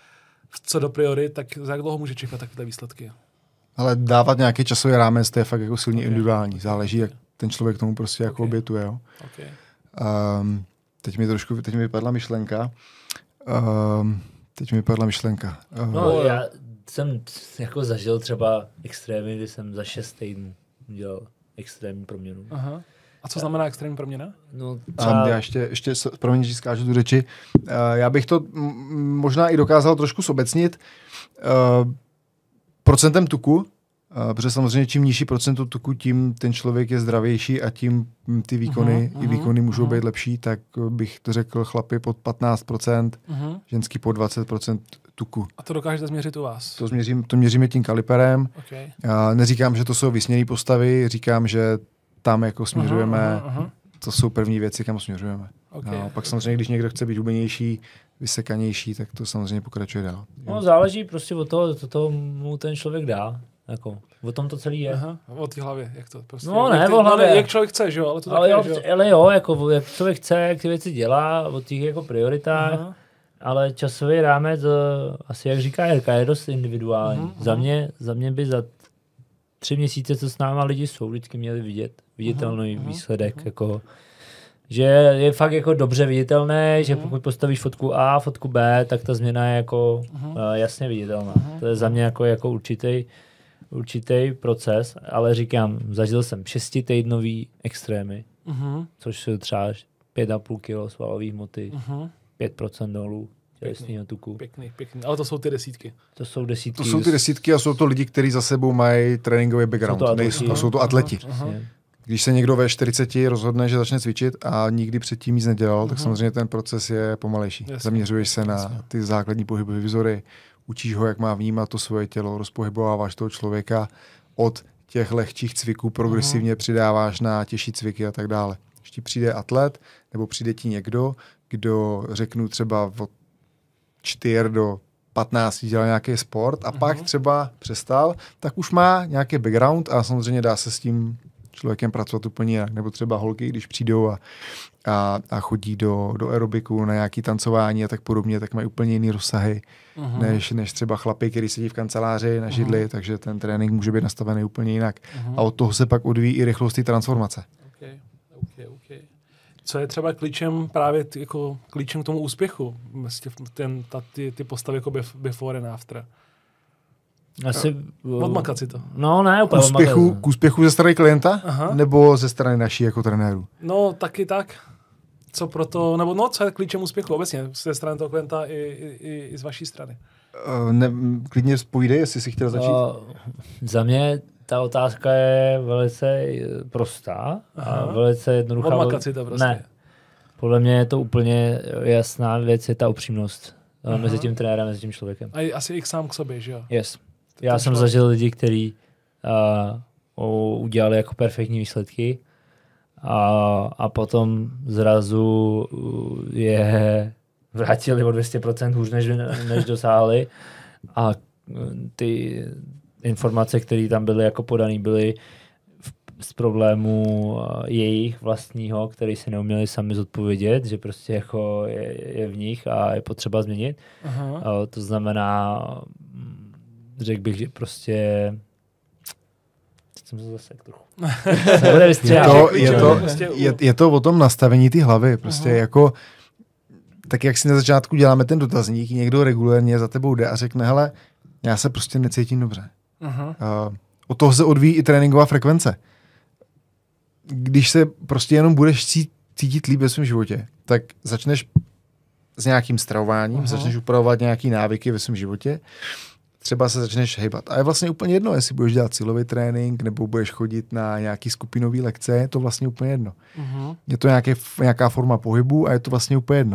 co do priorit, tak za jak dlouho může čekat takové výsledky? Ale dávat nějaký časový rámec, to je fakt jako silně Ok. individuální. Záleží, jak ten člověk tomu prostě jako Ok. obětuje. Jo. Okay. Um, teď mi trošku, teď mi vypadla myšlenka. Um, teď mi vypadla myšlenka. Uh, No, já jsem jako zažil třeba extrémy, kdy jsem za šest týdnů udělal extrémní proměnu. Aha. A co znamená extrémní proměna? No, A třeba, já ještě, ještě s- promiň, že skážu tu řeči. Uh, já bych to m- možná i dokázal trošku sobecnit. Uh, procentem tuku, Uh, protože samozřejmě čím nižší procento tuku, tím ten člověk je zdravější a tím ty výkony, uh-huh, i výkony uh-huh, můžou uh-huh. být lepší, tak bych to řekl chlapi pod patnáct procent, uh-huh. ženský pod dvacet procent tuku. A to dokážete změřit u vás? To, změřím, to měříme tím kaliperem. Okay. Uh, neříkám, že to jsou vysněné postavy, říkám, že tam jako směřujeme, uh-huh, uh-huh. to jsou první věci, kam směřujeme. Okay. No, pak samozřejmě, když někdo chce být hubenější, vysekanější, tak to samozřejmě pokračuje dál. No, záleží prostě od toho, co to mu ten člověk dá. Jako, o tom to celý je. Aha, o té hlavě, jak to prostě. No, ne, jak, ty, o hlavě. No, jak člověk chce, že jo, ale to ale taky jo, je, že jo. Ale jo, jako, jak člověk chce, jak ty věci dělá, o těch jako prioritách, aha. ale časový rámec, asi jak říká Jirka, je dost individuální. Aha, za, mě, za mě by za tři měsíce, co s náma lidi jsou, vždycky měli vidět viditelný aha, výsledek, aha. jako že je fakt jako dobře viditelné, uh-huh. že pokud postavíš fotku A, fotku B, tak ta změna je jako uh-huh. uh, jasně viditelná. Uh-huh. To je za mě jako, jako určitý, určitý proces, ale říkám, zažil jsem šestitýdnový extrémy, uh-huh. což jsou třeba pět a půl kilo svalový hmoty, uh-huh. pět procent dolů tělesného tuku. Pěkný, pěkný, ale to jsou ty desítky. To jsou desítky. To jsou ty desítky a jsou to lidi, kteří za sebou mají tréninkový background. Jsou to atleti. Nejsou, jsou to atleti. Uh-huh. Uh-huh. Když se někdo ve čtyřiceti rozhodne, že začne cvičit a nikdy předtím nic nedělal, uh-huh. tak samozřejmě ten proces je pomalejší. Jasně. Zaměřuješ se na Jasně. ty základní pohybové vzory, učíš ho, jak má vnímat to svoje tělo, rozpohybováváš toho člověka od těch lehčích cviků, progresivně uh-huh. přidáváš na těžší cviky a tak dále. Když ti přijde atlet, nebo přijde ti někdo, kdo řeknu třeba od čtyř do patnáct dělal nějaký sport a uh-huh. pak třeba přestal, tak už má nějaký background a samozřejmě dá se s tím člověkem pracovat úplně jinak. Nebo třeba holky, když přijdou a, a, a chodí do, do aerobiku na nějaké tancování a tak podobně, tak mají úplně jiný rozsahy, uh-huh. než, než třeba chlapy, který sedí v kanceláři na židli, uh-huh. takže ten trénink může být nastavený úplně jinak. Uh-huh. A od toho se pak odvíjí i rychlost té transformace. Okay. Okay, okay. Co je třeba klíčem právě t, jako klíčem k tomu úspěchu? Ten, ta, ty, ty postavy jako before and after. Asi, odmakat si to. No ne, úplně úspěchu, k úspěchu ze strany klienta? Aha. Nebo ze strany naší jako trenérů? No taky tak. Co proto, nebo no, co je klíčem úspěchu obecně ze strany toho klienta i, i, i z vaší strany? Uh, ne, klidně povídej, jestli si chtěl začít. Uh, za mě ta otázka je velice prostá Aha. a velice jednoduchá. Odmakat si to prostě. Ne. Podle mě je to úplně jasná věc, je ta upřímnost Aha. mezi tím trenérem, mezi tím člověkem. A asi i sám k sobě, že jo? Yes. Já jsem zažil lidi, kteří uh, udělali jako perfektní výsledky a, a potom zrazu je vrátili o dvě stě procent hůř, než, než dosáhli a ty informace, které tam byly jako podané, byly v, z problému jejich vlastního, který si neuměli sami zodpovědět, že prostě jako je, je v nich a je potřeba změnit. Aha. A to znamená, řekl bych, že prostě teď jsem se zasek trochu. je, to, je, to, je, je to o tom nastavení ty hlavy. Prostě uh-huh. jako tak jak si na začátku děláme ten dotazník, někdo regulérně za tebou jde a řekne, hele, já se prostě necítím dobře. Uh-huh. Uh, od toho se odvíjí i tréninková frekvence. Když se prostě jenom budeš cítit líp ve svém životě, tak začneš s nějakým stravováním, uh-huh. začneš upravovat nějaký návyky ve svém životě, třeba se začneš hejbat. A je vlastně úplně jedno, jestli budeš dělat silový trénink, nebo budeš chodit na nějaký skupinový lekce, je to vlastně úplně jedno. Uh-huh. Je to nějaké, nějaká forma pohybu a je to vlastně úplně jedno.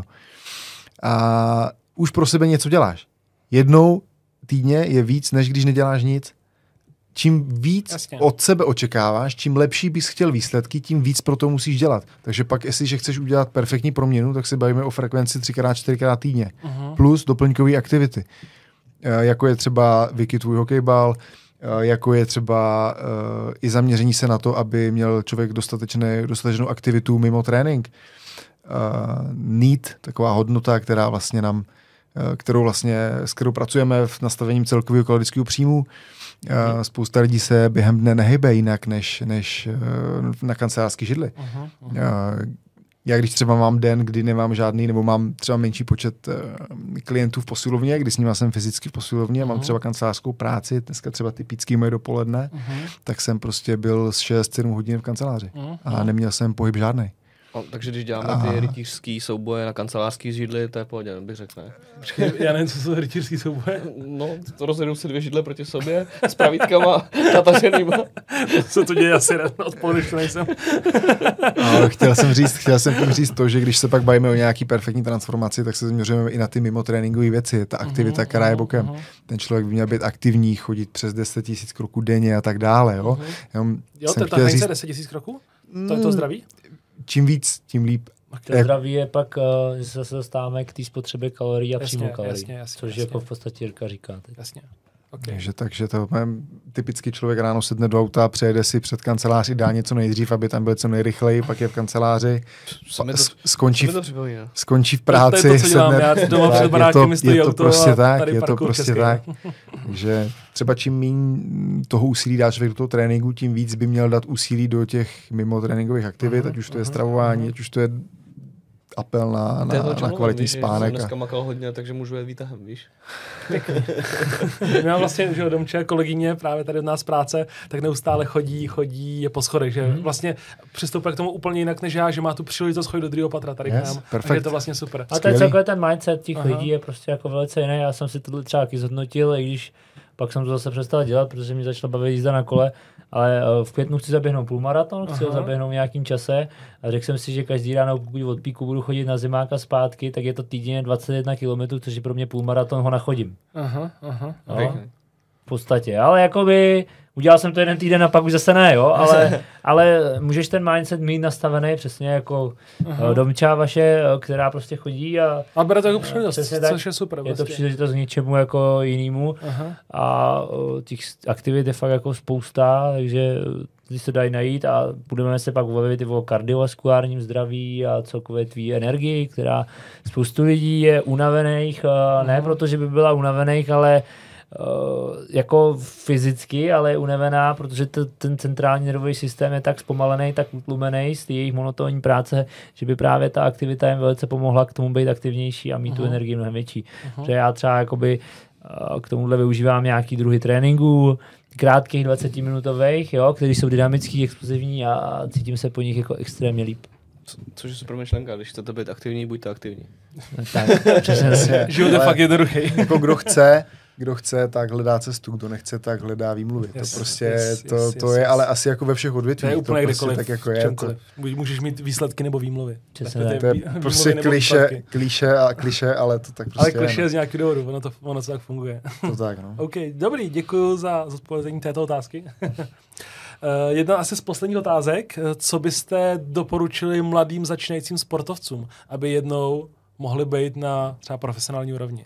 A už pro sebe něco děláš. Jednou týdně je víc, než když neděláš nic. Čím víc Jasně. od sebe očekáváš, čím lepší bys chtěl výsledky, tím víc pro to musíš dělat. Takže pak, jestliže chceš udělat perfektní proměnu, tak se bavíme o frekvenci třikrát, čtyřikrát týdně. Uh-huh. Plus doplňkové aktivity. Jako je třeba Vicky tvůj hokejbal, jako je třeba uh, i zaměření se na to, aby měl člověk dostatečné, dostatečnou aktivitu mimo trénink. Uh, need, taková hodnota, která vlastně nám, uh, kterou vlastně, s kterou pracujeme v nastavením celkového kalorického příjmu. Uh, spousta lidí se během dne nehybe jinak, než, než uh, na kancelářské židli. Uh-huh, uh-huh. Uh, Já když třeba mám den, kdy nemám žádný, nebo mám třeba menší počet uh, klientů v posilovně, kdy s nimi jsem fyzicky v posilovně, uh-huh. mám třeba kancelářskou práci, dneska třeba typický moje dopoledne, uh-huh. tak jsem prostě byl z šest sedm hodin v kanceláři uh-huh. a neměl jsem pohyb žádnej. No, takže když děláme ty rytířský souboje na kancelářský židli, to je pohodě, bych řekl, ne? Já nevím, co jsou rytířský souboje. No, to rozjedou si dvě židle proti sobě s pravítkama nataženýma. Co to děje asi odpoledne, že nejsem. Ale chtěl jsem říct, chtěl jsem tím říct to, že když se pak bavíme o nějaký perfektní transformaci, tak se zaměřujeme i na ty mimo tréninkové věci, ta aktivita, uh-huh, která je bokem. Uh-huh. Ten člověk by měl být aktivní, chodit přes deset tisíc kroků denně a tak dále, jo. Uh-huh. Jenom jo, to je ta říct... deset tisíc kroků? To je to zdraví? Čím víc, tím líp. To zdraví je pak, uh, že se dostáváme k té spotřebě kalorií a přímo kalorií, jasně, jasně, což jasně. je jako v podstatě Jirka říká. Teď. Jasně. Okay. Takže, takže to typický člověk ráno sedne do auta, přejede si před kanceláři, dá něco nejdřív, aby tam byl co nejrychleji, pak je v kanceláři, pa, to, skončí, to skončí v práci. To je to, co dělám, já doma před barákem mi stojí auto. Je to prostě tak, je to prostě tak. tak. Takže třeba čím méně toho úsilí dá člověk do toho tréninku, tím víc by měl dát úsilí do těch mimo tréninkových aktivit, uh-huh, ať už to je stravování, uh-huh. ať už to je apel na, na, na kvalitní víš, spánek. Já jsem dneska makal hodně, takže můžu jet výtahem, víš? Já vlastně, že Domče, kolegyně právě tady od nás z práce, tak neustále chodí, chodí po schodech, že mm. vlastně přistoupil k tomu úplně jinak než já, že má tu příležitost chodit do druhého patra tady yes, k nám. Perfect. Takže je to vlastně super. A to je celkově ten mindset těch Aha. lidí je prostě jako velice jiný. Já jsem si tohle třeba taky zhodnotil, i když pak jsem to zase přestal dělat, protože mě začala bavit jízda na kole, ale v květnu chci zaběhnout půlmaraton, chci ho zaběhnout v nějakým čase a řekl jsem si, že každý ráno, pokud od píku budu chodit na zimáka zpátky, tak je to týdně dvacet jedna kilometrů, což je pro mě půlmaraton, ho nachodím. Aha, aha. No, v podstatě, ale jakoby udělal jsem to jeden týden a pak už zase ne, jo, ale, ale můžeš ten mindset mít nastavený přesně jako uh, Domča vaše, která prostě chodí a... A bere to jako příležitost, což je super. Je vlastně. to příležitost k něčemu jako jinému Aha. a uh, těch aktivit je fakt jako spousta, takže ty se dají najít a budeme se pak bavit i o kardiovaskulárním zdraví a celkově tvý energii, která spoustu lidí je unavených, uh, ne proto, že by byla unavených, ale Uh, jako fyzicky, ale je unavená, protože to, ten centrální nervový systém je tak zpomalený, tak utlumený z té jejich monotónní práce, že by právě ta aktivita jim velice pomohla k tomu být aktivnější a mít uh-huh. tu energii mnohem větší. Uh-huh. Že já třeba jakoby, uh, k tomuhle využívám nějaký druhy tréninků, krátkých dvacetiminutových, jo, který jsou dynamický, explozivní a cítím se po nich jako extrémně líp. Což je super myšlenka, když chcete být aktivní, buďte aktivní. Tak, přesně. Život je fakt jednoduchý. Jako kdo chce, kdo chce, tak hledá cestu, kdo nechce, tak hledá výmluvy. Yes, to prostě, yes, to, yes, to yes, je yes. ale asi jako ve všech odvětvích. To je úplně to prostě kdekoliv, tak jako je. To... Můžeš mít výsledky nebo výmluvy. To je, to je prostě kliše, kliše a kliše, ale to tak prostě Ale kliše je z nějakého důvodu, ono to, ono to tak funguje. To tak, no. OK, dobrý, děkuji za zodpovězení této otázky. Uh, jedna asi z posledních otázek. Co byste doporučili mladým začínajícím sportovcům, aby jednou mohli být na třeba profesionální úrovni?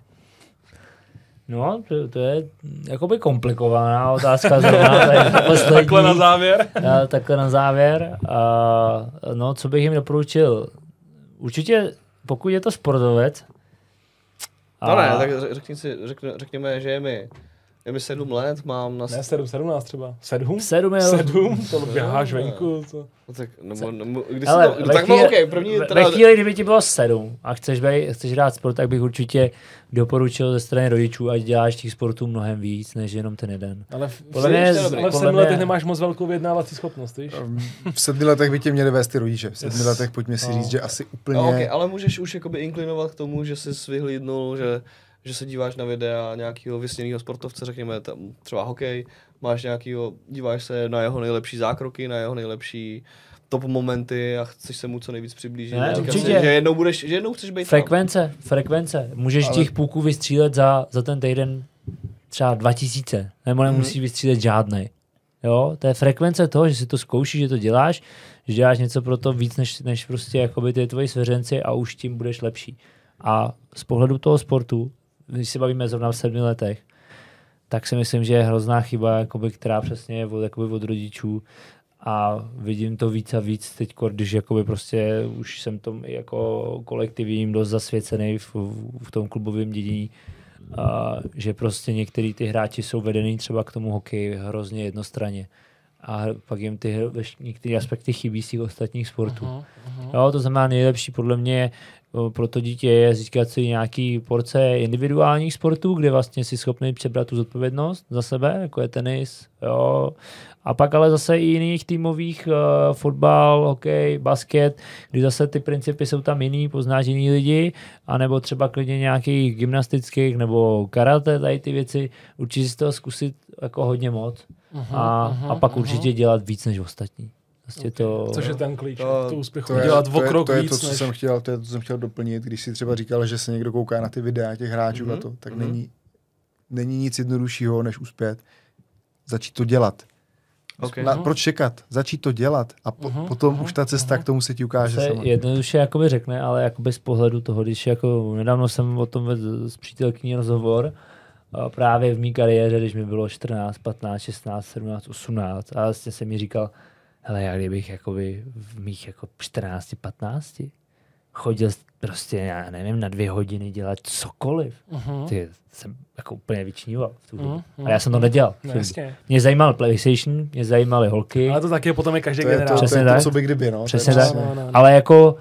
No, to, to je jakoby komplikovaná otázka zrovna. Takhle na závěr. A, takhle na závěr. A, no, co bych jim doporučil? Určitě, pokud je to sportovec. A... No ne, tak řekni si, řekne, řekněme, že je mi Je mi sedm let, mám na... Ne, sedm, sedmnáct třeba. Sedm? Sedm je... Sedm? To běháš venku. To... No tak, nebo, nebo, když ale to, tak chvíli, okay, první... Ve, teda... ve chvíli, kdyby ti bylo sedm a chceš, bej, chceš hrát sport, tak bych určitě doporučil ze strany rodičů, ať děláš těch sportů mnohem víc, než jenom ten jeden. Ale v, podle mě, ale v sedmi letech nemáš moc velkou vyjednávací schopnost, víš? V sedmi letech by tě měli vést ty rodiče. V sedmi yes. letech pojďme si no. říct, že asi úplně... No, okay, ale můžeš už jakoby inklinovat k tomu, že jsi vyhlídnul, že že se díváš na videa nějakého vysněného sportovce, řekněme tam třeba hokej, máš nějakýho, díváš se na jeho nejlepší zákroky, na jeho nejlepší top momenty a chceš se mu co nejvíc přiblížit. Ne, si, že jednou budeš, že jednou chceš být frekvence, tam. Frekvence. Můžeš ale... těch půlků vystřílet za, za ten týden třeba dva tisíce, nebo nemusíš hmm. vystřílet žádnej. Jo, to je frekvence toho, že si to zkoušíš, že to děláš, že děláš něco pro to víc, než, než prostě jakoby ty tvoji svěřenci a už tím budeš lepší. A z pohledu toho sportu, když se bavíme zrovna v sedmi letech, tak si myslím, že je hrozná chyba, jakoby, která přesně je od, jakoby, od rodičů a vidím to víc a víc teď, když jakoby, prostě už jsem tom jako kolektivním dost zasvěcený v, v tom klubovém dědění, a že prostě některý ty hráči jsou vedený třeba k tomu hokeji hrozně jednostranně a pak jim ty některé aspekty chybí z těch ostatních sportů. Aha, aha. Jo, to znamená nejlepší podle mě pro to dítě je získat si nějaký porce individuálních sportů, kde vlastně si schopný přebrat tu zodpovědnost za sebe, jako je tenis, jo. A pak ale zase i jiných týmových, uh, fotbal, hokej, basket, kdy zase ty principy jsou tam jiný, poznáš jiný lidi, anebo třeba klidně nějakých gymnastických nebo karate, tady ty věci, určitě si toho zkusit jako hodně moc uh-huh, a, uh-huh, a pak uh-huh. určitě dělat víc než ostatní. Vlastně okay. to, Což je ten klíč, to, to úspěchu, to je, dělat to je, o krok to je, víc to, co než... jsem chtěl, to je to, co jsem chtěl doplnit, když si třeba říkal, že se někdo kouká na ty videa těch hráčů mm-hmm. a to, tak mm-hmm. není, není nic jednoduššího, než uspět. Začít to dělat. Okay. Na, proč čekat? Začít to dělat a po, uh-huh, potom uh-huh, už ta cesta uh-huh. k tomu se ti ukáže se sama. Jednoduše jakoby řekne, ale jakoby z pohledu toho, když jako nedávno jsem o tom vedl s přítelkyní rozhovor, právě v mý kariéře, když mi bylo čtrnáct, patnáct, šestnáct, sedmnáct, osmnáct a vlastně jsem mi říkal, hele, já kdybych jakoby v mých jako čtrnácti, patnácti chodil prostě, já nevím, na dvě hodiny dělat cokoliv. Uh-huh. Ty jsem jako úplně vyčníval v tu dobu. Uh-huh. A já jsem to nedělal. No, mě zajímal PlayStation, mě zajímaly holky. Ale to taky potom je každý to je generál. To, to je to, tak. co by kdyby, no. Přesně tak. No, no, no. Ale jako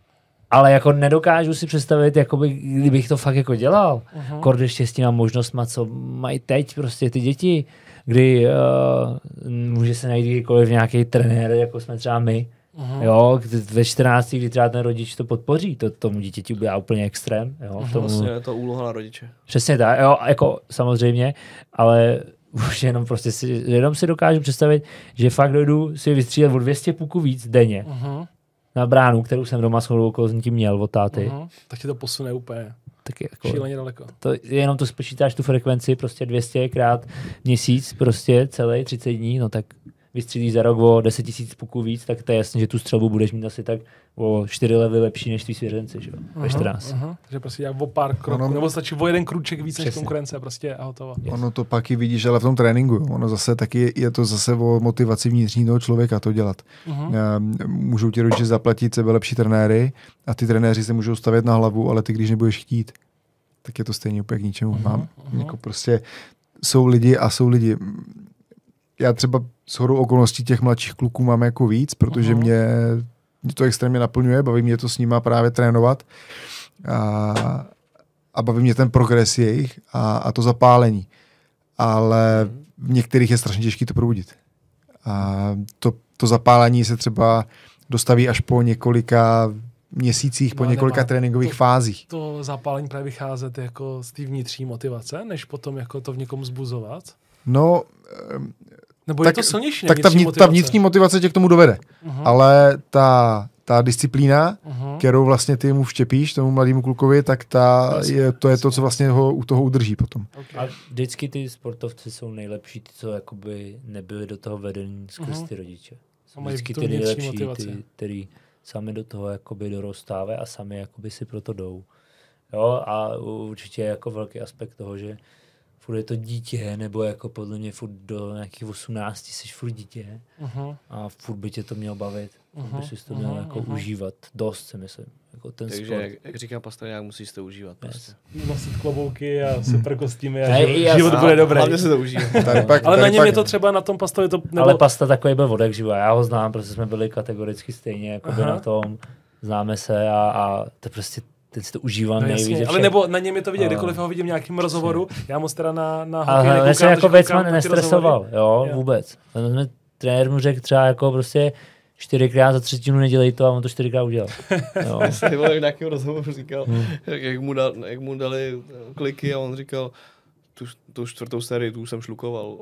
ale jako nedokážu si představit, jakoby, kdybych to fakt jako dělal. Uh-huh. Korde štěstí mám možnostma, co mají teď prostě ty děti, kdy uh, může se najít kdykoliv nějaký trenér, jako jsme třeba my. Uh-huh. Jo, ve čtrnácti, kdy třeba ten rodič to podpoří, to tomu dítěti udělá úplně extrém. Jo, uh-huh. tomu... Vlastně je to úloha na rodiče. Přesně tak, jo, jako samozřejmě, ale už jenom prostě si, jenom si dokážu představit, že fakt dojdu si vystřílet o dvě stě puků víc denně. Uh-huh. Na bránu, kterou jsem doma s chodou okolností měl od táty. Uh-huh. Tak ti to posune úplně tak jako, šíleně daleko. To, jenom to spočítáš tu frekvenci, prostě dvě stě krát měsíc, prostě celý třicet dní, no tak vystřílíš za rok o deset tisíc puků víc, tak to je jasně, že tu střelbu budeš mít asi tak o čtyři levy lepší než tví svěřenci, že jo, ve čtrnáct. Uh-huh. Takže prostě jak o pár kroků, ono, nebo stačí o jeden krůček víc než konkurence, prostě a hotovo. Yes. Ono to pak i vidíš, ale v tom tréninku, jo. Ono zase taky je to zase o motivaci vnitřní toho člověka to dělat. Uh-huh. Můžou ti rodiče zaplatit sebe lepší trenéry a ty trenéři se můžou stavět na hlavu, ale ty když nebudeš chtít, tak je to stejně úplně k ničemu. Uh-huh. Mám, uh-huh. jako prostě jsou lidi a jsou lidi. Já třeba shodou okolností těch mladších kluků mám jako víc, protože uh-huh. mě, mě to extrémně naplňuje, baví mě to s nima právě trénovat a, a baví mě ten progres jejich a, a to zapálení. Ale v některých je strašně těžké to probudit. A to, to zapálení se třeba dostaví až po několika měsících, po no, několika tréninkových to, fázích. To zapálení právě vycházet jako z té vnitřní motivace, než potom jako to v někom zbuzovat? No, nebo tak, je to silnější? Tak ta, vnitř, ta vnitřní motivace tě k tomu dovede. Uh-huh. Ale ta, ta disciplína, uh-huh. kterou vlastně ty mu vštěpíš, tomu mladému klukovi, tak ta je, to je to, co vlastně ho u toho udrží potom. Okay. A vždycky ty sportovci jsou nejlepší, ty, co jakoby nebyli do toho vedení skrz uh-huh. ty rodiče. Jsou vždycky ty nejlepší, motivaci. ty, který sami do toho jakoby dorostávají a sami jakoby si proto jdou. Jo, a určitě je jako velký aspekt toho, že furt je to dítě, nebo jako podle mě furt do nějakých osmnácti jsi furt dítě uh-huh. a furt by tě to mělo bavit. Uh-huh. By si to měl uh-huh. jako uh-huh. užívat. Dost si myslím. Jako ten Takže sport. Jak, jak říká Pastrňák, musíš to užívat. Yes. Prostě. Nosit klobouky a super kostýmy a hey, život, život bude dobrý. Hlavně se to užívat. Ale na něm pak je to třeba na tom Pastovi to... Nebo... Ale Pasta takový byl vodek živa. Já ho znám, protože jsme byli kategoricky stejně jako na tom. Známe se a, a to prostě ten si to užíval no, nejvíc. Ale nebo na něm je to vidět, kdykoliv ho vidím v nějakým rozhovoru, já moc teda na, na hokej nekoukám. Ale se jako Vecman nestresoval, jo, jo, vůbec. Trenér mu řekl třeba jako prostě čtyřikrát za třetinu nedělej to a on to čtyřikrát udělal. Jo. Já jsem v nějakém rozhovoru říkal, hmm. jak, mu dal, jak mu dali kliky a on říkal, tu, tu čtvrtou sérii, tu už jsem šlukoval.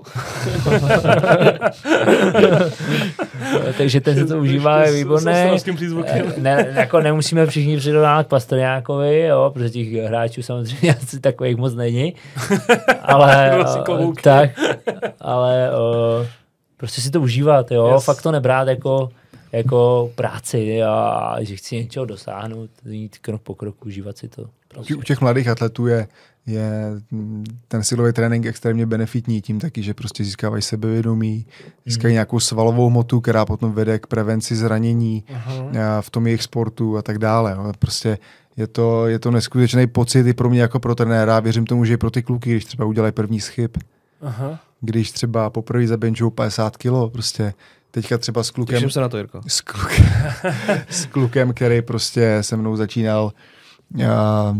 Takže ten se to užívá, je výborný. Ne, jako nemusíme všichni přirovnávat k Pastrňákovi, jo, protože těch hráčů samozřejmě asi takových moc není. Ale o, tak, ale o, prostě si to užívat, jo, yes. Fakt to nebrát jako, jako práci a že chci něčeho dosáhnout, jít krok po kroku, užívat si to. Prostě. U těch mladých atletů je je ten silový trénink extrémně benefitní tím taky, že prostě získávají sebevědomí, získají nějakou svalovou hmotu, která potom vede k prevenci zranění uh-huh. v tom jejich sportu a tak dále. Prostě je to, je to neskutečný pocit i pro mě jako pro trenéra. Věřím tomu, že i pro ty kluky, když třeba udělají první schyb, uh-huh. když třeba poprvé zabenčou padesát kilo, prostě teďka třeba s klukem... Těším se na to, Jirko. S klukem, s klukem, který prostě se mnou začínal Já,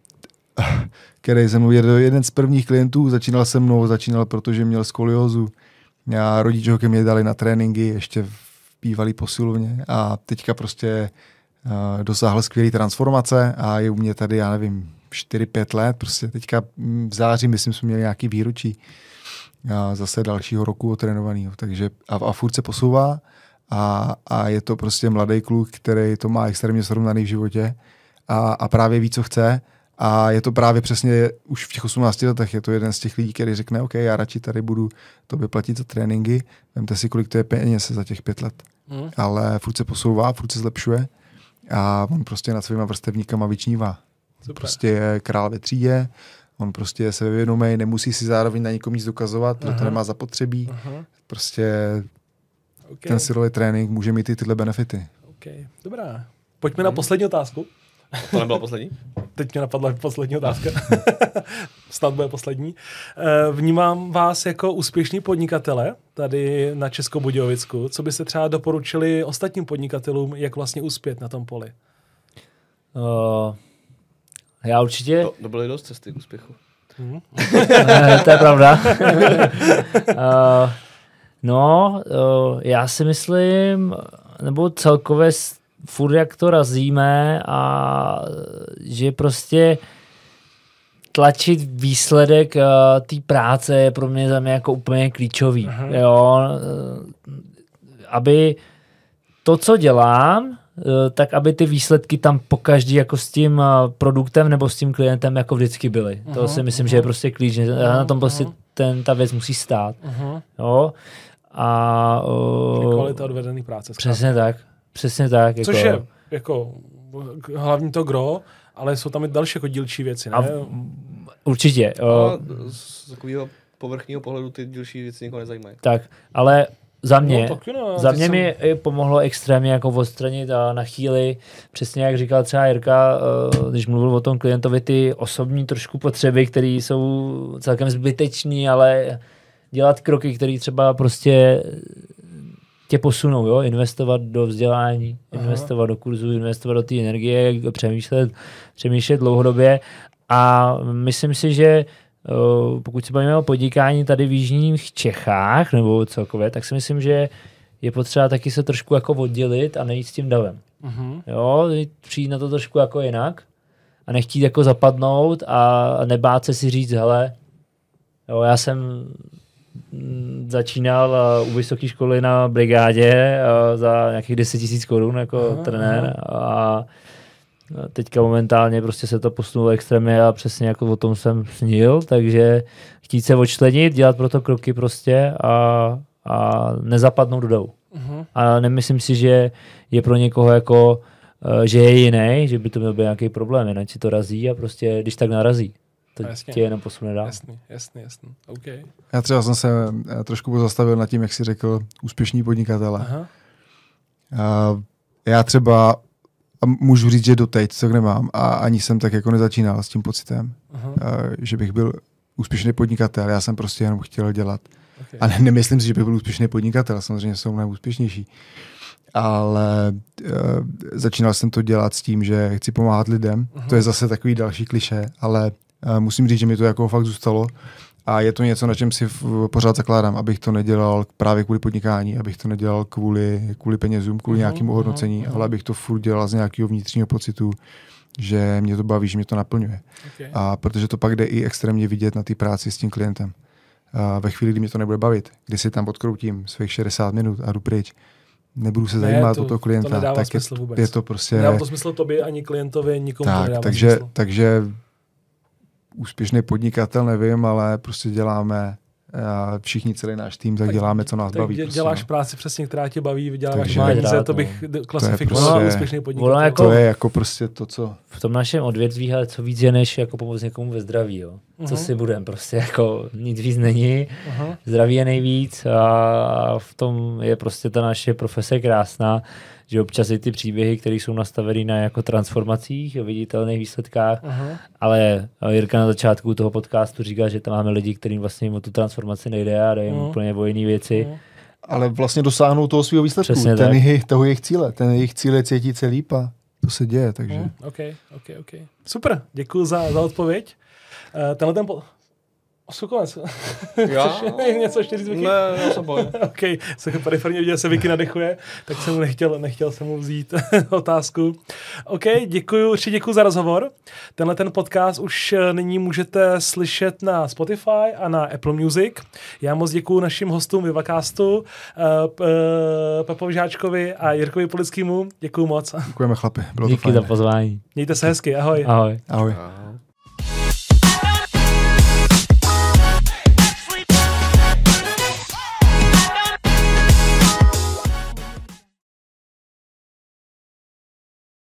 který jsem mnou jeden z prvních klientů, začínal se mnou, začínal, protože měl skoliózu. Já rodiče ho ke mně dali na tréninky, ještě v bývalý posilovně a teďka prostě uh, dosáhl skvělý transformace a je u mě tady, já nevím, čtyři pět let, prostě teďka v září, myslím, jsme měli nějaký výročí a zase dalšího roku otrénovanýho, takže a, a furt se posouvá a, a je to prostě mladý kluk, který to má extrémně srovnaný v životě a, a právě ví, co chce a je to právě přesně už v těch osmnácti letech, je to jeden z těch lidí, který řekne, OK, já radši tady budu tobě platit za tréninky, vemte si, kolik to je peněz za těch pět let. Mm. Ale furt se posouvá, furt se zlepšuje a on prostě nad svýma vrstevníkama vyčnívá. Super. Prostě je král ve třídě, on prostě je sebevědomý, nemusí si zároveň na nikom nic dokazovat, protože to nemá zapotřebí. Aha. Prostě okay. Ten silový trénink může mít i tyhle benefity. Okay. Dobrá. Pojďme hmm. na poslední otázku. To nebyla poslední? Teď mě napadla poslední otázka. Snad bude poslední. Vnímám vás jako úspěšní podnikatele tady na Českobudějovicku. Co byste třeba doporučili ostatním podnikatelům, jak vlastně uspět na tom poli? Uh, já určitě... To, to byly dost cesty k úspěchu. Hmm. To je pravda. uh, no, uh, já si myslím, nebo celkově furt jak to razíme a že prostě tlačit výsledek uh, té práce je pro mě za mě jako úplně klíčový. Aha. Jo, uh, aby to, co dělám, uh, tak aby ty výsledky tam pokaždý jako s tím uh, produktem nebo s tím klientem jako vždycky byly. Aha, to si myslím, aha. že je prostě klíč. Aha, na tom prostě ten, ta věc musí stát. Aha. Jo, a uh, kvalita odvedený práce. Přesně tak. Přesně tak. Což jako... je jako hlavní to gro, ale jsou tam i další jako dílčí věci, ne? A v, určitě. A z takového povrchního pohledu ty dílčí věci nikoho nezajímají. Tak, ale za mě, no, no, za mě jsem... mi pomohlo extrémně jako odstranit a na chvíli, přesně jak říkal třeba Jirka, když mluvil o tom klientovi, ty osobní trošku potřeby, které jsou celkem zbytečný, ale dělat kroky, které třeba prostě tě posunou, jo? Investovat do vzdělání, aha. investovat do kurzu, investovat do té energie, přemýšlet, přemýšlet dlouhodobě a myslím si, že uh, pokud se bavíme o podnikání tady v jižních Čechách nebo celkově, tak si myslím, že je potřeba taky se trošku jako oddělit a nejít s tím davem. Uh-huh. Jo, přijít na to trošku jako jinak a nechtít jako zapadnout a nebát se si říct, hele, jo, já jsem začínal uh, u vysoké školy na brigádě uh, za nějakých deset tisíc korun jako aha, trenér a teďka momentálně prostě se to posunulo extrémně a přesně jako o tom jsem snil, takže chtít se odčlenit, dělat pro to kroky prostě a, a nezapadnout do davu. Uh-huh. A nemyslím si, že je pro někoho jako, uh, že je jiný, že by to měl být nějaký problém, jinak si to razí a prostě když tak narazí. To jasně. Tě jenom posune dál. Jasný, jasný, jasný. Okay. Já třeba jsem se trošku zastavil nad tím, jak jsi řekl, úspěšní podnikatele. Aha. Uh, já třeba a můžu říct, že doteď to nemám a ani jsem tak jako nezačínal s tím pocitem, uh, že bych byl úspěšný podnikatel. Já jsem prostě jenom chtěl dělat. Okay. A ne, nemyslím si, že bych byl úspěšný podnikatel, samozřejmě jsou mnohem úspěšnější. Ale uh, začínal jsem to dělat s tím, že chci pomáhat lidem. Uh-huh. To je zase takový další klišé, ale uh, musím říct, že mi to jako fakt zůstalo. A je to něco, na čem si v, pořád zakládám, abych to nedělal právě kvůli podnikání, abych to nedělal kvůli, kvůli penězům, kvůli uh-huh, nějakému ohodnocení, uh-huh. ale abych to furt dělal z nějakého vnitřního pocitu, že mě to baví, že mě to naplňuje. Okay. A protože to pak jde i extrémně vidět na té práci s tím klientem. A ve chvíli, kdy mě to nebude bavit, kdy si tam odkroutím svých šedesát minut a jdu pryč, nebudu se zajímat ne, to, o toho klienta, to tak je, je to prostě... Nedává to smysl tobě ani klientovi, nikomu tak, to nedává takže, smysl. takže úspěšný podnikatel, nevím, ale prostě děláme a všichni, celý náš tým, tak, tak děláme, co nás tak baví. Dě, prostě, děláš no. práci přesně, která tě baví, vyděláváš takže, peníze, rád, to bych no. klasifikoval prostě, úspěšný podnikatel. Jako, to je jako prostě to, co... V tom našem odvětví, ale co víc je, než jako pomoct někomu ve zdraví, jo. Co uh-huh. si budem, prostě jako nic víc není, uh-huh. zdraví je nejvíc a v tom je prostě ta naše profese krásná, že občas i ty příběhy, které jsou nastavené na jako transformacích, o viditelných výsledkách, uh-huh. ale Jirka na začátku toho podcastu říká, že tam máme lidi, kterým vlastně o tu transformaci nejde a dají jim uh-huh. úplně o jiné věci. Uh-huh. Ale vlastně dosáhnou toho svého výsledku, ten jejich, toho jejich cíle, ten jejich cíl je cítit se líp a to se děje, takže... Hmm, OK, OK, OK. Super, děkuji za, za odpověď. Uh, tenhle ten... Po... Konec. Já? Něco ještě říct, Vicky? Ne, já jsem pohodě. OK, jsem periferně viděl, se Vicky nadechuje, tak jsem mu nechtěl, nechtěl jsem mu vzít otázku. OK, děkuju, určitě děkuju za rozhovor. Tenhle ten podcast už nyní můžete slyšet na Spotify a na Apple Music. Já moc děkuju našim hostům Vivacastu, Pepovi Žáčkovi a Jirkovi Polickému. Děkuju moc. Děkujeme chlapi, bylo Díky to fajn. za pozvání. Mějte se hezky, ahoj. Ahoj. Ahoj. Ahoj.